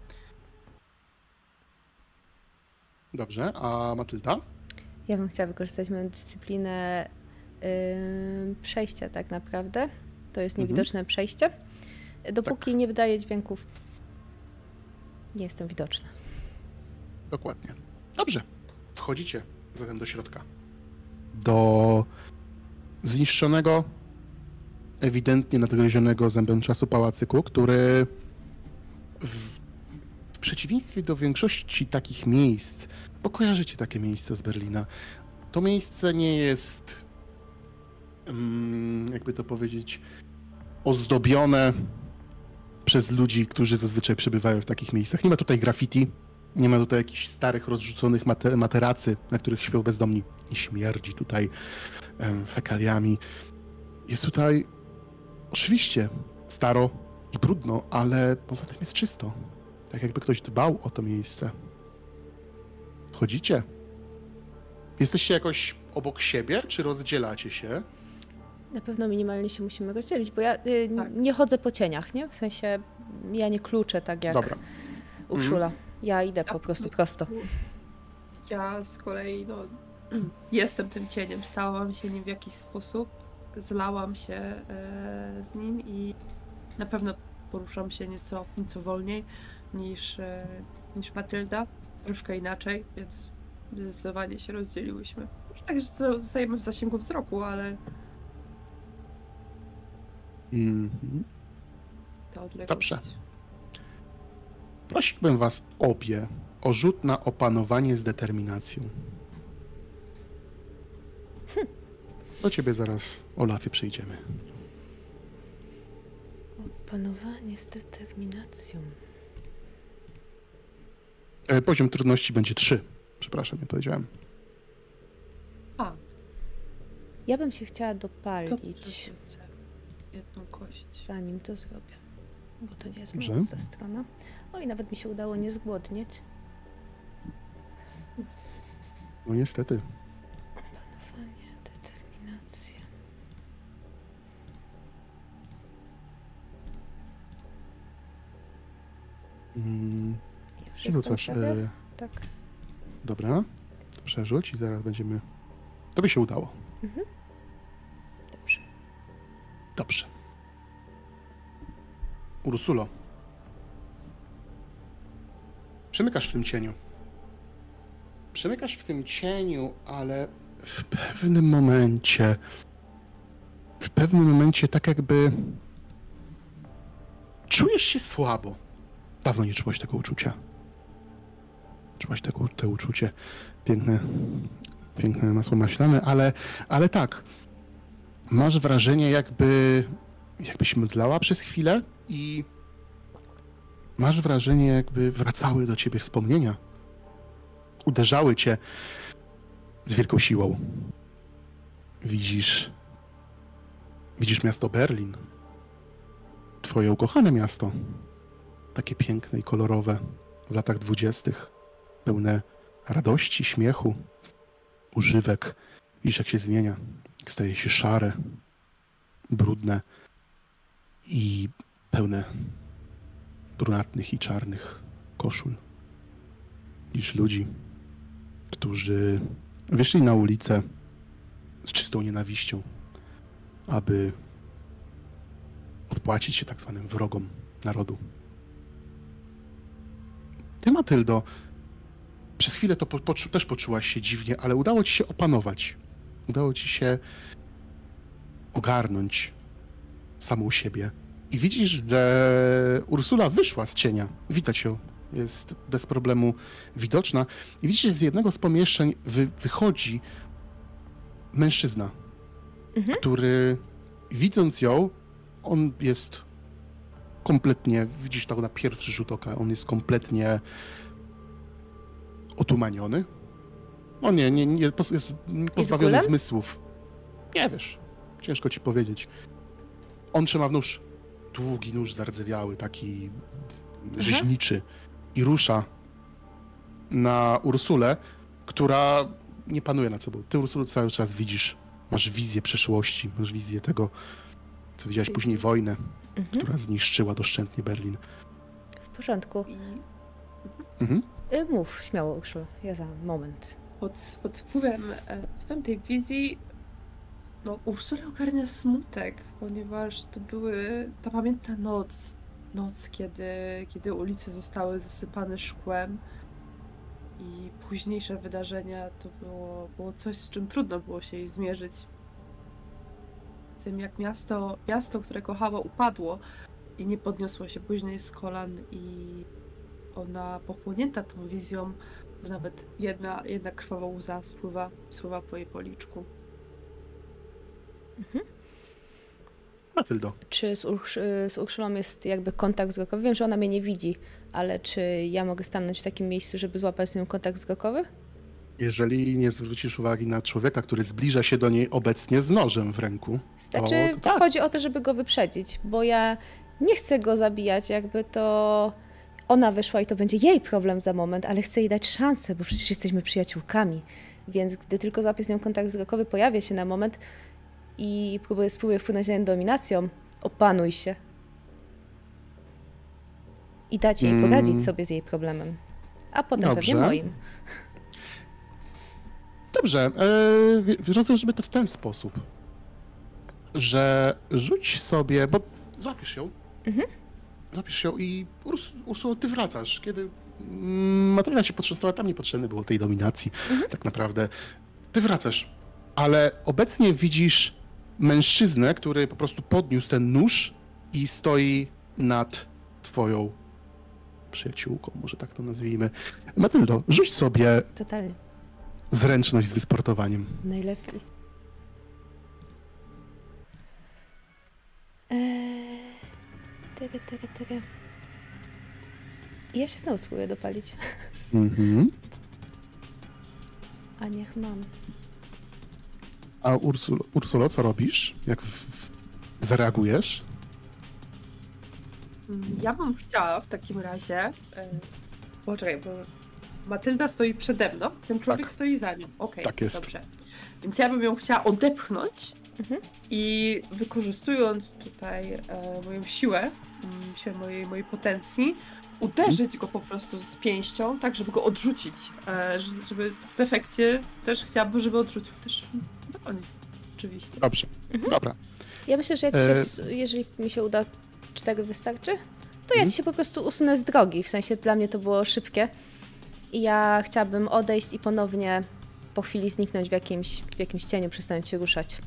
Dobrze, a Matylda? Ja bym chciała wykorzystać moją dyscyplinę yy, przejścia tak naprawdę. To jest Mhm. niewidoczne przejście. Dopóki nie wydaje dźwięków, nie jestem widoczna. Dokładnie. Dobrze. Wchodzicie zatem do środka. Do zniszczonego, ewidentnie nadgryzionego zębem czasu pałacyku, który w, w przeciwieństwie do większości takich miejsc, bo kojarzycie takie miejsce z Berlina, to miejsce nie jest, mm, jakby to powiedzieć, ozdobione przez ludzi, którzy zazwyczaj przebywają w takich miejscach. Nie ma tutaj graffiti, nie ma tutaj jakichś starych, rozrzuconych mate- materacy, na których śpią bezdomni. Nie śmierdzi tutaj em, fekaliami. Jest tutaj oczywiście staro i brudno, ale poza tym jest czysto. Tak jakby ktoś dbał o to miejsce. Chodzicie? Jesteście jakoś obok siebie, czy rozdzielacie się? Na pewno minimalnie się musimy rozdzielić, bo ja y, Tak. nie chodzę po cieniach, nie? W sensie ja nie kluczę tak jak Dobra. Urszula. Ja idę po A- prostu prosto. Ja z kolei, no, jestem tym cieniem, stałam się nim w jakiś sposób, zlałam się e, z nim i na pewno poruszam się nieco, nieco wolniej niż, e, niż Matylda, troszkę inaczej, więc zdecydowanie się rozdzieliłyśmy. Już tak, że zostajemy w zasięgu wzroku, ale Mhm. ta odległość. Dobrze. Prosiłbym was obie o rzut na opanowanie z determinacją. Do ciebie zaraz, Olafie, przyjdziemy. Opanowanie z determinacją. E, Poziom trudności będzie trzy. Przepraszam, nie powiedziałem. A, Ja bym się chciała to dopalić, przerzucę jedną kość. zanim to zrobię. Bo to nie jest Dobrze. moja mocna strona. O i nawet mi się udało nie zgłodnieć. No niestety. Opanowanie, determinacja. Mm, Już przerzucasz. jestem prawie. E, Tak. dobra, to przerzuć i zaraz będziemy... To by się udało. Mhm. Dobrze. Dobrze. Ursulo. Przemykasz w tym cieniu. Przemykasz w tym cieniu, ale w pewnym momencie... W pewnym momencie tak jakby... Czujesz się słabo. Dawno nie czułaś tego uczucia. Czułaś tego, to uczucie. Piękne, piękne masło maślane, ale, ale tak. Masz wrażenie, jakby, jakbyś mdlała przez chwilę i masz wrażenie, jakby wracały do ciebie wspomnienia. Uderzały cię z wielką siłą. Widzisz, widzisz miasto Berlin. Twoje ukochane miasto. Takie piękne i kolorowe w latach dwudziestych. Pełne radości, śmiechu, używek. Widzisz, jak się zmienia. Jak staje się szare, brudne i pełne brunatnych i czarnych koszul. Widzisz ludzi, którzy wyszli na ulicę z czystą nienawiścią, aby odpłacić się tak zwanym wrogom narodu. Ty, Matyldo, przez chwilę to po, poczu, też poczułaś się dziwnie, ale udało ci się opanować. Udało ci się ogarnąć samą siebie. I widzisz, że Ursula wyszła z cienia. Widać ją. Jest bez problemu widoczna. I widzisz, że z jednego z pomieszczeń wy, wychodzi mężczyzna, Mhm. który widząc ją, on jest kompletnie, widzisz to na pierwszy rzut oka, on jest kompletnie otumaniony. On nie, nie, nie jest pozbawiony gulem? zmysłów. Nie wiesz, ciężko ci powiedzieć. On trzyma w nóż, długi nóż zardzewiały, taki rzeźniczy i rusza na Ursulę, która nie panuje nad sobą. Ty, Ursulo, cały czas widzisz, masz wizję przeszłości, masz wizję tego, co widziałaś później, wojnę, Mhm. która zniszczyła doszczętnie Berlin. W porządku. I Mhm. Y, Mów śmiało, Urszulo. Ja za moment. pod, pod wpływem, e, pod wpływem tej wizji no, Ursulę ogarnia smutek, ponieważ to były ta pamiętna noc. Noc, kiedy, kiedy ulice zostały zasypane szkłem i późniejsze wydarzenia to było, było coś, z czym trudno było się jej zmierzyć. Z tym, jak miasto, miasto, które kochała, upadło i nie podniosło się później z kolan i ona pochłonięta tą wizją, nawet jedna, jedna krwawa łza spływa, spływa po jej policzku. Matyldo. Czy z, Ursz- y, z Urszulą jest jakby kontakt wzrokowy? Wiem, że ona mnie nie widzi, ale czy ja mogę stanąć w takim miejscu, żeby złapać z nią kontakt wzrokowy? Jeżeli nie zwrócisz uwagi na człowieka, który zbliża się do niej obecnie z nożem w ręku, Znaczy, to tak. chodzi o to, żeby go wyprzedzić, bo ja nie chcę go zabijać, jakby to ona wyszła i to będzie jej problem za moment, ale chcę jej dać szansę, bo przecież jesteśmy przyjaciółkami. Więc gdy tylko złapię z nią kontakt wzrokowy, pojawię się na moment i próbuję, spróbuję wpłynąć na nią dominacją, opanuj się. I dać jej Mm. poradzić sobie z jej problemem. A potem Dobrze. pewnie moim. Dobrze, yy, rozwiążmy to w ten sposób, że rzuć sobie, bo złapiesz ją, Mhm. złapiesz ją i Urs, Ursulo, ty wracasz. Kiedy mm, Matylda się potrząsnęła, tam niepotrzebne było tej dominacji, tak naprawdę. Ty wracasz, ale obecnie widzisz mężczyznę, który po prostu podniósł ten nóż i stoi nad twoją przyjaciółką, może tak to nazwijmy. Matyldo, rzuć sobie Totalnie. zręczność z wysportowaniem. Najlepiej. Eee, tyry, tyry, tyry. I ja się znowu spróbuję dopalić. Mhm. A niech mam. A Ursulo, Ursulo, co robisz? Jak w, w, zareagujesz? Mm, Ja bym chciała w takim razie. E, poczekaj, bo Matylda stoi przede mną, ten człowiek Tak. stoi za nią. Okej, Tak jest. dobrze. Więc ja bym ją chciała odepchnąć Mhm. i wykorzystując tutaj e, moją siłę, mm, siłę mojej, mojej potencji, uderzyć go po prostu z pięścią, tak żeby go odrzucić, e, żeby w efekcie też chciałabym, żeby odrzucił też broń, oczywiście. Dobrze, Mhm. dobra. Ja myślę, że ja ci się, E, s- jeżeli mi się uda cztery wystarczy, to ja Mhm. ci się po prostu usunę z drogi. W sensie dla mnie to było szybkie. I ja chciałabym odejść i ponownie po chwili zniknąć w jakimś, w jakimś cieniu, przestając się ruszać.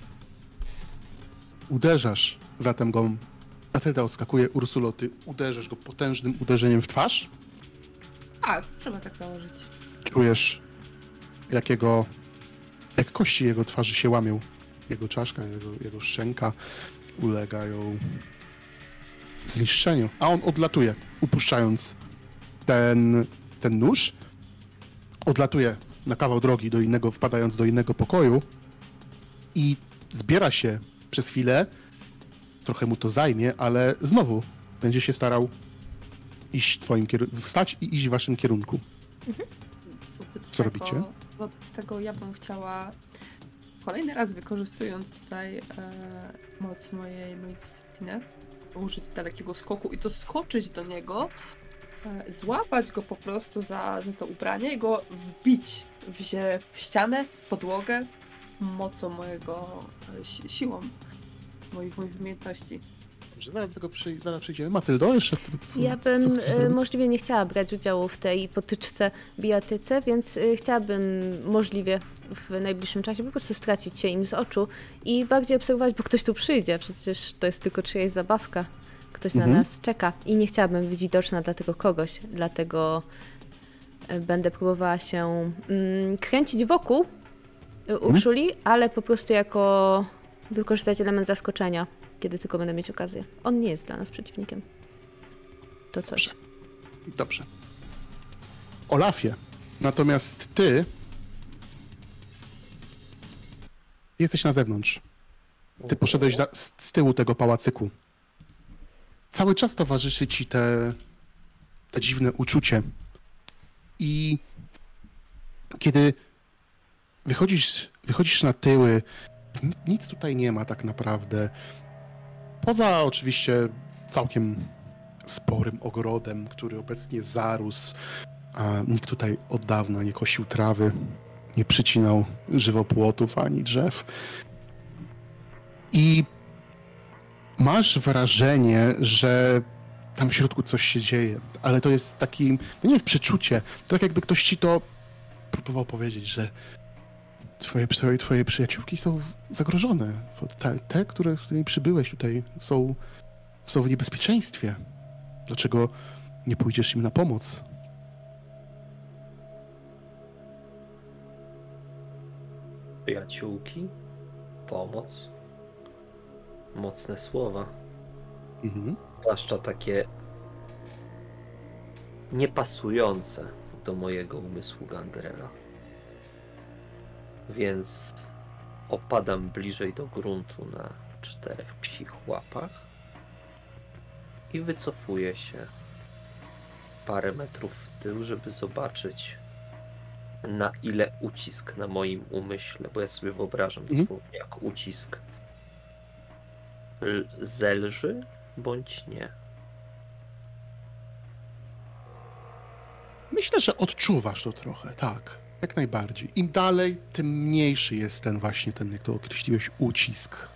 Uderzasz zatem go. Matylda odskakuje, Ursulo, ty uderzysz go potężnym uderzeniem w twarz. Tak, trzeba tak założyć. Czujesz, jak jego, jak kości jego twarzy się łamią. Jego czaszka, jego, jego szczęka ulegają zniszczeniu. A on odlatuje, upuszczając ten, ten nóż. Odlatuje na kawał drogi do innego, wpadając do innego pokoju i zbiera się przez chwilę. Trochę mu to zajmie, ale znowu będzie się starał iść twoim kierunku, wstać i iść w waszym kierunku. Wobec Co tego, robicie? Wobec tego ja bym chciała kolejny raz, wykorzystując tutaj e, moc mojej, mojej dyscypliny, użyć dalekiego skoku i doskoczyć do niego, e, złapać go po prostu za, za to ubranie i go wbić w, zie, w ścianę, w podłogę mocą mojego, e, si, siłą moich, moich umiejętności. Dobrze, zaraz do tego przy, zaraz przyjdziemy. Matyldo, jeszcze... Ja co bym chcesz e, zrobić? możliwie nie chciała brać udziału w tej potyczce bijatyce, więc e, chciałabym możliwie w najbliższym czasie po prostu stracić się im z oczu i bardziej obserwować, bo ktoś tu przyjdzie. Przecież to jest tylko czyjaś zabawka. Ktoś Mhm. na nas czeka i nie chciałabym być widoczna dla tego kogoś. Dlatego e, będę próbowała się mm, kręcić wokół e, Urszuli, ale po prostu jako wykorzystać element zaskoczenia, kiedy tylko będę mieć okazję. On nie jest dla nas przeciwnikiem. To coś. Dobrze. Olafie, natomiast ty jesteś na zewnątrz. Ty poszedłeś za, z, z tyłu tego pałacyku. Cały czas towarzyszy ci te, te dziwne uczucie. I kiedy wychodzisz, wychodzisz na tyły, nic tutaj nie ma tak naprawdę. Poza oczywiście całkiem sporym ogrodem, który obecnie zarósł, a nikt tutaj od dawna nie kosił trawy, nie przycinał żywopłotów ani drzew. I masz wrażenie, że tam w środku coś się dzieje, ale to jest taki, to nie jest przeczucie, to tak jakby ktoś ci to próbował powiedzieć, że twoje, twoje, twoje przyjaciółki są zagrożone. Te, te, które, z którymi przybyłeś tutaj, są, są w niebezpieczeństwie. Dlaczego nie pójdziesz im na pomoc? Przyjaciółki, pomoc, mocne słowa, Mhm. zwłaszcza takie niepasujące do mojego umysłu Gangrela. Więc opadam bliżej do gruntu na czterech psich łapach i wycofuję się parę metrów w tył, żeby zobaczyć, na ile ucisk na moim umyśle, bo ja sobie wyobrażam Mhm. dosłownie jak ucisk l- zelży bądź nie. Myślę, że odczuwasz to trochę, tak. Jak najbardziej. Im dalej, tym mniejszy jest ten właśnie, ten, jak to określiłeś, ucisk.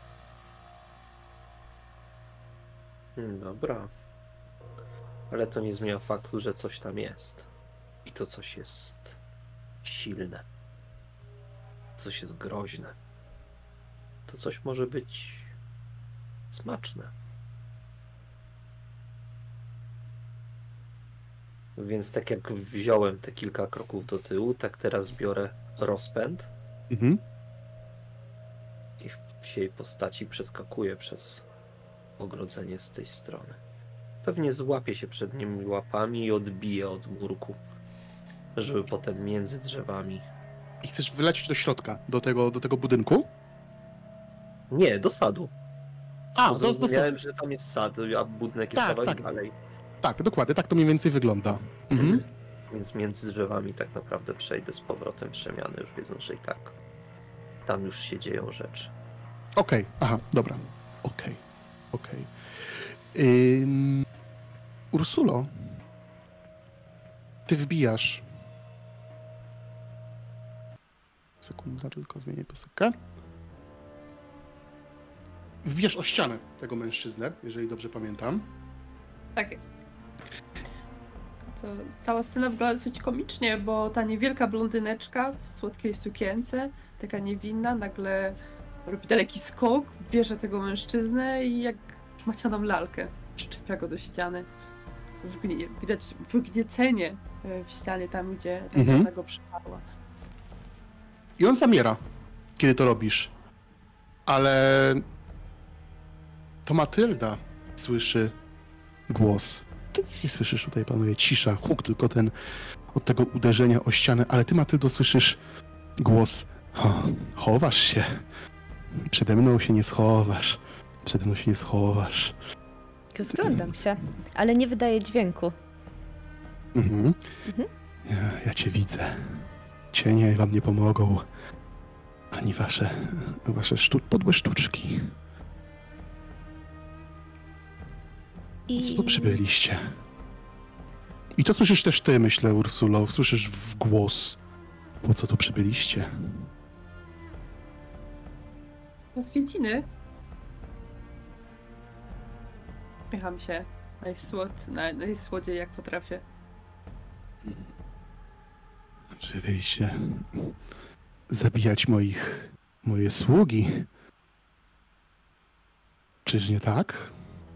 Hmm, Dobra. Ale to nie zmienia faktu, że coś tam jest. I to coś jest silne. Coś jest groźne. To coś może być smaczne. Więc tak jak wziąłem te kilka kroków do tyłu, tak teraz biorę rozpęd Mhm. i w psiej postaci przeskakuję przez ogrodzenie z tej strony. Pewnie złapię się przed nimi łapami i odbiję od murku, żeby potem między drzewami... I chcesz wylecieć do środka, do tego, do tego budynku? Nie, do sadu. A, Bo do, do, zrozumiałem, że tam jest sad, a budynek jest Tak, kawałek tak. dalej. tak, dokładnie, tak to mniej więcej wygląda. Mhm. Więc między drzewami tak naprawdę przejdę z powrotem przemiany, już wiedząc, że i tak tam już się dzieją rzeczy. Okej, aha, dobra. Okej, okej. Ym, Ursulo, Ty wbijasz. Sekunda, tylko zmienię piosenkę. Wbijasz o ścianę tego mężczyznę, jeżeli dobrze pamiętam. Tak jest. To cała scena wygląda dosyć komicznie, bo ta niewielka blondyneczka w słodkiej sukience, taka niewinna, nagle robi daleki skok, bierze tego mężczyznę i jak szmacianą lalkę przyczepia go do ściany. Wgnie, widać wygniecenie w ścianie tam, gdzie ta Mhm. dziewczyna go przypadła. I on zamiera, kiedy to robisz. Ale to Matylda słyszy głos. Ty nic nie słyszysz tutaj, panuje cisza, huk, tylko ten od tego uderzenia o ścianę, ale ty, Matyldo, słyszysz głos. O, chowasz się. Przede mną się nie schowasz. Przede mną się nie schowasz. Rozglądam się, ale nie wydaje dźwięku. Mhm. Mhm. Ja, ja cię widzę. Cienie wam nie pomogą. Ani wasze, wasze sztu, podłe sztuczki. I... Co tu przybyliście? I to słyszysz też ty, myślę, Ursulo. Słyszysz w głos. Po co tu przybyliście? Zwiedziny. Śmiecham się najsłod, naj, najsłodziej jak potrafię. Przybyliście zabijać moich, moje sługi. Czyż nie tak?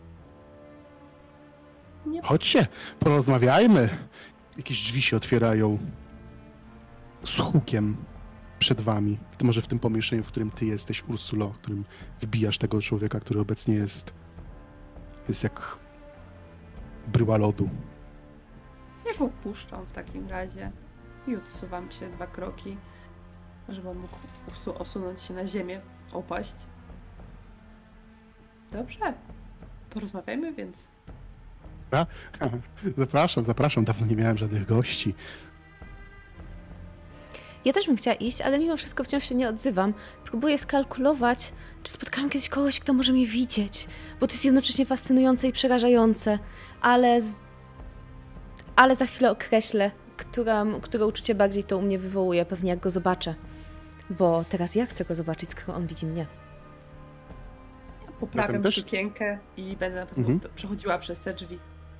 Nie. Chodźcie, porozmawiajmy. Jakieś drzwi się otwierają z hukiem przed wami. To może w tym pomieszczeniu, w którym ty jesteś, Ursulo, w którym wbijasz tego człowieka, który obecnie jest jest jak bryła lodu. Ja go puszczam w takim razie i odsuwam się dwa kroki, żeby on mógł usu- osunąć się na ziemię, upaść. Dobrze, porozmawiajmy więc. Zapraszam, zapraszam. Dawno nie miałem żadnych gości. Ja też bym chciała iść, ale mimo wszystko wciąż się nie odzywam. Próbuję skalkulować, czy spotkałam kiedyś kogoś, kto może mnie widzieć, bo to jest jednocześnie fascynujące i przerażające, ale z... ale za chwilę określę, która, które uczucie bardziej to u mnie wywołuje, pewnie jak go zobaczę. Bo teraz ja chcę go zobaczyć, skoro on widzi mnie. Poprawiam Zatem też? sukienkę i będę na pewno Mhm. przechodziła przez te drzwi.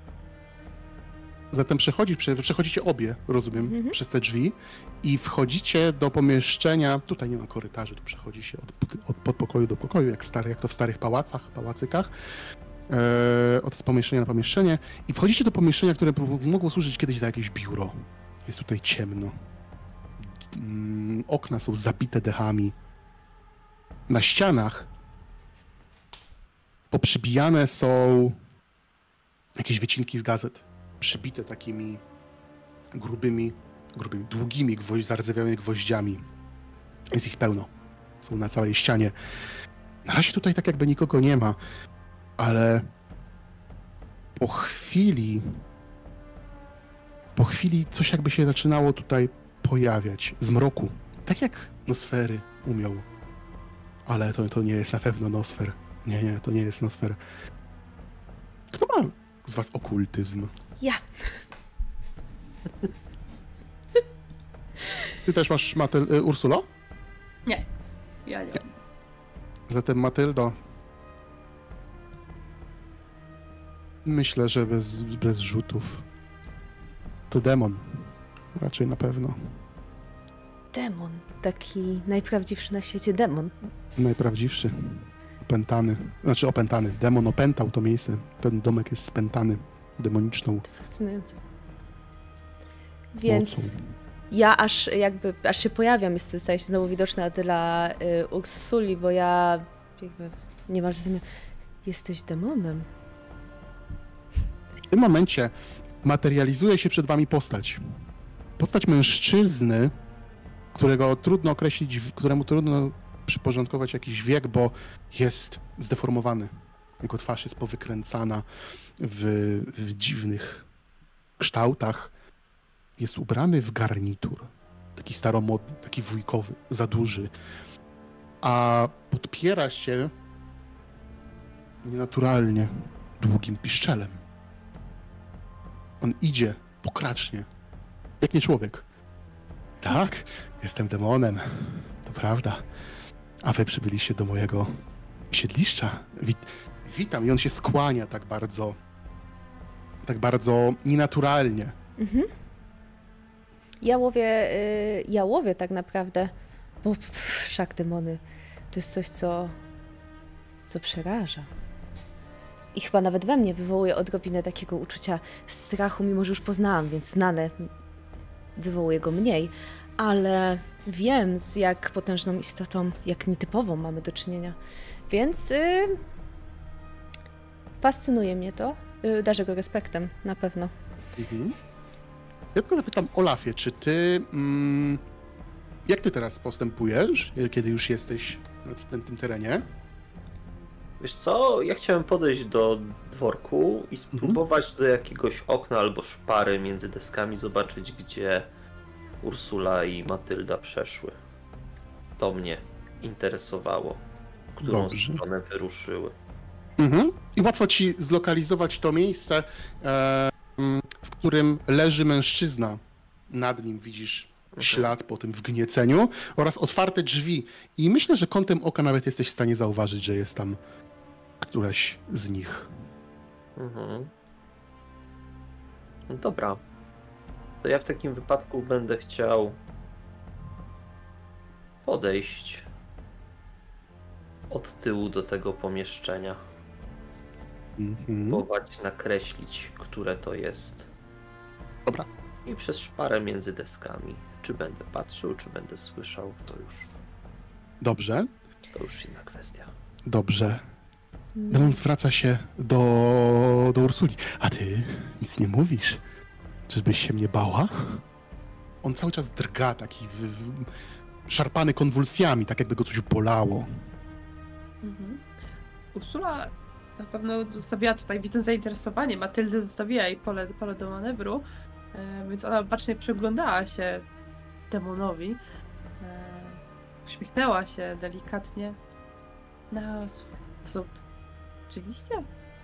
Zatem przechodzi, prze- przechodzicie obie, rozumiem, Mhm. przez te drzwi i wchodzicie do pomieszczenia. Tutaj nie ma korytarzy, tu przechodzi się od, od podpokoju do pokoju, jak, stary, jak to w starych pałacach, pałacykach. E, od pomieszczenia na pomieszczenie. I wchodzicie do pomieszczenia, które p- mogło służyć kiedyś za jakieś biuro. Jest tutaj ciemno. Mm, okna są zabite dechami. Na ścianach poprzybijane są jakieś wycinki z gazet. Przybite takimi grubymi, grubymi, długimi, gwoźdź, zardzewiałymi gwoździami. Jest ich pełno. Są na całej ścianie. Na razie tutaj tak jakby nikogo nie ma, ale po chwili, po chwili coś jakby się zaczynało tutaj pojawiać z mroku. Tak jak nosfery umiał. Ale to, to nie jest na pewno nosfer. Nie, nie, to nie jest nosfer. Kto ma z was okultyzm? Ja. Ty też masz, Matyl, y, Ursulo? Nie, ja nie. Zatem Matyldo. Myślę, że bez, bez rzutów. To demon. Raczej na pewno. Demon. Taki najprawdziwszy na świecie demon. Najprawdziwszy. Opętany. Znaczy opętany. Demon opętał to miejsce. Ten domek jest spętany demoniczną To fascynujące. Więc mocą. ja aż jakby, aż się pojawiam, jest, staję się znowu widoczna dla y, Ursuli, bo ja jakby niemalże zamiast, jesteś demonem. W tym momencie materializuje się przed wami postać. Postać mężczyzny, którego trudno określić, któremu trudno przyporządkować jakiś wiek, bo jest zdeformowany. Jego twarz jest powykręcana w, w dziwnych kształtach. Jest ubrany w garnitur. Taki staromodny, taki wujkowy, za duży. A podpiera się nienaturalnie długim piszczelem. On idzie pokracznie jak nie człowiek. Tak, jestem demonem, to prawda. A wy przybyliście do mojego siedliszcza. Wit witam. I on się skłania tak bardzo, tak bardzo nienaturalnie. Mhm. Ja łowię, y, ja łowię tak naprawdę, bo pff, wszak demony to jest coś, co, co przeraża. I chyba nawet we mnie wywołuje odrobinę takiego uczucia strachu, mimo że już poznałam, więc znane wywołuje go mniej, ale wiem, z jak potężną istotą, jak nietypową mamy do czynienia. Więc y, fascynuje mnie to. Y, darzę go respektem, na pewno. Mhm. Ja tylko zapytam Olafie, czy ty... Mm, jak ty teraz postępujesz, kiedy już jesteś na tym, tym terenie? Wiesz co, ja chciałem podejść do dworku i spróbować mhm. do jakiegoś okna albo szpary między deskami zobaczyć, gdzie Ursula i Matylda przeszły. To mnie interesowało, w którą Dobrze. stronę wyruszyły. Mhm. I łatwo ci zlokalizować to miejsce, e, w którym leży mężczyzna. Nad nim widzisz mhm. ślad po tym wgnieceniu oraz otwarte drzwi. I myślę, że kątem oka nawet jesteś w stanie zauważyć, że jest tam któraś z nich. Mhm. No dobra. To ja w takim wypadku będę chciał podejść od tyłu do tego pomieszczenia. Mhm. Próbować nakreślić, które to jest. Dobra. I przez szparę między deskami. Czy będę patrzył, czy będę słyszał, to już, Dobrze. to już inna kwestia. Dobrze. Demon zwraca się do, do Ursuli. A ty nic nie mówisz? Czyżbyś się mnie bała? On cały czas drga, taki w, w, szarpany konwulsjami, tak jakby go coś bolało. Mhm. Ursula na pewno zostawiła tutaj, widząc zainteresowanie, Matyldy zostawiła jej pole, pole do manewru, e, więc ona bacznie przyglądała się demonowi. E, uśmiechnęła się delikatnie. Na sposób. Oczywiście.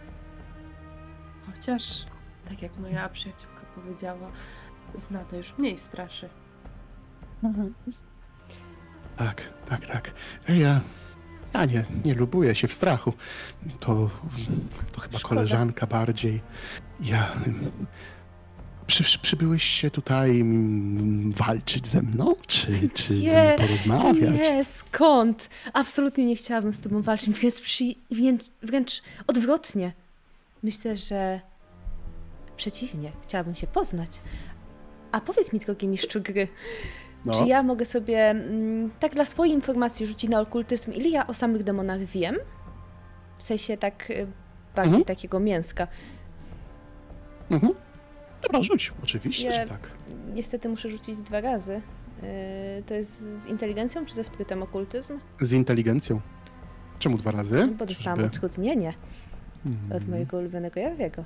Chociaż, tak jak moja przyjaciółka powiedziała, znane już mniej straszy. Mhm. Tak, tak, tak. Ja, ja nie, nie lubuję się w strachu. To, to chyba Szkoda. koleżanka bardziej. Ja... Przy, przybyłyście tutaj mm, walczyć ze mną? Czy, czy Nie, ze mną porozmawiać? Nie, skąd? Absolutnie nie chciałabym z tobą walczyć, wręcz, przy, wręcz, wręcz odwrotnie. Myślę, że przeciwnie, chciałabym się poznać. A powiedz mi, drogi mistrzu gry, No. czy ja mogę sobie mm, tak dla swojej informacji rzucić na okultyzm, ile ja o samych demonach wiem? W sensie tak y, bardziej Mhm. takiego mięska. Mhm. Dobra, rzuć. Oczywiście, Ja- że tak. Niestety muszę rzucić dwa razy. Yy, to jest z inteligencją czy ze sprytem okultyzm? Z inteligencją. Czemu dwa razy? Bo dostałam Żeby- utrudnienie Mhm. od mojego ulubionego Jawiego.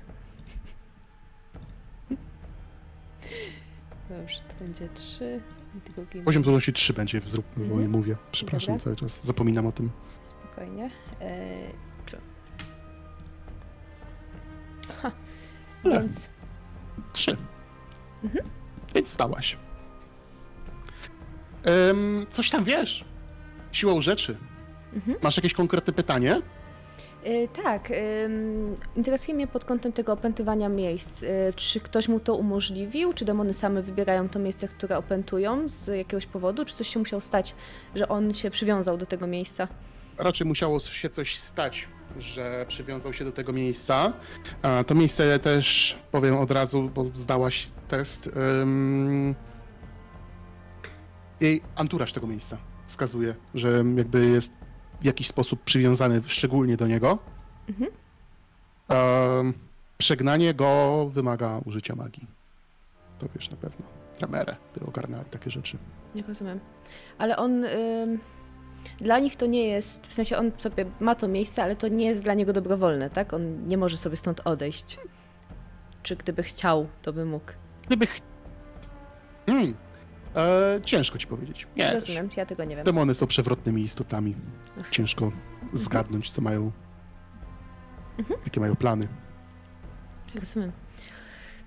Dobrze, to będzie trzy. I drugi Poziom trudności trzy będzie, zrób, bo Mhm. nie mówię. Przepraszam Dobra. cały czas. Zapominam o tym. Spokojnie. Eee, trzy. Ha. Ile? Więc Trzy. Mhm. Więc stałaś. Ym, coś tam wiesz. Siłą rzeczy. Mhm. Masz jakieś konkretne pytanie? Yy, tak, ym, interesuje mnie pod kątem tego opętywania miejsc. Yy, czy ktoś mu to umożliwił? Czy demony same wybierają to miejsce, które opętują z jakiegoś powodu? Czy coś się musiało stać, że on się przywiązał do tego miejsca? Raczej musiało się coś stać, że przywiązał się do tego miejsca. A to miejsce też, powiem od razu, bo zdałaś test, ym, jej anturaż tego miejsca wskazuje, że jakby jest w jakiś sposób przywiązany szczególnie do niego. Mhm. Ym, przegnanie go wymaga użycia magii. To wiesz na pewno. Tramerę by ogarnęli takie rzeczy. Nie rozumiem. Ale on... ym, dla nich to nie jest... W sensie on sobie ma to miejsce, ale to nie jest dla niego dobrowolne, tak? On nie może sobie stąd odejść. Czy gdyby chciał, to by mógł. Gdyby ch... hmm. e, ciężko ci powiedzieć. Nie wiesz. Rozumiem, ja tego nie wiem. Demony są przewrotnymi istotami. Ach. Ciężko zgadnąć, co mają, Mhm. jakie mają plany. Rozumiem.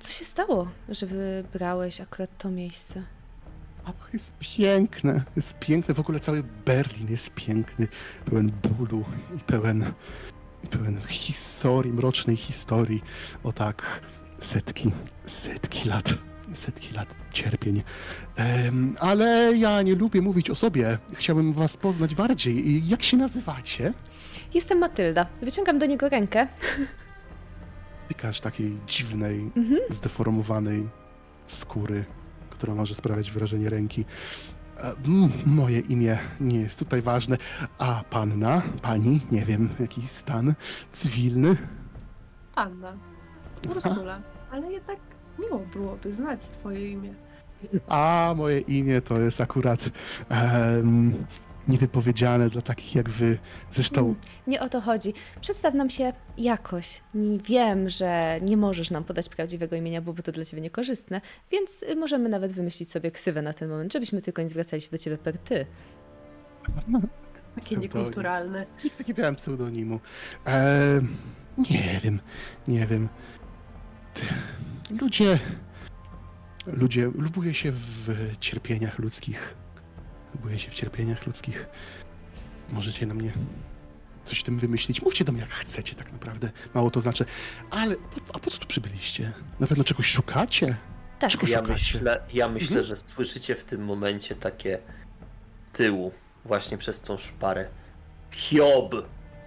Co się stało, że wybrałeś akurat to miejsce? A to jest piękne, jest piękne, w ogóle cały Berlin jest piękny, pełen bólu i pełen, pełen historii, mrocznej historii. O tak, setki, setki lat, setki lat cierpień. Em, ale ja nie lubię mówić o sobie, chciałbym was poznać bardziej. I jak się nazywacie? Jestem Matylda. Wyciągam do niego rękę. Tykasz takiej dziwnej, Mhm. zdeformowanej skóry, która może sprawiać wrażenie ręki. E, m- Moje imię nie jest tutaj ważne, a panna, pani, nie wiem, jaki stan cywilny. Anna, Ursula, ale jednak miło byłoby znać twoje imię. A moje imię to jest akurat em, niewypowiedziane dla takich jak wy. Zresztą Mm, Nie o to chodzi. Przedstaw nam się jakoś. Nie wiem, że nie możesz nam podać prawdziwego imienia, byłoby to dla ciebie niekorzystne, więc y, możemy nawet wymyślić sobie ksywę na ten moment, żebyśmy tylko nie zwracali się do ciebie per ty. Takie Pseudonim. niekulturalne. nigdy nie miałem pseudonimu. Em, nie wiem, nie wiem. Ty- Ludzie... Ludzie... Lubuję się w cierpieniach ludzkich. Lubuję się w cierpieniach ludzkich. Możecie na mnie coś w tym wymyślić. Mówcie do mnie jak chcecie tak naprawdę. Mało to znaczy. Ale po, a po co tu przybyliście? Na pewno czegoś szukacie? Tak, Czego Ja szukacie? myślę, ja myślę Mhm. że słyszycie w tym momencie takie z tyłu, właśnie przez tą szparę. Hiob!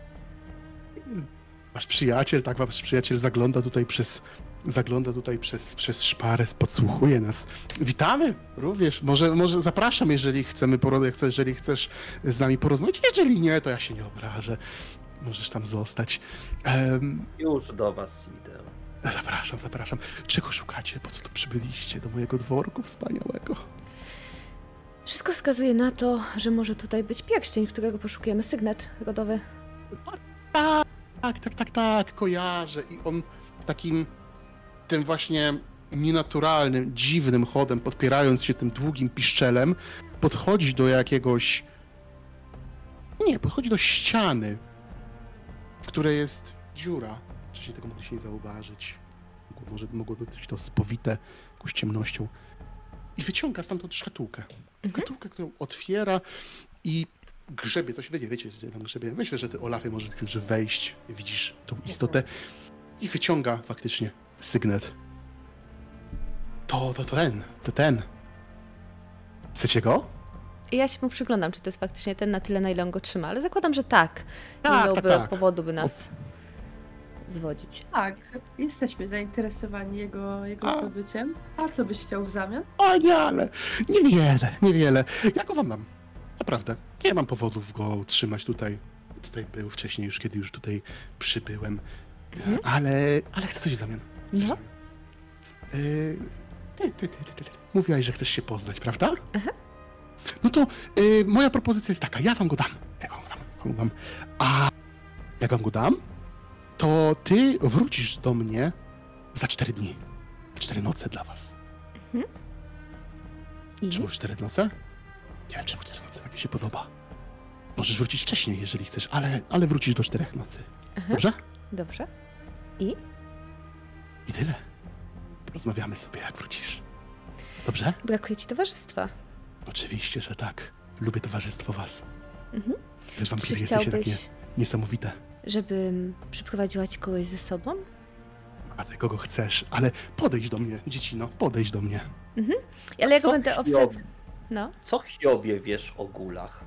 Wasz przyjaciel, tak, wasz przyjaciel zagląda tutaj przez, zagląda tutaj przez, przez szparę, podsłuchuje nas. Witamy również. Może, może zapraszam, jeżeli chcemy, poro- jeżeli chcesz z nami porozmawiać. Jeżeli nie, to ja się nie obrażę. Możesz tam zostać. Em, Już do was idę. zapraszam, zapraszam. Czego szukacie? Po co tu przybyliście? Do mojego dworku wspaniałego. Wszystko wskazuje na to, że może tutaj być pierścień, którego poszukujemy, sygnet rodowy. Tak, tak, tak, tak, tak, kojarzę. I on takim, tym właśnie nienaturalnym, dziwnym chodem, podpierając się tym długim piszczelem, podchodzi do jakiegoś... Nie, podchodzi do ściany, w której jest dziura. Wcześniej tego mogliście nie zauważyć. Mogło- Może mogło być to spowite jakąś ciemnością. I wyciąga stamtąd szkatułkę. Szkatułkę, którą otwiera i grzebie coś. Wy nie wiecie, co tam grzebie. Myślę, że ty, Olafie, możesz już wejść. Widzisz tą istotę. I wyciąga faktycznie sygnet. To, to ten, to ten. Chcecie go? I ja się mu przyglądam, czy to jest faktycznie ten na tyle, na ile on go trzyma, ale zakładam, że tak. Nie Tak, miałby tak, tak. powodu, by nas zwodzić. Tak, jesteśmy zainteresowani jego, jego A. zdobyciem. A co byś chciał w zamian? O nie, ale niewiele, niewiele. Ja go wam dam. Naprawdę. Nie mam powodów go trzymać tutaj. Tutaj był wcześniej już, kiedy już tutaj przybyłem. Mhm. Ale, ale chcę coś w zamian. Coś w No. zamian. Y, ty, ty, ty, ty, ty, ty. Mówiłaś, że chcesz się poznać, prawda? Aha. No to y, moja propozycja jest taka. Ja wam go dam. Ja wam go dam. Ja wam go dam. A jak wam go dam, to ty wrócisz do mnie za cztery dni. Cztery noce dla was. I? Czemu cztery noce? Nie wiem, czemu cztery noce, tak mi się podoba. Możesz wrócić wcześniej, jeżeli chcesz, ale, ale wrócisz do czterech nocy. Aha. Dobrze? Dobrze. I? I tyle. Porozmawiamy sobie, jak wrócisz. Dobrze? Brakuje ci towarzystwa. Oczywiście, że tak. Lubię towarzystwo was. Mhm. Wiesz, wam Czy jesteście takie chciałbyś, niesamowite. żebym przyprowadziła ci kogoś ze sobą? Prowadzę kogo chcesz, ale podejdź do mnie, dziecino, podejdź do mnie. Ale ja go Co będę Hiob? obserwować. No. Co Hiobie wiesz o gulach?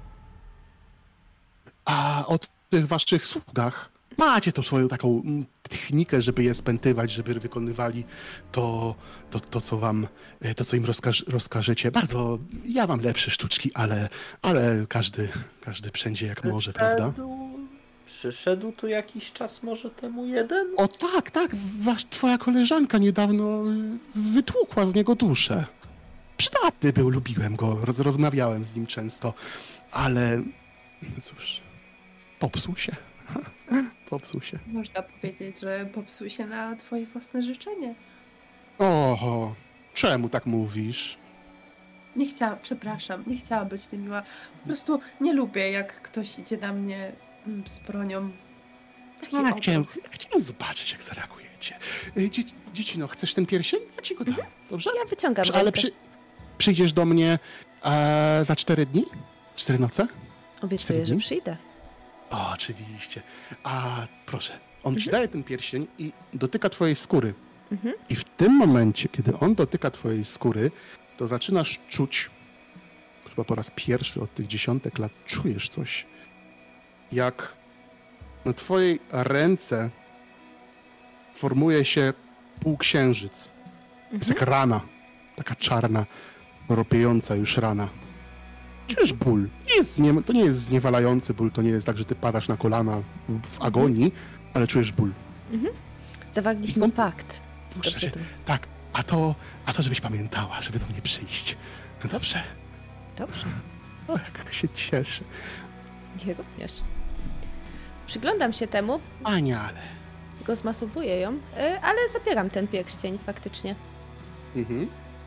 A o tych waszych sługach macie tą swoją taką mm, technikę, żeby je spętywać, żeby wykonywali to, to, to co wam, e, to co im rozkaż, rozkażecie. Bardzo, ja mam lepsze sztuczki, ale, ale każdy, każdy wszędzie jak może, prawda? Przyszedł- Przyszedł tu jakiś czas może temu jeden? O tak, tak, wasz, twoja koleżanka niedawno y, wytłukła z niego duszę. Przydatny był, lubiłem go, roz, rozmawiałem z nim często, ale cóż, popsuł się. Popsuł się. Można powiedzieć, że popsuł się na twoje własne życzenie. Oho, czemu tak mówisz? Nie chciałam, przepraszam, nie chciałam być niemiła. Po prostu nie lubię, jak ktoś idzie na mnie mm, z bronią. Taki A, obrót. chciałem, chciałem zobaczyć, jak zareagujecie. Y, dzie, dzieci, no chcesz ten pierścień? Ja ci go dam, dobrze? Ja wyciągam Przy, ale rękę. przy, przyjdziesz do mnie e, za cztery dni? Cztery noce? Obiecuję, że dni? przyjdę. O, oczywiście. A proszę, on ci Mhm. daje ten pierścień i dotyka twojej skóry. Mhm. I w tym momencie, kiedy on dotyka twojej skóry, to zaczynasz czuć, chyba po raz pierwszy od tych dziesiątek lat, czujesz coś. Jak na twojej ręce formuje się półksiężyc. Jest Mhm. jak rana, taka czarna, ropiejąca już rana. Czujesz ból. Nie jest znie, to nie jest zniewalający ból, to nie jest tak, że ty padasz na kolana w, w agonii, ale czujesz ból. Zawarliśmy On- pakt. Puszcza Dobrze się. to. Tak, a to, a to żebyś pamiętała, żeby do mnie przyjść. No dobrze. Dobrze. O, jak się cieszę. Nie również. Przyglądam się temu, Aniale. rozmasowuję ją, y, ale zabieram ten pierścień faktycznie. Mhm.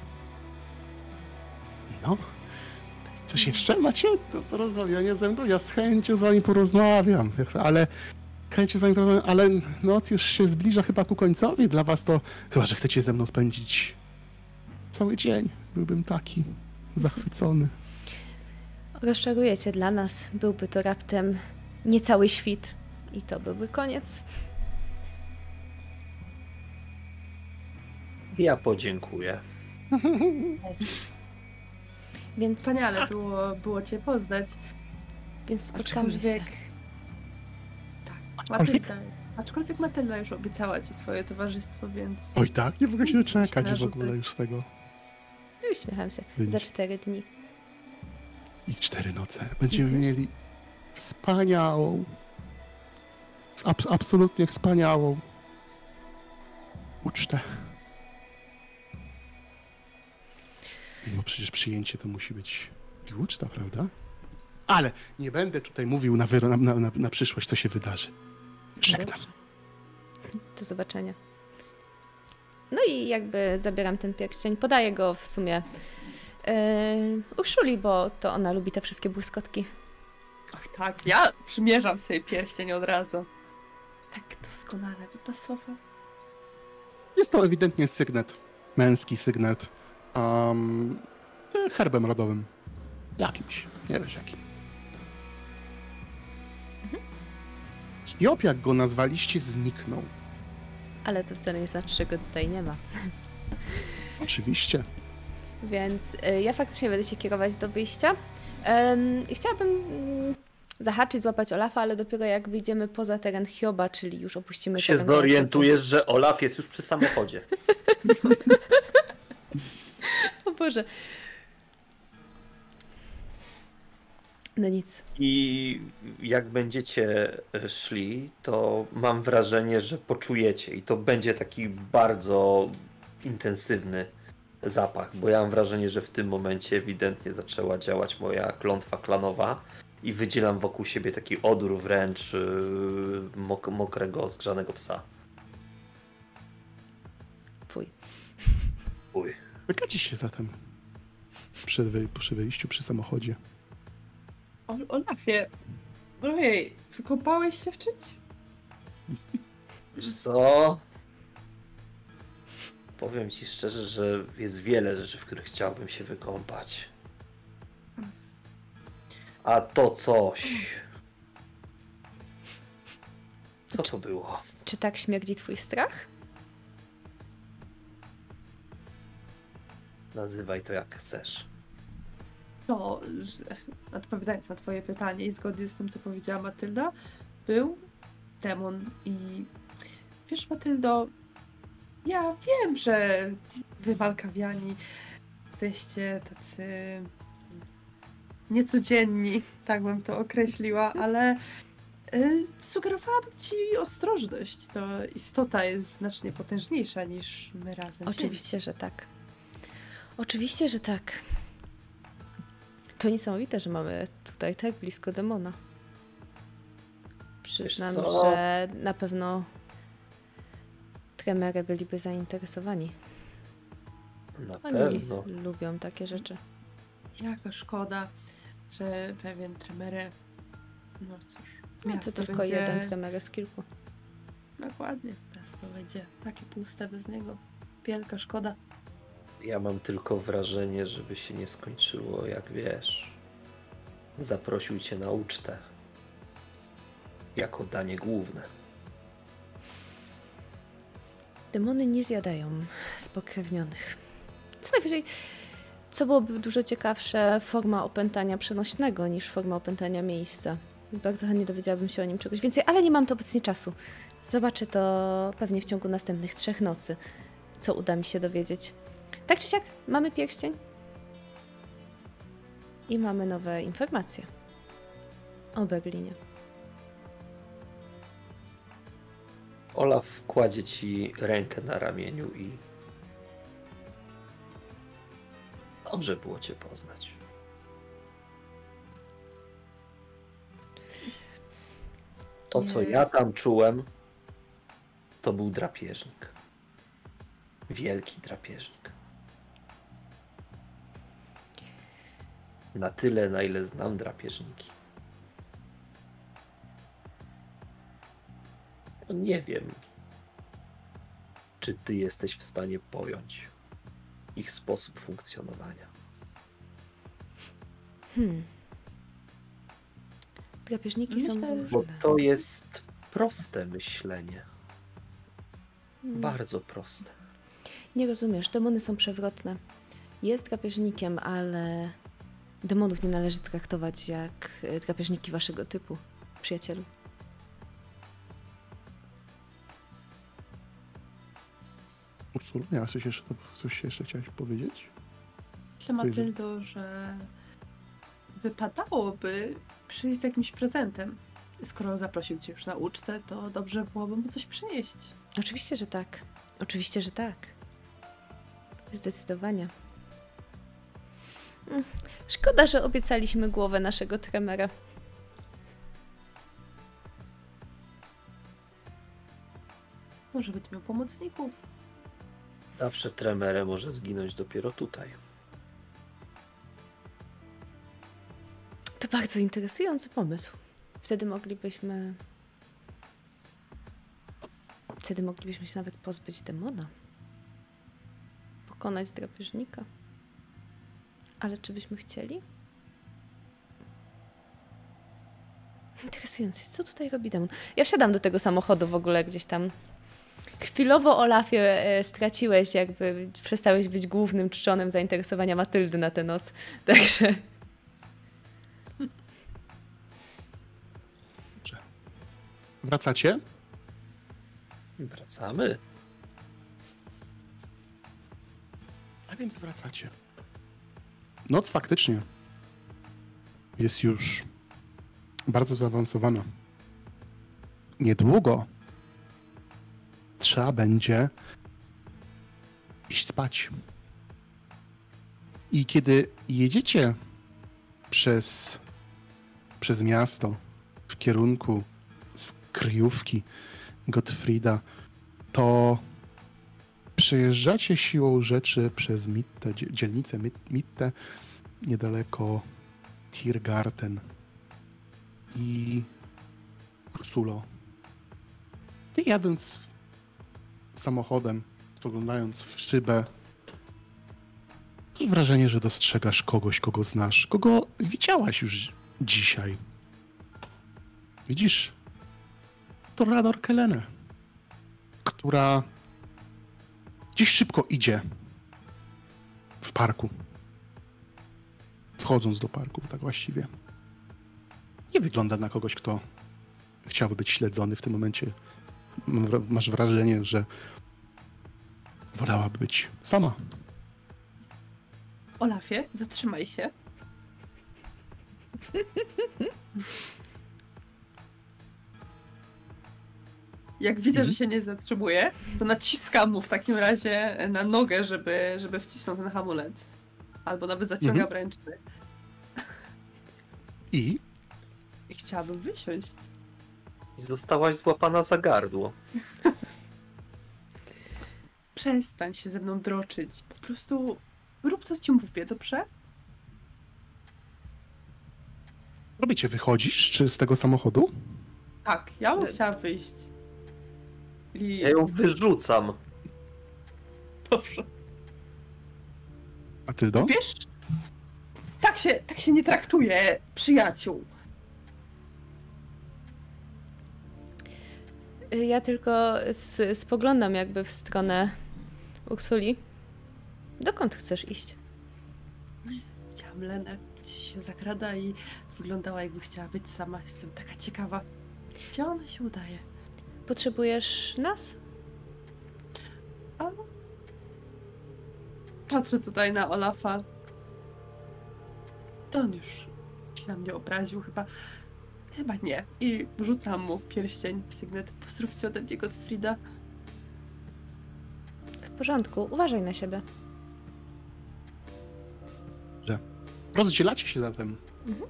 No, coś jeszcze macie do porozmawiania ze mną? Ja z chęcią z wami porozmawiam, ale chęcią z wami porozmawiam, ale noc już się zbliża chyba ku końcowi. Dla was to, chyba że chcecie ze mną spędzić cały dzień. Byłbym taki zachwycony. Rozczarujecie dla nas, byłby to raptem niecały świt. I to byłby koniec. Ja podziękuję. Więc, Wspaniale było, było cię poznać. więc spotkamy się. Aczkolwiek... Tak, Aczkolwiek? Matylda. Aczkolwiek Matylda już obiecała ci swoje towarzystwo, więc... Oj tak, nie mogę się Nic doczekać w narzucać. ogóle już z tego. Uśmiecham się. Wyjdź. Za cztery dni. I cztery noce. Będziemy mieli wspaniałą, abs- absolutnie wspaniałą ucztę. No przecież przyjęcie to musi być i uczta, prawda? Ale nie będę tutaj mówił na, wyro- na, na, na przyszłość, co się wydarzy. Żegnam. Dobrze. Do zobaczenia. No i jakby zabieram ten pierścień, podaję go w sumie yy, Urszuli, bo to ona lubi te wszystkie błyskotki. Ach tak, ja przymierzam sobie pierścień od razu. Tak doskonale by pasował. Jest to ewidentnie sygnet. Męski sygnet. Um, herbem rodowym. Jakimś. Nie wiesz jakim. Job, jak go nazwaliście, zniknął. Ale to wcale nie znaczy, że go tutaj nie ma. Oczywiście. Więc y, ja faktycznie będę się kierować do wyjścia. Ym, chciałabym mm, zahaczyć, złapać Olafa, ale dopiero jak wyjdziemy poza teren Hioba, czyli już opuścimy Się teren zorientujesz, że Olaf jest już przy samochodzie. O Boże. No nic. I jak będziecie e, szli, to mam wrażenie, że poczujecie i to będzie taki bardzo intensywny zapach, bo ja mam wrażenie, że w tym momencie ewidentnie zaczęła działać moja klątwa klanowa i wydzielam wokół siebie taki odór wręcz yy, mok mokrego, zgrzanego psa. Fuj. Uj. Wykacie się zatem przy, wy, przy wyjściu, przy samochodzie. O, Olafie, ojej, wykąpałeś się w czymś? Wiesz co? Powiem ci szczerze, że jest wiele rzeczy, w których chciałbym się wykąpać. A to coś. Co to było? Czy tak śmierdzi twój strach? Nazywaj to jak chcesz. No, że- odpowiadając na twoje pytanie i zgodnie z tym, co powiedziała Matylda, był demon i wiesz, Matyldo, ja wiem, że wy Malkawiani jesteście tacy niecodzienni, tak bym to określiła, ale y, sugerowałabym ci ostrożność. To istota jest znacznie potężniejsza niż my razem. Oczywiście, że tak. Oczywiście, że tak. To niesamowite, że mamy tutaj tak blisko demona. Przyznam, co? że na pewno Tremery byliby zainteresowani. Na Oni pewno. lubią takie rzeczy. Jaka szkoda, że pewien Tremery, no cóż, No to miasto tylko będzie... jeden Tremery z kilku. Dokładnie, miasto będzie takie puste bez niego. Wielka szkoda. Ja mam tylko wrażenie, żeby się nie skończyło, jak wiesz. Zaprosił cię na ucztę. Jako danie główne. Demony nie zjadają spokrewnionych. Co najwyżej, co byłoby dużo ciekawsze, forma opętania przenośnego niż forma opętania miejsca. Bardzo chętnie dowiedziałabym się o nim czegoś więcej, ale nie mam to obecnie czasu. Zobaczę to pewnie w ciągu następnych trzech nocy, co uda mi się dowiedzieć. Tak czy siak, mamy pierścień i mamy nowe informacje o Berlinie. Olaf kładzie ci rękę na ramieniu i dobrze było cię poznać. To, co ja tam czułem, to był drapieżnik. Wielki drapieżnik. Na tyle, na ile znam drapieżniki. No nie wiem, czy ty jesteś w stanie pojąć ich sposób funkcjonowania. Hmm. Drapieżniki są Myślę, różne. Bo to jest proste myślenie. Hmm. Bardzo proste. Nie rozumiesz, demony są przewrotne. Jest drapieżnikiem, ale demonów nie należy traktować jak e, drapieżniki waszego typu, przyjacielu. Ursula, ja coś jeszcze, coś jeszcze chciałaś powiedzieć? Myślę, Matyldo, że wypadałoby przyjść z jakimś prezentem. Skoro zaprosił cię już na ucztę, to dobrze byłoby mu coś przynieść. Oczywiście, że tak. Oczywiście, że tak. Zdecydowanie. Mm, Szkoda, że obiecaliśmy głowę naszego tremera. Może być miał pomocników. Zawsze Tremere może zginąć dopiero tutaj. To bardzo interesujący pomysł. Wtedy moglibyśmy... Wtedy moglibyśmy się nawet pozbyć demona. Pokonać drapieżnika. Ale czy byśmy chcieli? Interesujące, co tutaj robi demon? Ja wsiadam do tego samochodu w ogóle gdzieś tam. Chwilowo, Olafie, e, straciłeś, jakby przestałeś być głównym czczonem zainteresowania Matyldy na tę noc. Także... Dobrze. Wracacie? Wracamy. A więc wracacie. Noc faktycznie jest już bardzo zaawansowana. Niedługo trzeba będzie iść spać. I kiedy jedziecie przez, przez miasto w kierunku z kryjówki Gottfrieda, to przejeżdżacie siłą rzeczy przez Mitte, dzie- dzielnicę Mit- Mitte, niedaleko Tiergarten. I Ursulo, ty jadąc samochodem, spoglądając w szybę, masz wrażenie, że dostrzegasz kogoś, kogo znasz, kogo widziałaś już dzisiaj. Widzisz Torador Kelenę, która gdzieś szybko idzie w parku. Wchodząc do parku, tak właściwie. Nie wygląda na kogoś, kto chciałby być śledzony w tym momencie. Mam wra- Masz wrażenie, że wolałaby być sama. Olafie, zatrzymaj się. Jak widzę, Mhm. że się nie zatrzymuje, to naciskam mu w takim razie na nogę, żeby, żeby wcisnął ten hamulec. Albo nawet zaciągam Mhm. ręczny. I I chciałabym wysiąść. I zostałaś złapana za gardło. Przestań się ze mną droczyć. Po prostu rób co ci mówię, dobrze? robicie, wychodzisz czy z tego samochodu? Tak, ja bym chciała wyjść. I... Ja ją wyrzucam. Dobrze. A Tyldo? Wiesz, tak się, tak się nie traktuje przyjaciół. Ja tylko s- spoglądam jakby w stronę Ursuli. Dokąd chcesz iść? Widziałam Lenę, gdzieś się zakrada i wyglądała jakby chciała być sama. Jestem taka ciekawa. Gdzie ona się udaje? Potrzebujesz nas? A... Patrzę tutaj na Olafa. To on już się na mnie obraził chyba. Chyba nie. I rzucam mu pierścień, sygnet. Pozdrówcie ode mnie Gottfrieda. W porządku, uważaj na siebie. Rozdzielacie się zatem. Mhm.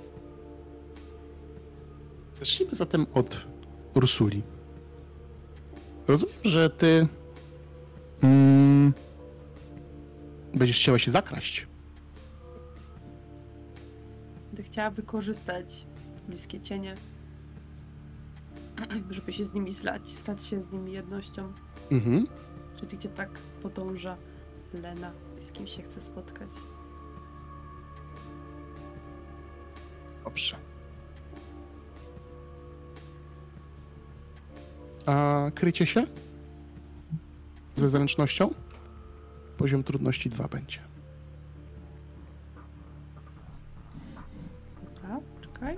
Zacznijmy zatem od Ursuli. Rozumiem, że ty mm, będziesz chciała się zakraść. Będę chciała wykorzystać bliskie cienie, żeby się z nimi zlać, stać się z nimi jednością. Mhm. Czy gdzie tak podąża Lena i z kim się chce spotkać. Dobrze. A krycie się? Ze zręcznością? Poziom trudności dwa będzie. Dobra, czekaj.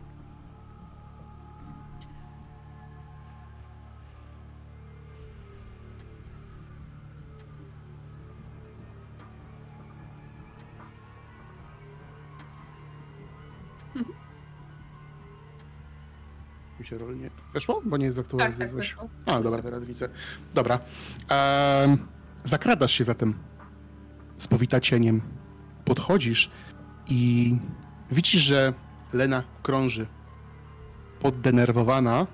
Mi się rolnie weszło? Bo nie jest Tak, aktualnie. tak, weszło. A, dobra, teraz widzę. Dobra. Ehm, zakradasz się zatem z powita cieniem. Podchodzisz i widzisz, że Lena krąży poddenerwowana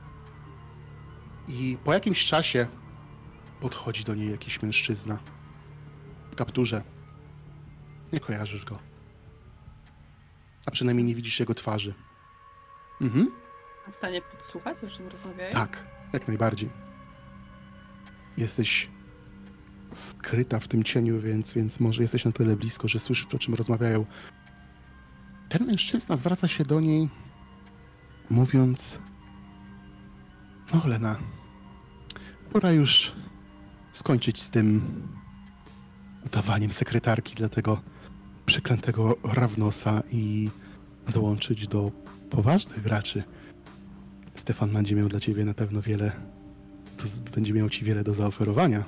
i po jakimś czasie podchodzi do niej jakiś mężczyzna w kapturze. Nie kojarzysz go. A przynajmniej nie widzisz jego twarzy. Mhm. W stanie podsłuchać, o czym rozmawiają? Tak, jak najbardziej. Jesteś skryta w tym cieniu, więc, więc może jesteś na tyle blisko, że słyszysz, o czym rozmawiają. Ten mężczyzna zwraca się do niej, mówiąc: no Lena, pora już skończyć z tym udawaniem sekretarki dla tego przeklętego Ravnosa i dołączyć do poważnych graczy. Stefan będzie miał dla ciebie na pewno wiele, to z- będzie miał ci wiele do zaoferowania.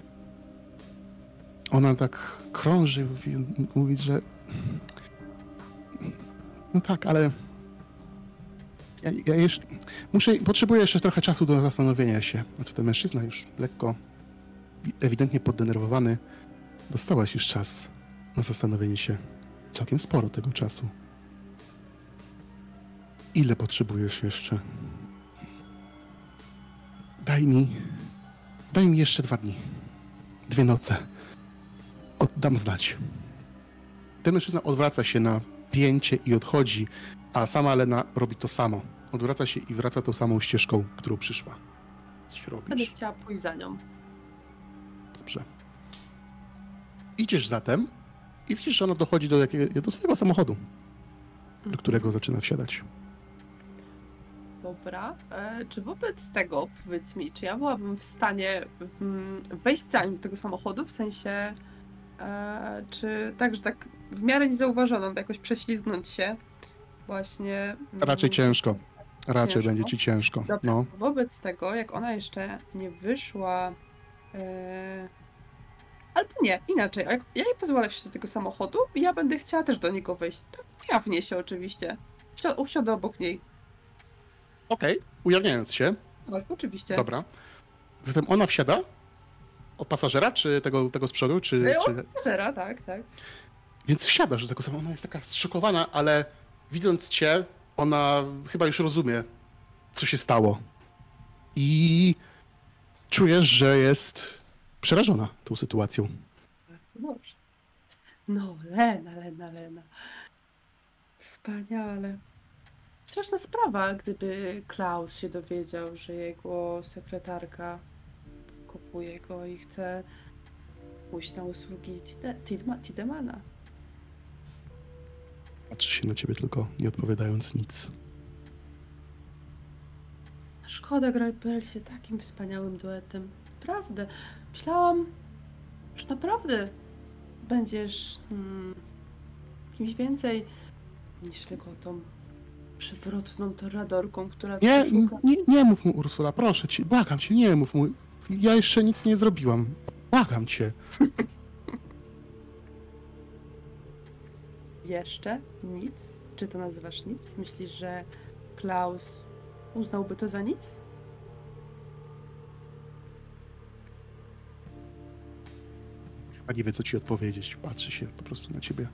Ona tak krąży, mówi, mówi, że no tak, ale ja, ja jeszcze muszę, potrzebuję jeszcze trochę czasu do zastanowienia się. A co ten mężczyzna już lekko, ewidentnie poddenerwowany, dostałaś już czas na zastanowienie się. Całkiem sporo tego czasu. Ile potrzebujesz jeszcze? Daj mi, daj mi jeszcze dwa dni. Dwie noce. Oddam znać. Ten mężczyzna odwraca się na pięcie i odchodzi, a sama Lena robi to samo. Odwraca się i wraca tą samą ścieżką, którą przyszła. Coś Będę robisz? chciała pójść za nią. Dobrze. Idziesz zatem i widzisz, że ona dochodzi do, jakiego, do swojego samochodu, do którego zaczyna wsiadać. Dobra. E, czy wobec tego, powiedz mi, czy ja byłabym w stanie mm, wejść za nim do tego samochodu, w sensie, e, czy tak, że tak w miarę niezauważoną, jakoś prześlizgnąć się właśnie... mm, Raczej ciężko. Raczej Ciężko? będzie ci ciężko. Dobra. No. Wobec tego, jak ona jeszcze nie wyszła... E, albo nie, inaczej, jak ja jej pozwolę wsiąść do tego samochodu i ja będę chciała też do niego wejść. Tak, ja wniesie oczywiście. Usio- Usiądę obok niej. Okej, ujawniając się. Tak, oczywiście. Dobra. Zatem ona wsiada od pasażera, czy tego, tego z przodu, czy... E, czy... Od pasażera, tak, tak. Więc wsiadasz do tego samochodu. Ona jest taka zszokowana, ale widząc cię, ona chyba już rozumie, co się stało. I czujesz, że jest przerażona tą sytuacją. Bardzo dobrze. No, Lena, Lena, Lena. Wspaniale. straszna sprawa, gdyby Klaus się dowiedział, że jego sekretarka kupuje go i chce pójść na usługi Tide- Tidma- Tidemana. Patrzy się na ciebie tylko, nie odpowiadając nic. Szkoda grać się takim wspaniałym duetem. Naprawdę. Myślałam, że naprawdę będziesz hmm, kimś więcej niż tylko tą przewrotną toradorką, która Nie, tu szuka. nie, nie mów mu, Ursula, proszę cię, błagam cię, nie mów mu. Ja jeszcze nic nie zrobiłam. Błagam cię. Jeszcze nic? Czy to nazywasz nic? Myślisz, że Klaus uznałby to za nic? Chyba nie wie, co ci odpowiedzieć. Patrzy się po prostu na ciebie.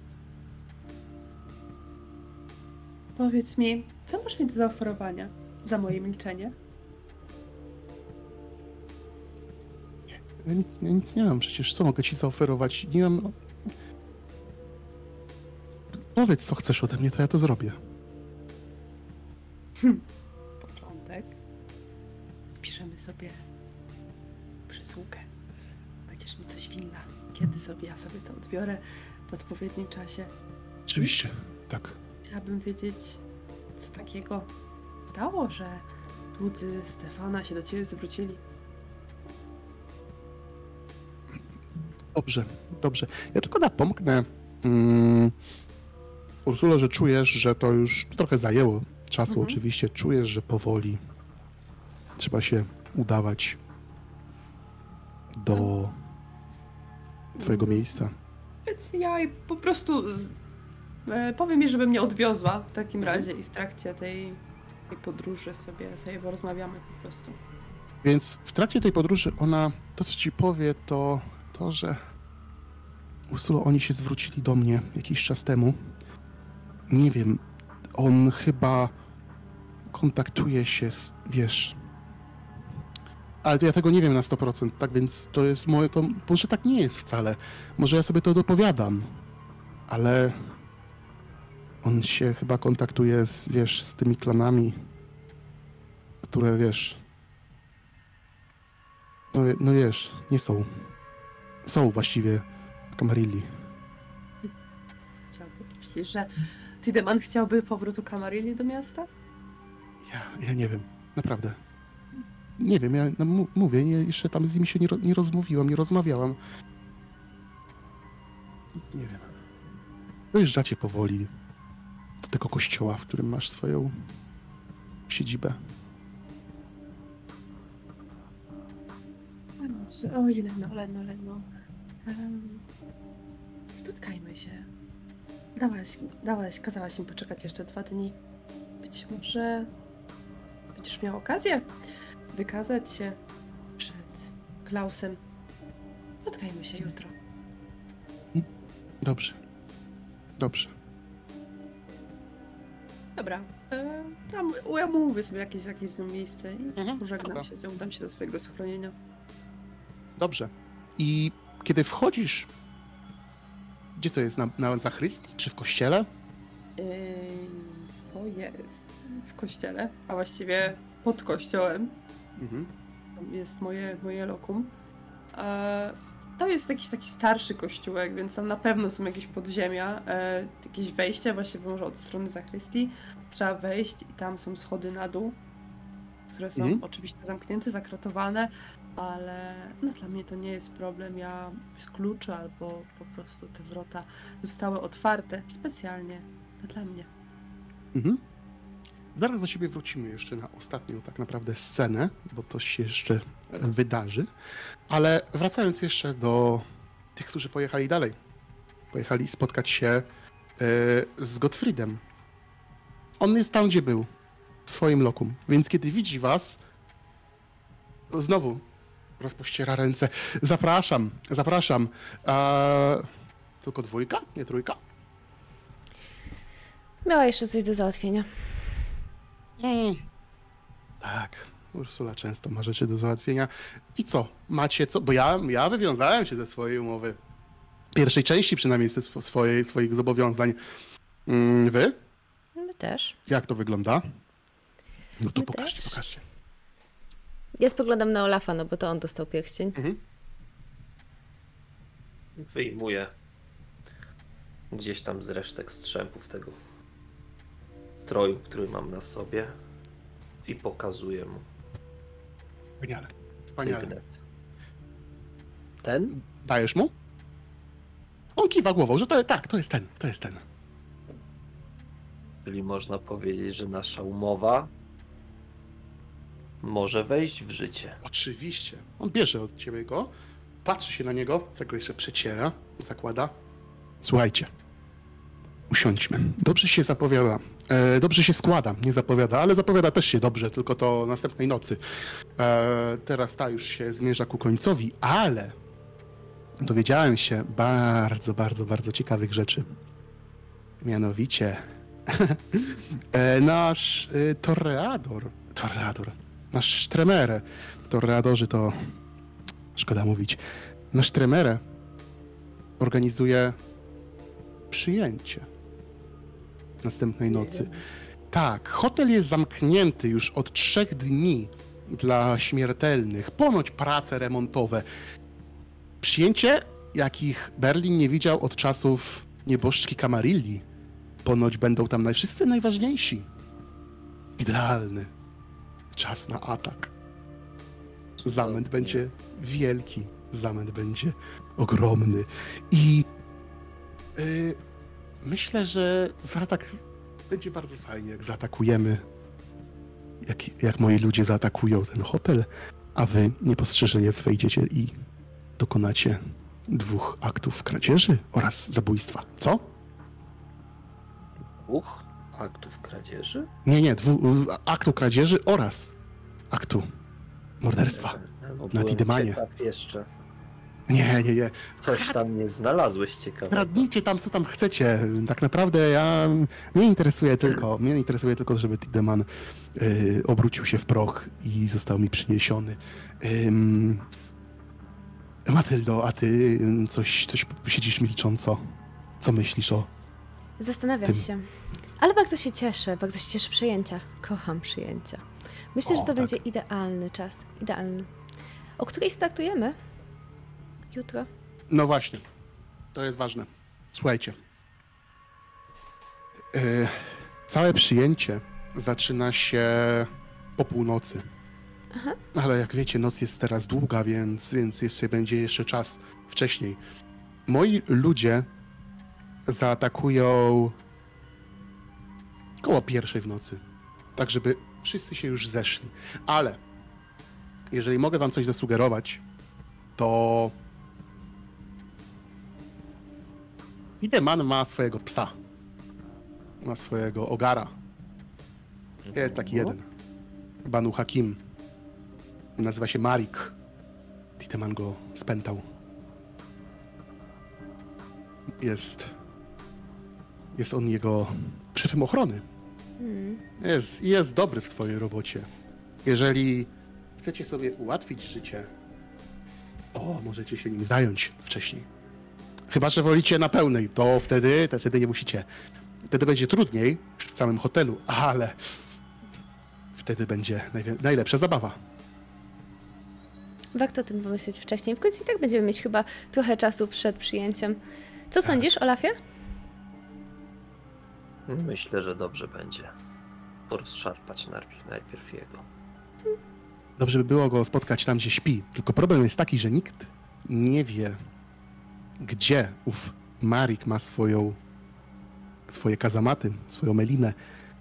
Powiedz mi, co masz mi do zaoferowania za moje milczenie? Ja nic, ja nic nie mam, przecież co mogę ci zaoferować? Nie mam... Powiedz, co chcesz ode mnie, to ja to zrobię. Początek. Spiszemy sobie przysługę. Będziesz mi coś winna. Kiedy sobie ja sobie to odbiorę w odpowiednim czasie. Oczywiście, tak. Chciałabym wiedzieć, co takiego stało, że dłudzy Stefana się do ciebie zwrócili. Dobrze, dobrze. Ja tylko napomknę, mm, Ursulo, że czujesz, że to już trochę zajęło czasu, Mhm. oczywiście. Czujesz, że powoli trzeba się udawać do twojego Mhm. miejsca. Więc ja jej po prostu z- e, powiem jej, żeby mnie odwiozła w takim Mhm. razie i w trakcie tej, tej podróży sobie, sobie porozmawiamy po prostu. Więc w trakcie tej podróży ona, to co ci powie, to to, że Ursulo, oni się zwrócili do mnie jakiś czas temu. Nie wiem, on chyba kontaktuje się z, wiesz... Ale to ja tego nie wiem na sto procent, tak więc to jest moje, to może tak nie jest wcale. Może ja sobie to dopowiadam, ale on się chyba kontaktuje z, wiesz, z tymi klanami, które, wiesz, no, no wiesz, nie są, są właściwie w Camarilli. Chciałby. Myślisz, że Tideman chciałby powrotu Camarilli do miasta? Ja, ja nie wiem, naprawdę. Nie wiem, ja no, mu- mówię, nie, jeszcze tam z nim się nie, ro, nie rozmówiłam, nie rozmawiałam. Nie wiem. Dojeżdżacie powoli do tego kościoła, w którym masz swoją siedzibę. O, Leno, Leno, Leno. Um, spotkajmy się. Dałaś, dałaś, kazałaś mi poczekać jeszcze dwa dni. Być może będziesz miał okazję wykazać się przed Klausem. Spotkajmy się jutro. Dobrze. Dobrze. Dobra. E, tam ja mówię sobie jakieś, jakieś z nią miejsce i Mhm, pożegnam dobra. się z nią, dam się do swojego schronienia. Dobrze. I kiedy wchodzisz, gdzie to jest? Na, na zachrystii? Czy w kościele? Yy, to jest w kościele, a właściwie pod kościołem. Mhm. Tam jest moje, moje lokum. E, to jest jakiś taki starszy kościółek, więc tam na pewno są jakieś podziemia, e, jakieś wejścia, właśnie może od strony zachrystii. Trzeba wejść i tam są schody na dół, które są Mhm. oczywiście zamknięte, zakratowane, ale no, dla mnie to nie jest problem. Ja z klucza albo po prostu te wrota zostały otwarte specjalnie dla mnie. Mhm. Zaraz do siebie wrócimy jeszcze na ostatnią tak naprawdę scenę, bo to się jeszcze wydarzy. Ale wracając jeszcze do tych, którzy pojechali dalej. Pojechali spotkać się e, z Gottfriedem. On jest tam, gdzie był, w swoim lokum. Więc kiedy widzi was, to znowu rozpościera ręce. Zapraszam, zapraszam. E, tylko dwójka, nie trójka? Miała jeszcze coś do załatwienia. Mm. Tak, Ursula często ma rzeczy do załatwienia. I co? Macie co? Bo ja, ja wywiązałem się ze swojej umowy. Pierwszej części przynajmniej ze swo- swojej, swoich zobowiązań. Mm, wy? My Też. Jak to wygląda? No to My pokażcie, też. pokażcie. Ja spoglądam na Olafa, no bo to on dostał pierścień. Mhm. Wyjmuję gdzieś tam z resztek strzępów tego stroju, który mam na sobie i pokazuję mu Wspaniale. Wspaniale. sygnet. Ten? Dajesz mu? On kiwa głową, że to tak, to jest ten, to jest ten. Czyli można powiedzieć, że nasza umowa może wejść w życie. Oczywiście. On bierze od ciebie go, patrzy się na niego, tego jeszcze przeciera, zakłada. Słuchajcie, usiądźmy. Dobrze się zapowiada. E, dobrze się składa, nie zapowiada, ale zapowiada też się dobrze, tylko to następnej nocy. E, teraz ta już się zmierza ku końcowi, ale dowiedziałem się bardzo, bardzo, bardzo ciekawych rzeczy. Mianowicie e, nasz e, Torreador, Torreador, nasz Tremere, Torreadorzy to szkoda mówić, nasz Tremere organizuje przyjęcie następnej nocy. Tak, hotel jest zamknięty już od trzech dni dla śmiertelnych. Ponoć prace remontowe. Przyjęcie, jakich Berlin nie widział od czasów nieboszczki Camarilli. Ponoć będą tam naj- wszyscy najważniejsi. Idealny czas na atak. Zamęt będzie wielki. Zamęt będzie ogromny. I yy, myślę, że zaatak będzie bardzo fajnie, jak zaatakujemy. Jak, jak moi ludzie zaatakują ten hotel, a wy niepostrzeżenie wejdziecie i dokonacie dwóch aktów kradzieży oraz zabójstwa. Co? Dwóch aktów kradzieży? Nie, nie, dwu, aktu kradzieży oraz aktu morderstwa. No, Na byłem Tidemanie. ciekaw jeszcze. Nie, nie, nie. Coś tam nie znalazłeś ciekawego. Kradnijcie tam, co tam chcecie. Tak naprawdę ja... Mnie interesuje tylko, mnie interesuje tylko, żeby Tideman y, obrócił się w proch i został mi przyniesiony. Ym... Matyldo, a ty coś, coś siedzisz milcząco. Co myślisz o... Zastanawiam Tym. się. Ale bardzo się cieszę, bardzo się cieszę przyjęcia. Kocham przyjęcia. Myślę, O, że to tak. będzie idealny czas. Idealny. O której startujemy? Jutro. No właśnie, to jest ważne. Słuchajcie. Yy, całe przyjęcie zaczyna się po północy. Aha. Ale jak wiecie, noc jest teraz długa, więc, więc jeszcze będzie jeszcze czas wcześniej. Moi ludzie zaatakują koło pierwszej w nocy. Tak, żeby wszyscy się już zeszli. Ale jeżeli mogę wam coś zasugerować, to Tideman ma swojego psa. Ma swojego ogara. Jest taki jeden. Banu Hakim. Nazywa się Marik. Tideman go spętał. Jest... Jest on jego szefem ochrony. Hmm. Jest, jest dobry w swojej robocie. Jeżeli chcecie sobie ułatwić życie, o, możecie się nim zająć wcześniej. Chyba że wolicie na pełnej, to wtedy, to wtedy nie musicie. Wtedy będzie trudniej w całym hotelu, ale wtedy będzie najwie- najlepsza zabawa. Warto o tym pomyśleć wcześniej. W końcu i tak będziemy mieć chyba trochę czasu przed przyjęciem. Co sądzisz, Olafie? Myślę, że dobrze będzie porozszarpać najpierw, najpierw jego. Dobrze by było go spotkać tam, gdzie śpi. Tylko problem jest taki, że nikt nie wie, gdzie ów Marik ma swoją, swoje kazamaty, swoją melinę.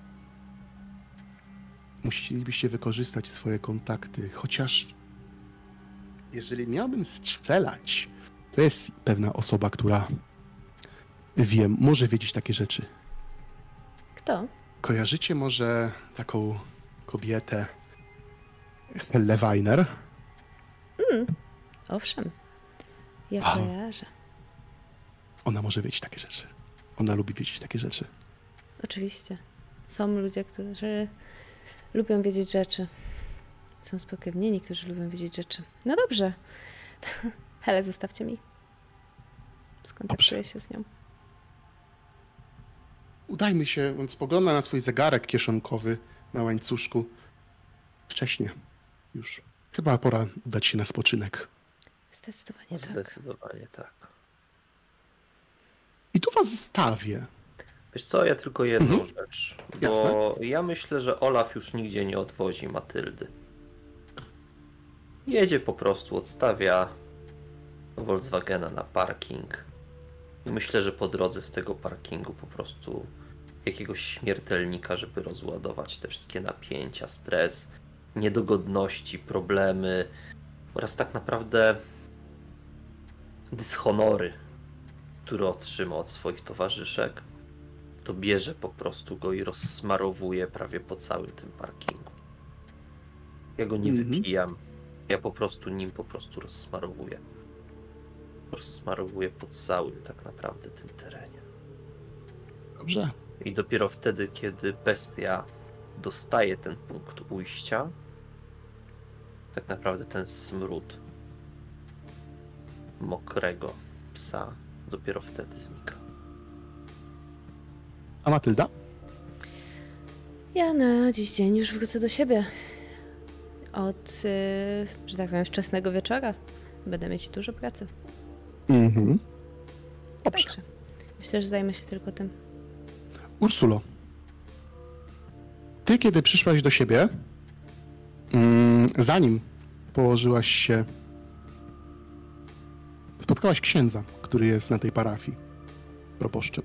Musielibyście wykorzystać swoje kontakty, chociaż jeżeli miałbym strzelać, to jest pewna osoba, która wie, może wiedzieć takie rzeczy. Kto? Kojarzycie może taką kobietę Helle Weiner? Owszem. Ja A. kojarzę. Ona może wiedzieć takie rzeczy. Ona lubi wiedzieć takie rzeczy. Oczywiście. Są ludzie, którzy lubią wiedzieć rzeczy. Są spokrewnieni, którzy lubią wiedzieć rzeczy. No dobrze. Hele, zostawcie mi. Skontaktuję Dobrze. się z nią. udajmy się, on spogląda na swój zegarek kieszonkowy na łańcuszku. Wcześnie już. Chyba pora udać się na spoczynek. Zdecydowanie tak. Zdecydowanie tak. I tu was zostawię. Wiesz co, ja tylko jedną Mhm. rzecz. Jasne. Bo ja myślę, że Olaf już nigdzie nie odwozi Matyldy. Jedzie po prostu, odstawia Volkswagena na parking. I myślę, że po drodze z tego parkingu po prostu jakiegoś śmiertelnika, żeby rozładować te wszystkie napięcia, stres, niedogodności, problemy oraz tak naprawdę dyshonory, które otrzyma od swoich towarzyszek, to bierze po prostu go i rozsmarowuje prawie po całym tym parkingu. Ja go nie Mhm. wypijam, ja po prostu nim po prostu rozsmarowuję. Rozsmarowuję po całym tak naprawdę tym terenie. Dobrze. I dopiero wtedy, kiedy bestia dostaje ten punkt ujścia, tak naprawdę ten smród mokrego psa dopiero wtedy znika. A Matylda? Ja na dziś dzień już wrócę do siebie. Od, y, że tak powiem, wczesnego wieczora będę mieć dużo pracy. Mhm. Dobrze. Także myślę, że zajmę się tylko tym. Ursulo, ty kiedy przyszłaś do siebie, mm, zanim położyłaś się, spotkałaś księdza, który jest na tej parafii, proboszczem.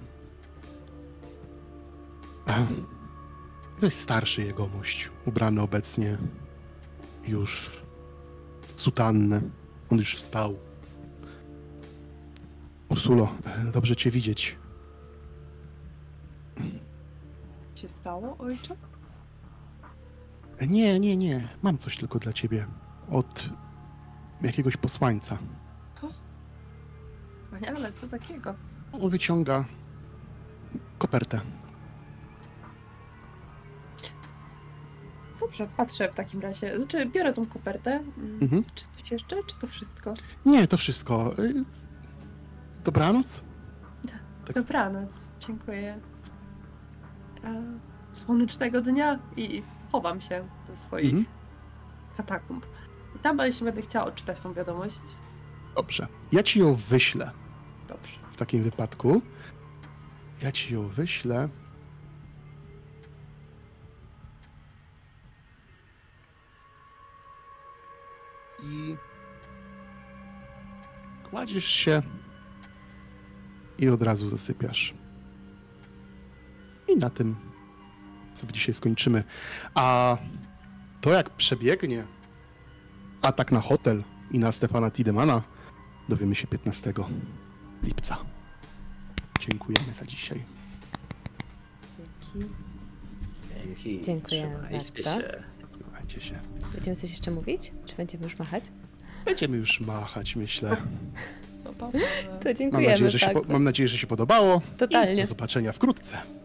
Ehm, To jest starszy jegomość, ubrany obecnie już w sutannę. On już wstał. Ursulo, e, dobrze cię widzieć. Co się stało, ojcze? Nie, nie, nie. Mam coś tylko dla ciebie. Od jakiegoś posłańca. Wspaniale, co takiego? On wyciąga kopertę. Dobrze, patrzę w takim razie. Znaczy, biorę tą kopertę. Mm, Mhm. Czy coś jeszcze, czy to wszystko? Nie, to wszystko. Y, Dobranoc? Tak. Dobranoc, dziękuję. E, słonecznego dnia i chowam się do swoich Mhm. katakumb. I tam, jeśli będę chciała odczytać tą wiadomość, Dobrze. Ja ci ją wyślę dobrze. w takim wypadku. Ja ci ją wyślę. I kładziesz się i od razu zasypiasz. I na tym sobie dzisiaj skończymy. A to jak przebiegnie atak na hotel i na Stefana Tidemana, dowiemy się piętnastego lipca. Dziękujemy za dzisiaj. Dzięki. Dzięki. Dziękujemy Trzymajcie bardzo. się. Trzymajcie się. Będziemy coś jeszcze mówić? Czy będziemy już machać? Będziemy już machać, myślę. No, pa, pa. To Mam dziękujemy nadzieję, że się, po, bardzo. mam nadzieję, że się podobało. Totalnie. Do zobaczenia wkrótce.